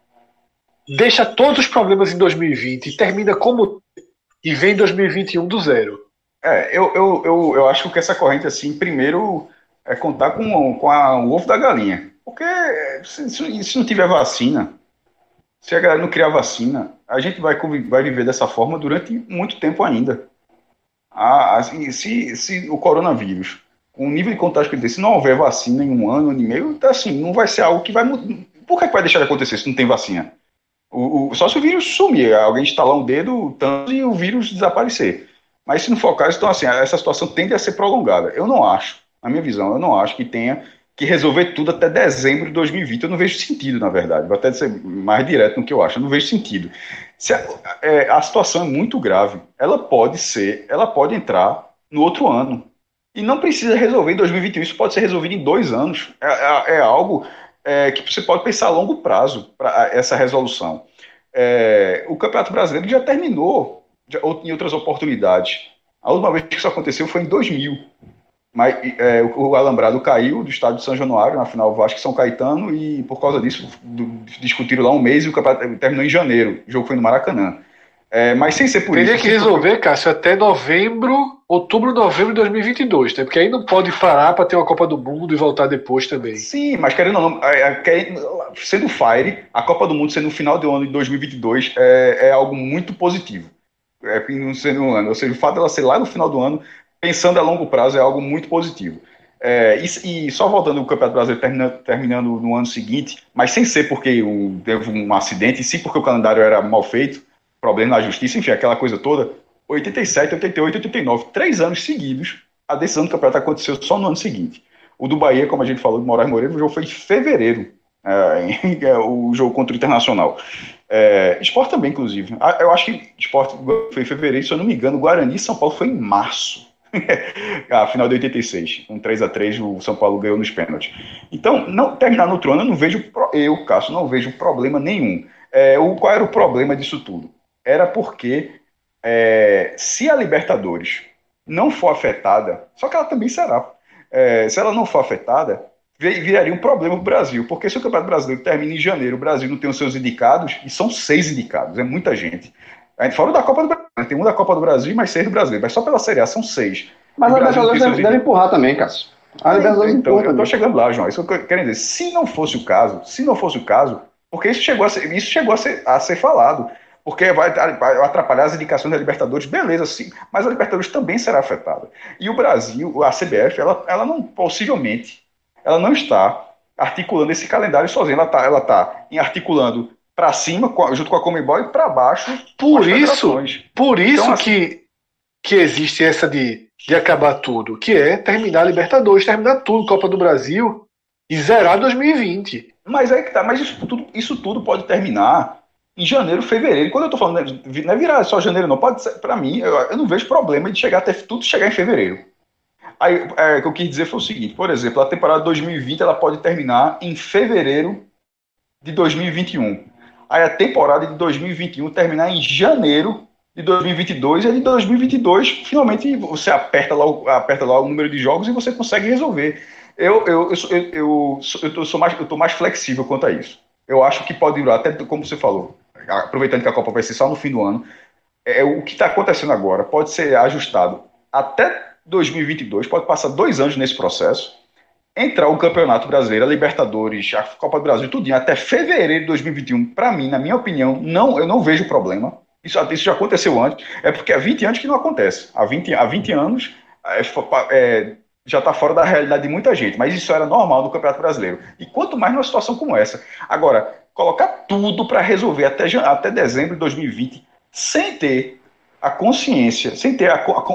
deixa todos os problemas em dois mil e vinte, termina como e vem dois mil e vinte e um do zero. É, eu, eu, eu, eu acho que essa corrente, assim, primeiro é contar com, com a, o ovo da galinha. Porque se, se, se não tiver vacina, se a galera não criar vacina, a gente vai, vai viver dessa forma durante muito tempo ainda. Ah, assim, se, se o coronavírus, com o nível de contágio que ele tem, se não houver vacina em um ano, ano e meio, então, assim, não vai ser algo que vai mudar. Por que, que vai deixar de acontecer se não tem vacina? O, o, só se o vírus sumir, alguém instalar um dedo tanto e o vírus desaparecer. Mas se não for o caso, então assim, essa situação tende a ser prolongada. Eu não acho, na minha visão, eu não acho que tenha que resolver tudo até dezembro de dois mil e vinte. Eu não vejo sentido, na verdade. Vou até ser mais direto no que eu acho. Eu não vejo sentido. Se a, é, a situação é muito grave, ela pode ser, ela pode entrar no outro ano. E não precisa resolver em dois mil e vinte e um. Isso pode ser resolvido em dois anos. É, é, é algo é, que você pode pensar a longo prazo para essa resolução. É, o Campeonato Brasileiro já terminou já, em outras oportunidades. A última vez que isso aconteceu foi em dois mil. Mas, é, o Alambrado caiu do estádio de São Januário, na final Vasco e São Caetano, e por causa disso do, discutiram lá um mês e o campeonato terminou em janeiro. O jogo foi no Maracanã. É, mas sem ser por Teria isso... Teria que resolver, for... Cássio, até novembro, outubro, novembro de dois mil e vinte e dois, né? Porque aí não pode parar para ter uma Copa do Mundo e voltar depois também. Sim, mas querendo ou não, é, é, sendo Fire, a Copa do Mundo sendo no final do ano de dois mil e vinte e dois é, é algo muito positivo. É, não sendo um ano. Ou seja, o fato dela ser lá no final do ano, pensando a longo prazo, é algo muito positivo. É, e, e só voltando o Campeonato Brasileiro termina, terminando no ano seguinte, mas sem ser porque um, teve um acidente, e sim porque o calendário era mal feito, problema na justiça, enfim, aquela coisa toda, oitenta e sete, oitenta e oito, oitenta e nove, três anos seguidos, a decisão do campeonato aconteceu só no ano seguinte. O do Bahia, como a gente falou, do Moraes Moreira, o jogo foi em fevereiro, é, o jogo contra o Internacional. É, Sport também, inclusive. Eu acho que Sport foi em fevereiro, se eu não me engano, o Guarani e São Paulo foi em março. A final de oitenta e seis, um três a três, o São Paulo ganhou nos pênaltis. Então, não, terminar no outro ano, eu não vejo, eu, Cássio, não vejo problema nenhum. É, o, qual era o problema disso tudo? Era porque é, se a Libertadores não for afetada, só que ela também será, é, se ela não for afetada, viraria um problema para o Brasil, porque se o Campeonato Brasileiro termina em janeiro, o Brasil não tem os seus indicados, e são seis indicados, é muita gente. Fora da Copa do Brasil, tem um da Copa do Brasil e mais seis do Brasileiro, mas só pela Série A são seis. Mas a Libertadores deve, deve empurrar também, Cássio. A Libertadores então, empurra, eu estou chegando lá, João, isso que eu quero dizer, se não fosse o caso, se não fosse o caso, porque isso chegou a ser, isso chegou a ser, a ser falado, porque vai atrapalhar as indicações da Libertadores, beleza, sim, mas a Libertadores também será afetada. E o Brasil, a C B F, ela, ela não, possivelmente, ela não está articulando esse calendário sozinha, ela está ela tá articulando para cima, junto com a Conmebol, e para baixo. Por isso, por isso então, assim, que, que existe essa de, de acabar tudo, que é terminar a Libertadores, terminar tudo, Copa do Brasil, e zerar dois mil e vinte. Mas aí que tá, mas isso tudo, isso tudo pode terminar em janeiro, fevereiro. Quando eu tô falando, não é virar só janeiro, não. Pode ser, pra mim, eu, eu não vejo problema de chegar até tudo chegar em fevereiro. Aí, é, o que eu quis dizer foi o seguinte, por exemplo, a temporada dois mil e vinte ela pode terminar em fevereiro de dois mil e vinte e um. Aí a temporada de dois mil e vinte e um terminar em janeiro de dois mil e vinte e dois, e de dois mil e vinte e dois, finalmente, você aperta lá, o, aperta lá o número de jogos e você consegue resolver. Eu, eu, eu, eu, eu, eu, eu, sou mais, eu tô mais flexível quanto a isso. Eu acho que pode durar, até como você falou, aproveitando que a Copa vai ser só no fim do ano, é, o que está acontecendo agora pode ser ajustado até dois mil e vinte e dois, pode passar dois anos nesse processo, entrar o Campeonato Brasileiro, a Libertadores, a Copa do Brasil, tudinho, até fevereiro de dois mil e vinte e um, para mim, na minha opinião, não, eu não vejo problema. Isso, isso já aconteceu antes, é porque há vinte anos que não acontece. Há vinte, há vinte anos é, é, já está fora da realidade de muita gente, mas isso era normal no Campeonato Brasileiro. E quanto mais numa situação como essa. Agora, colocar tudo para resolver até, até dezembro de dois mil e vinte, sem ter a consciência, sem ter a,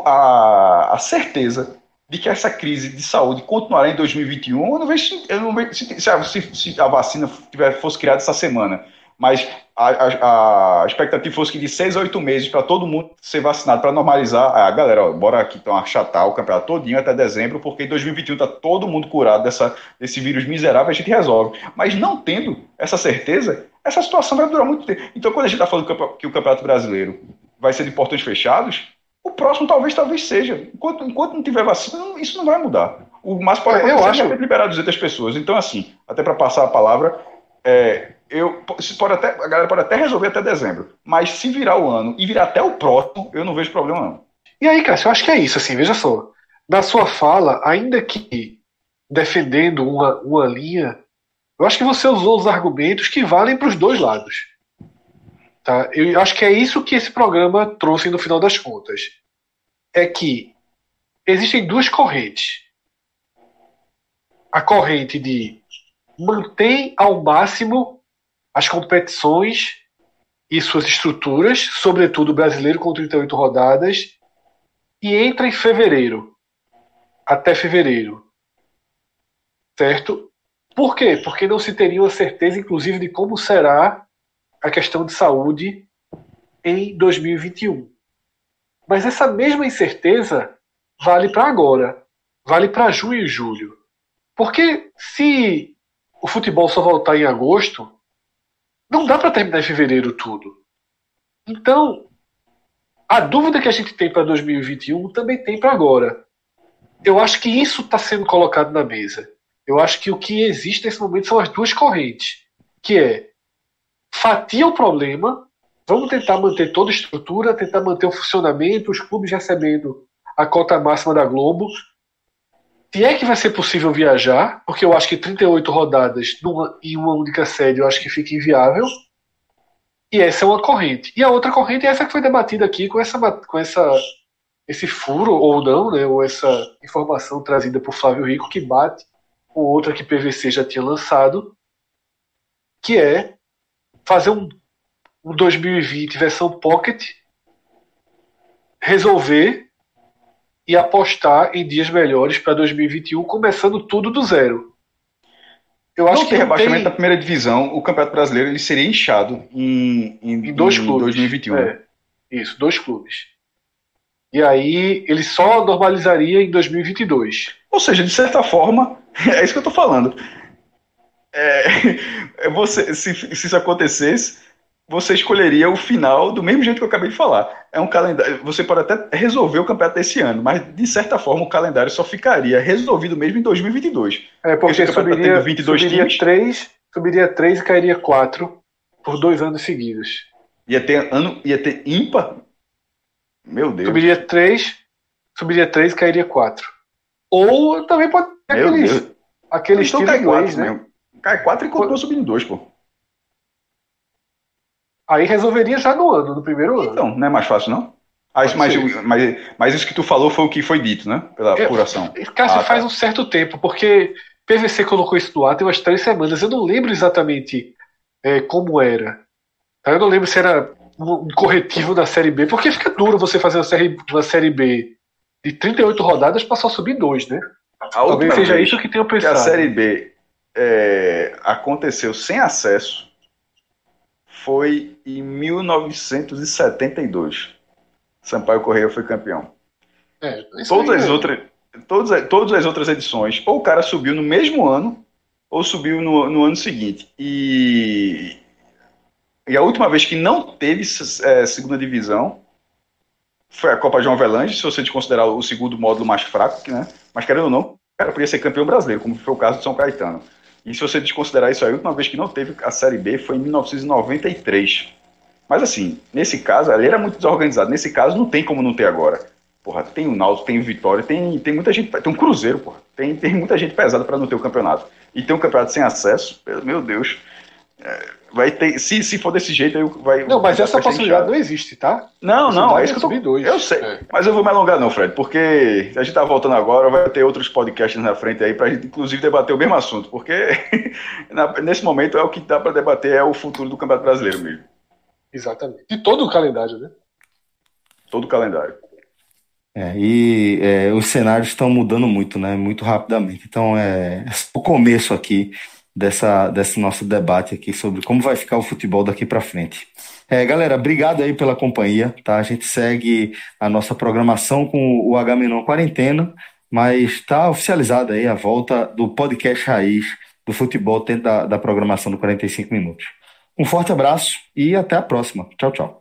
a, a certeza de que essa crise de saúde continuará em dois mil e vinte e um, eu não vejo, eu não vejo se, se, se a vacina tiver, fosse criada essa semana, mas a, a, a expectativa fosse que de seis a oito meses para todo mundo ser vacinado, para normalizar, a galera, ó, bora aqui então achatar o campeonato todinho até dezembro, porque em dois mil e vinte e um está todo mundo curado dessa, desse vírus miserável, a gente resolve. Mas não tendo essa certeza, essa situação vai durar muito tempo. Então, quando a gente está falando que o Campeonato Brasileiro vai ser de portões fechados, o próximo talvez, talvez seja. Enquanto, enquanto não tiver vacina, isso não vai mudar. O mais pode acontecer eu acho... é liberar duzentas pessoas. Então, assim, até para passar a palavra, é, eu, se pode até, a galera pode até resolver até dezembro, mas se virar o ano e virar até o próximo, eu não vejo problema não. E aí, Cássio, eu acho que é isso, assim, veja só. Na sua fala, ainda que defendendo uma, uma linha, eu acho que você usou os argumentos que valem para os dois lados. Tá? Eu acho que é isso que esse programa trouxe no final das contas. É que existem duas correntes. A corrente de mantém ao máximo as competições e suas estruturas, sobretudo o brasileiro com trinta e oito rodadas, e entra em fevereiro, até fevereiro. Certo? Por quê? Porque não se teria uma certeza, inclusive, de como será a questão de saúde em dois mil e vinte e um. Mas essa mesma incerteza vale para agora, vale para junho e julho. Porque se o futebol só voltar em agosto, não dá para terminar em fevereiro tudo. Então, a dúvida que a gente tem para dois mil e vinte e um também tem para agora. Eu acho que isso está sendo colocado na mesa. Eu acho que o que existe nesse momento são as duas correntes, que é fatia o problema, vamos tentar manter toda a estrutura, tentar manter o funcionamento, os clubes recebendo a cota máxima da Globo. Se é que vai ser possível viajar, porque eu acho que trinta e oito rodadas numa, em uma única série eu acho que fica inviável. E essa é uma corrente. E a outra corrente é essa que foi debatida aqui com, essa, com essa, esse furo, ou não, né, ou essa informação trazida por Flávio Rico, que bate com outra que P V C já tinha lançado, que é fazer um, um dois mil e vinte versão Pocket, resolver e apostar em dias melhores para dois mil e vinte e um, começando tudo do zero. Eu acho não que tem não rebaixamento tem... da primeira divisão, o Campeonato Brasileiro ele seria inchado em, em, em dois em clubes. dois mil e vinte e um. É, isso, dois clubes. E aí ele só normalizaria em dois mil e vinte e dois. Ou seja, de certa forma, é isso que eu estou falando. É, você, se, se isso acontecesse, você escolheria o final do mesmo jeito que eu acabei de falar. É um calendário. Você pode até resolver o campeonato desse ano, mas de certa forma o calendário só ficaria resolvido mesmo em dois mil e vinte e dois. É porque, porque subiria, vinte e dois subiria times, três, subiria três e cairia quatro por dois anos seguidos. Ia ter ano, ia ter ímpar. Meu Deus. Subiria três, subiria três e cairia quatro. Ou também pode ter Meu aqueles, Deus. aquele então estilo cai inglês, quatro, né? Mesmo. Cai quatro e continua subindo dois, pô. Aí resolveria já no ano, no primeiro ano. Então, não é mais fácil, não? Ah, isso, mas, mas, mas isso que tu falou foi o que foi dito, né? Pela é, apuração. Cássio, ah, faz tá. um certo tempo, porque P V C colocou isso no ar tem umas três semanas. Eu não lembro exatamente é, como era. Eu não lembro se era um corretivo da Série B, porque fica duro você fazer uma Série, uma série B de trinta e oito rodadas para só subir dois, né? A Talvez seja vez isso que tenha que pensado. a Série B é, aconteceu sem acesso foi em mil novecentos e setenta e dois. Sampaio Corrêa foi campeão. É, todas, as é... outras, todas, todas as outras edições, ou o cara subiu no mesmo ano, ou subiu no, no ano seguinte. E, e a última vez que não teve é, segunda divisão foi a Copa João Avelange, se você considerar o segundo módulo mais fraco, né? Mas querendo ou não, o cara podia ser campeão brasileiro, como foi o caso de São Caetano. E se você desconsiderar isso aí, a última vez que não teve a Série B foi em mil novecentos e noventa e três. Mas assim, nesse caso, ali era muito desorganizado. Nesse caso, não tem como não ter agora. Porra, tem o Náutico, tem o Vitória, tem, tem muita gente, tem um Cruzeiro, porra. Tem, tem muita gente pesada para não ter o campeonato. E tem um campeonato sem acesso, meu Deus. É, vai ter, se, se for desse jeito, aí vai... Não, mas vai essa possibilidade não existe, tá? Não, não, é isso que eu tô... dois. Eu sei, é. Mas eu vou me alongar não, Fred, porque a gente tá voltando agora, vai ter outros podcasts na frente aí pra gente, inclusive, debater o mesmo assunto, porque nesse momento é o que dá pra debater, é o futuro do Campeonato Brasileiro mesmo. Exatamente. E todo o calendário, né? Todo o calendário. É, e é, os cenários estão mudando muito, né? Muito rapidamente. Então, é o começo aqui dessa, desse nosso debate aqui sobre como vai ficar o futebol daqui para frente. É, galera, obrigado aí pela companhia, tá? A gente segue a nossa programação com o Agamenon Quarentena, mas está oficializada aí a volta do podcast raiz do futebol dentro da, da programação do quarenta e cinco minutos. Um forte abraço e até a próxima. Tchau, tchau.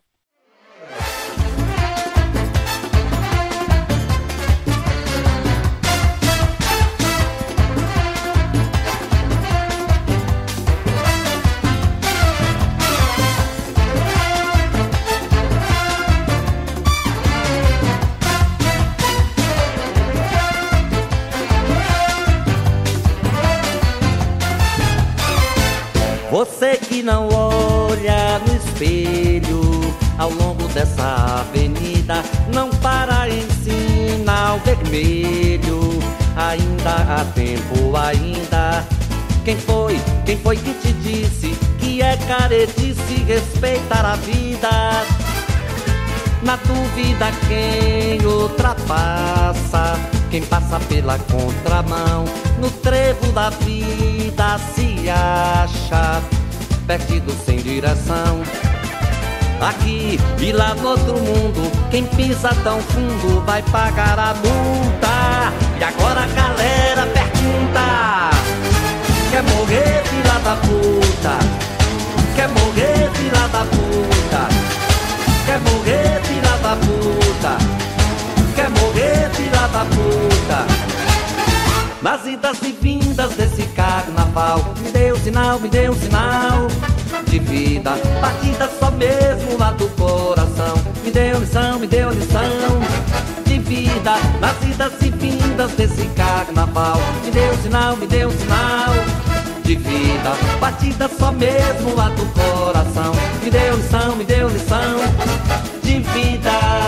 Você que não olha no espelho ao longo dessa avenida, não para em sinal vermelho, ainda há tempo ainda. Quem foi, quem foi que te disse que é caretice respeitar a vida? Na dúvida quem ultrapassa, quem passa pela contramão, no trevo da vida se acha perdido sem direção. Aqui e lá no outro mundo, quem pisa tão fundo vai pagar a multa. E agora a galera pergunta: quer morrer, filha da puta? Quer morrer, filha da puta? Quer morrer, filha da puta? Quer morrer, filha da puta? Nas idas e vindas desse carnaval, me deu sinal, me deu sinal de vida, batida só mesmo lá do coração. Me deu lição, me deu lição de vida. Nas idas e vindas desse carnaval, me deu sinal, me deu sinal de vida, batida só mesmo lá do coração. Me deu lição, me deu lição de vida.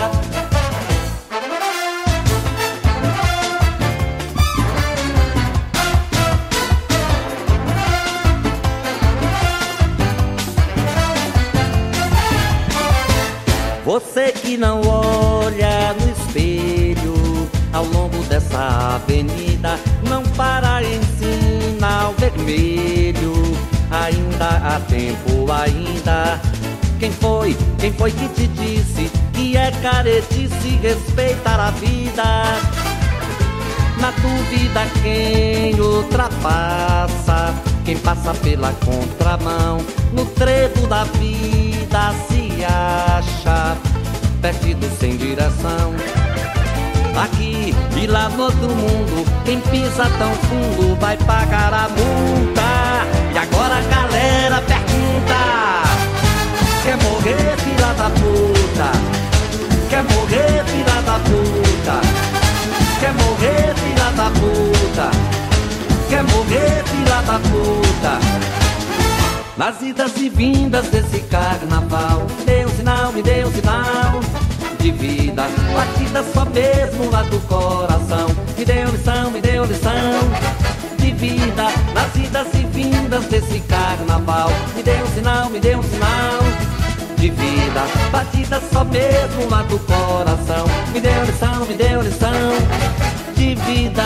Você que não olha no espelho ao longo dessa avenida, não para em sinal vermelho, ainda há tempo ainda. Quem foi, quem foi que te disse que é caretice respeitar a vida? Na dúvida quem ultrapassa, quem passa pela contramão, no trevo da vida se acha perdido sem direção. Aqui e lá no outro mundo, quem pisa tão fundo vai pagar a multa. E agora a galera pergunta: quer morrer, filha da puta? Quer morrer, filha da puta? Quer morrer, filha da puta? Quer morrer, filha da puta? Nas idas e vindas desse carnaval, me deu um sinal, me deu um sinal de vida, batida só mesmo lá do coração. Me deu lição, me deu lição de vida. Nas idas e vindas desse carnaval, me deu um sinal, me deu um sinal de vida, batida só mesmo lá do coração. Me deu lição, me deu lição de vida.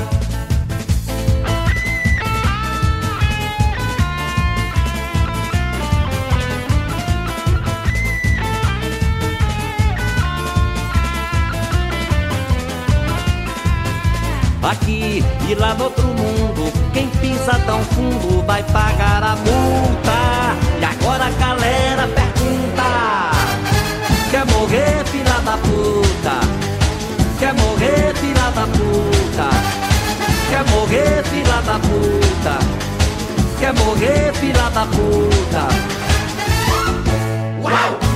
Aqui e lá no outro mundo, quem pisa tão fundo vai pagar a multa. E agora a galera pergunta: quer morrer, filha da puta? Quer morrer, filha da puta? Quer morrer, filha da puta? Quer morrer, filha da puta? Uau!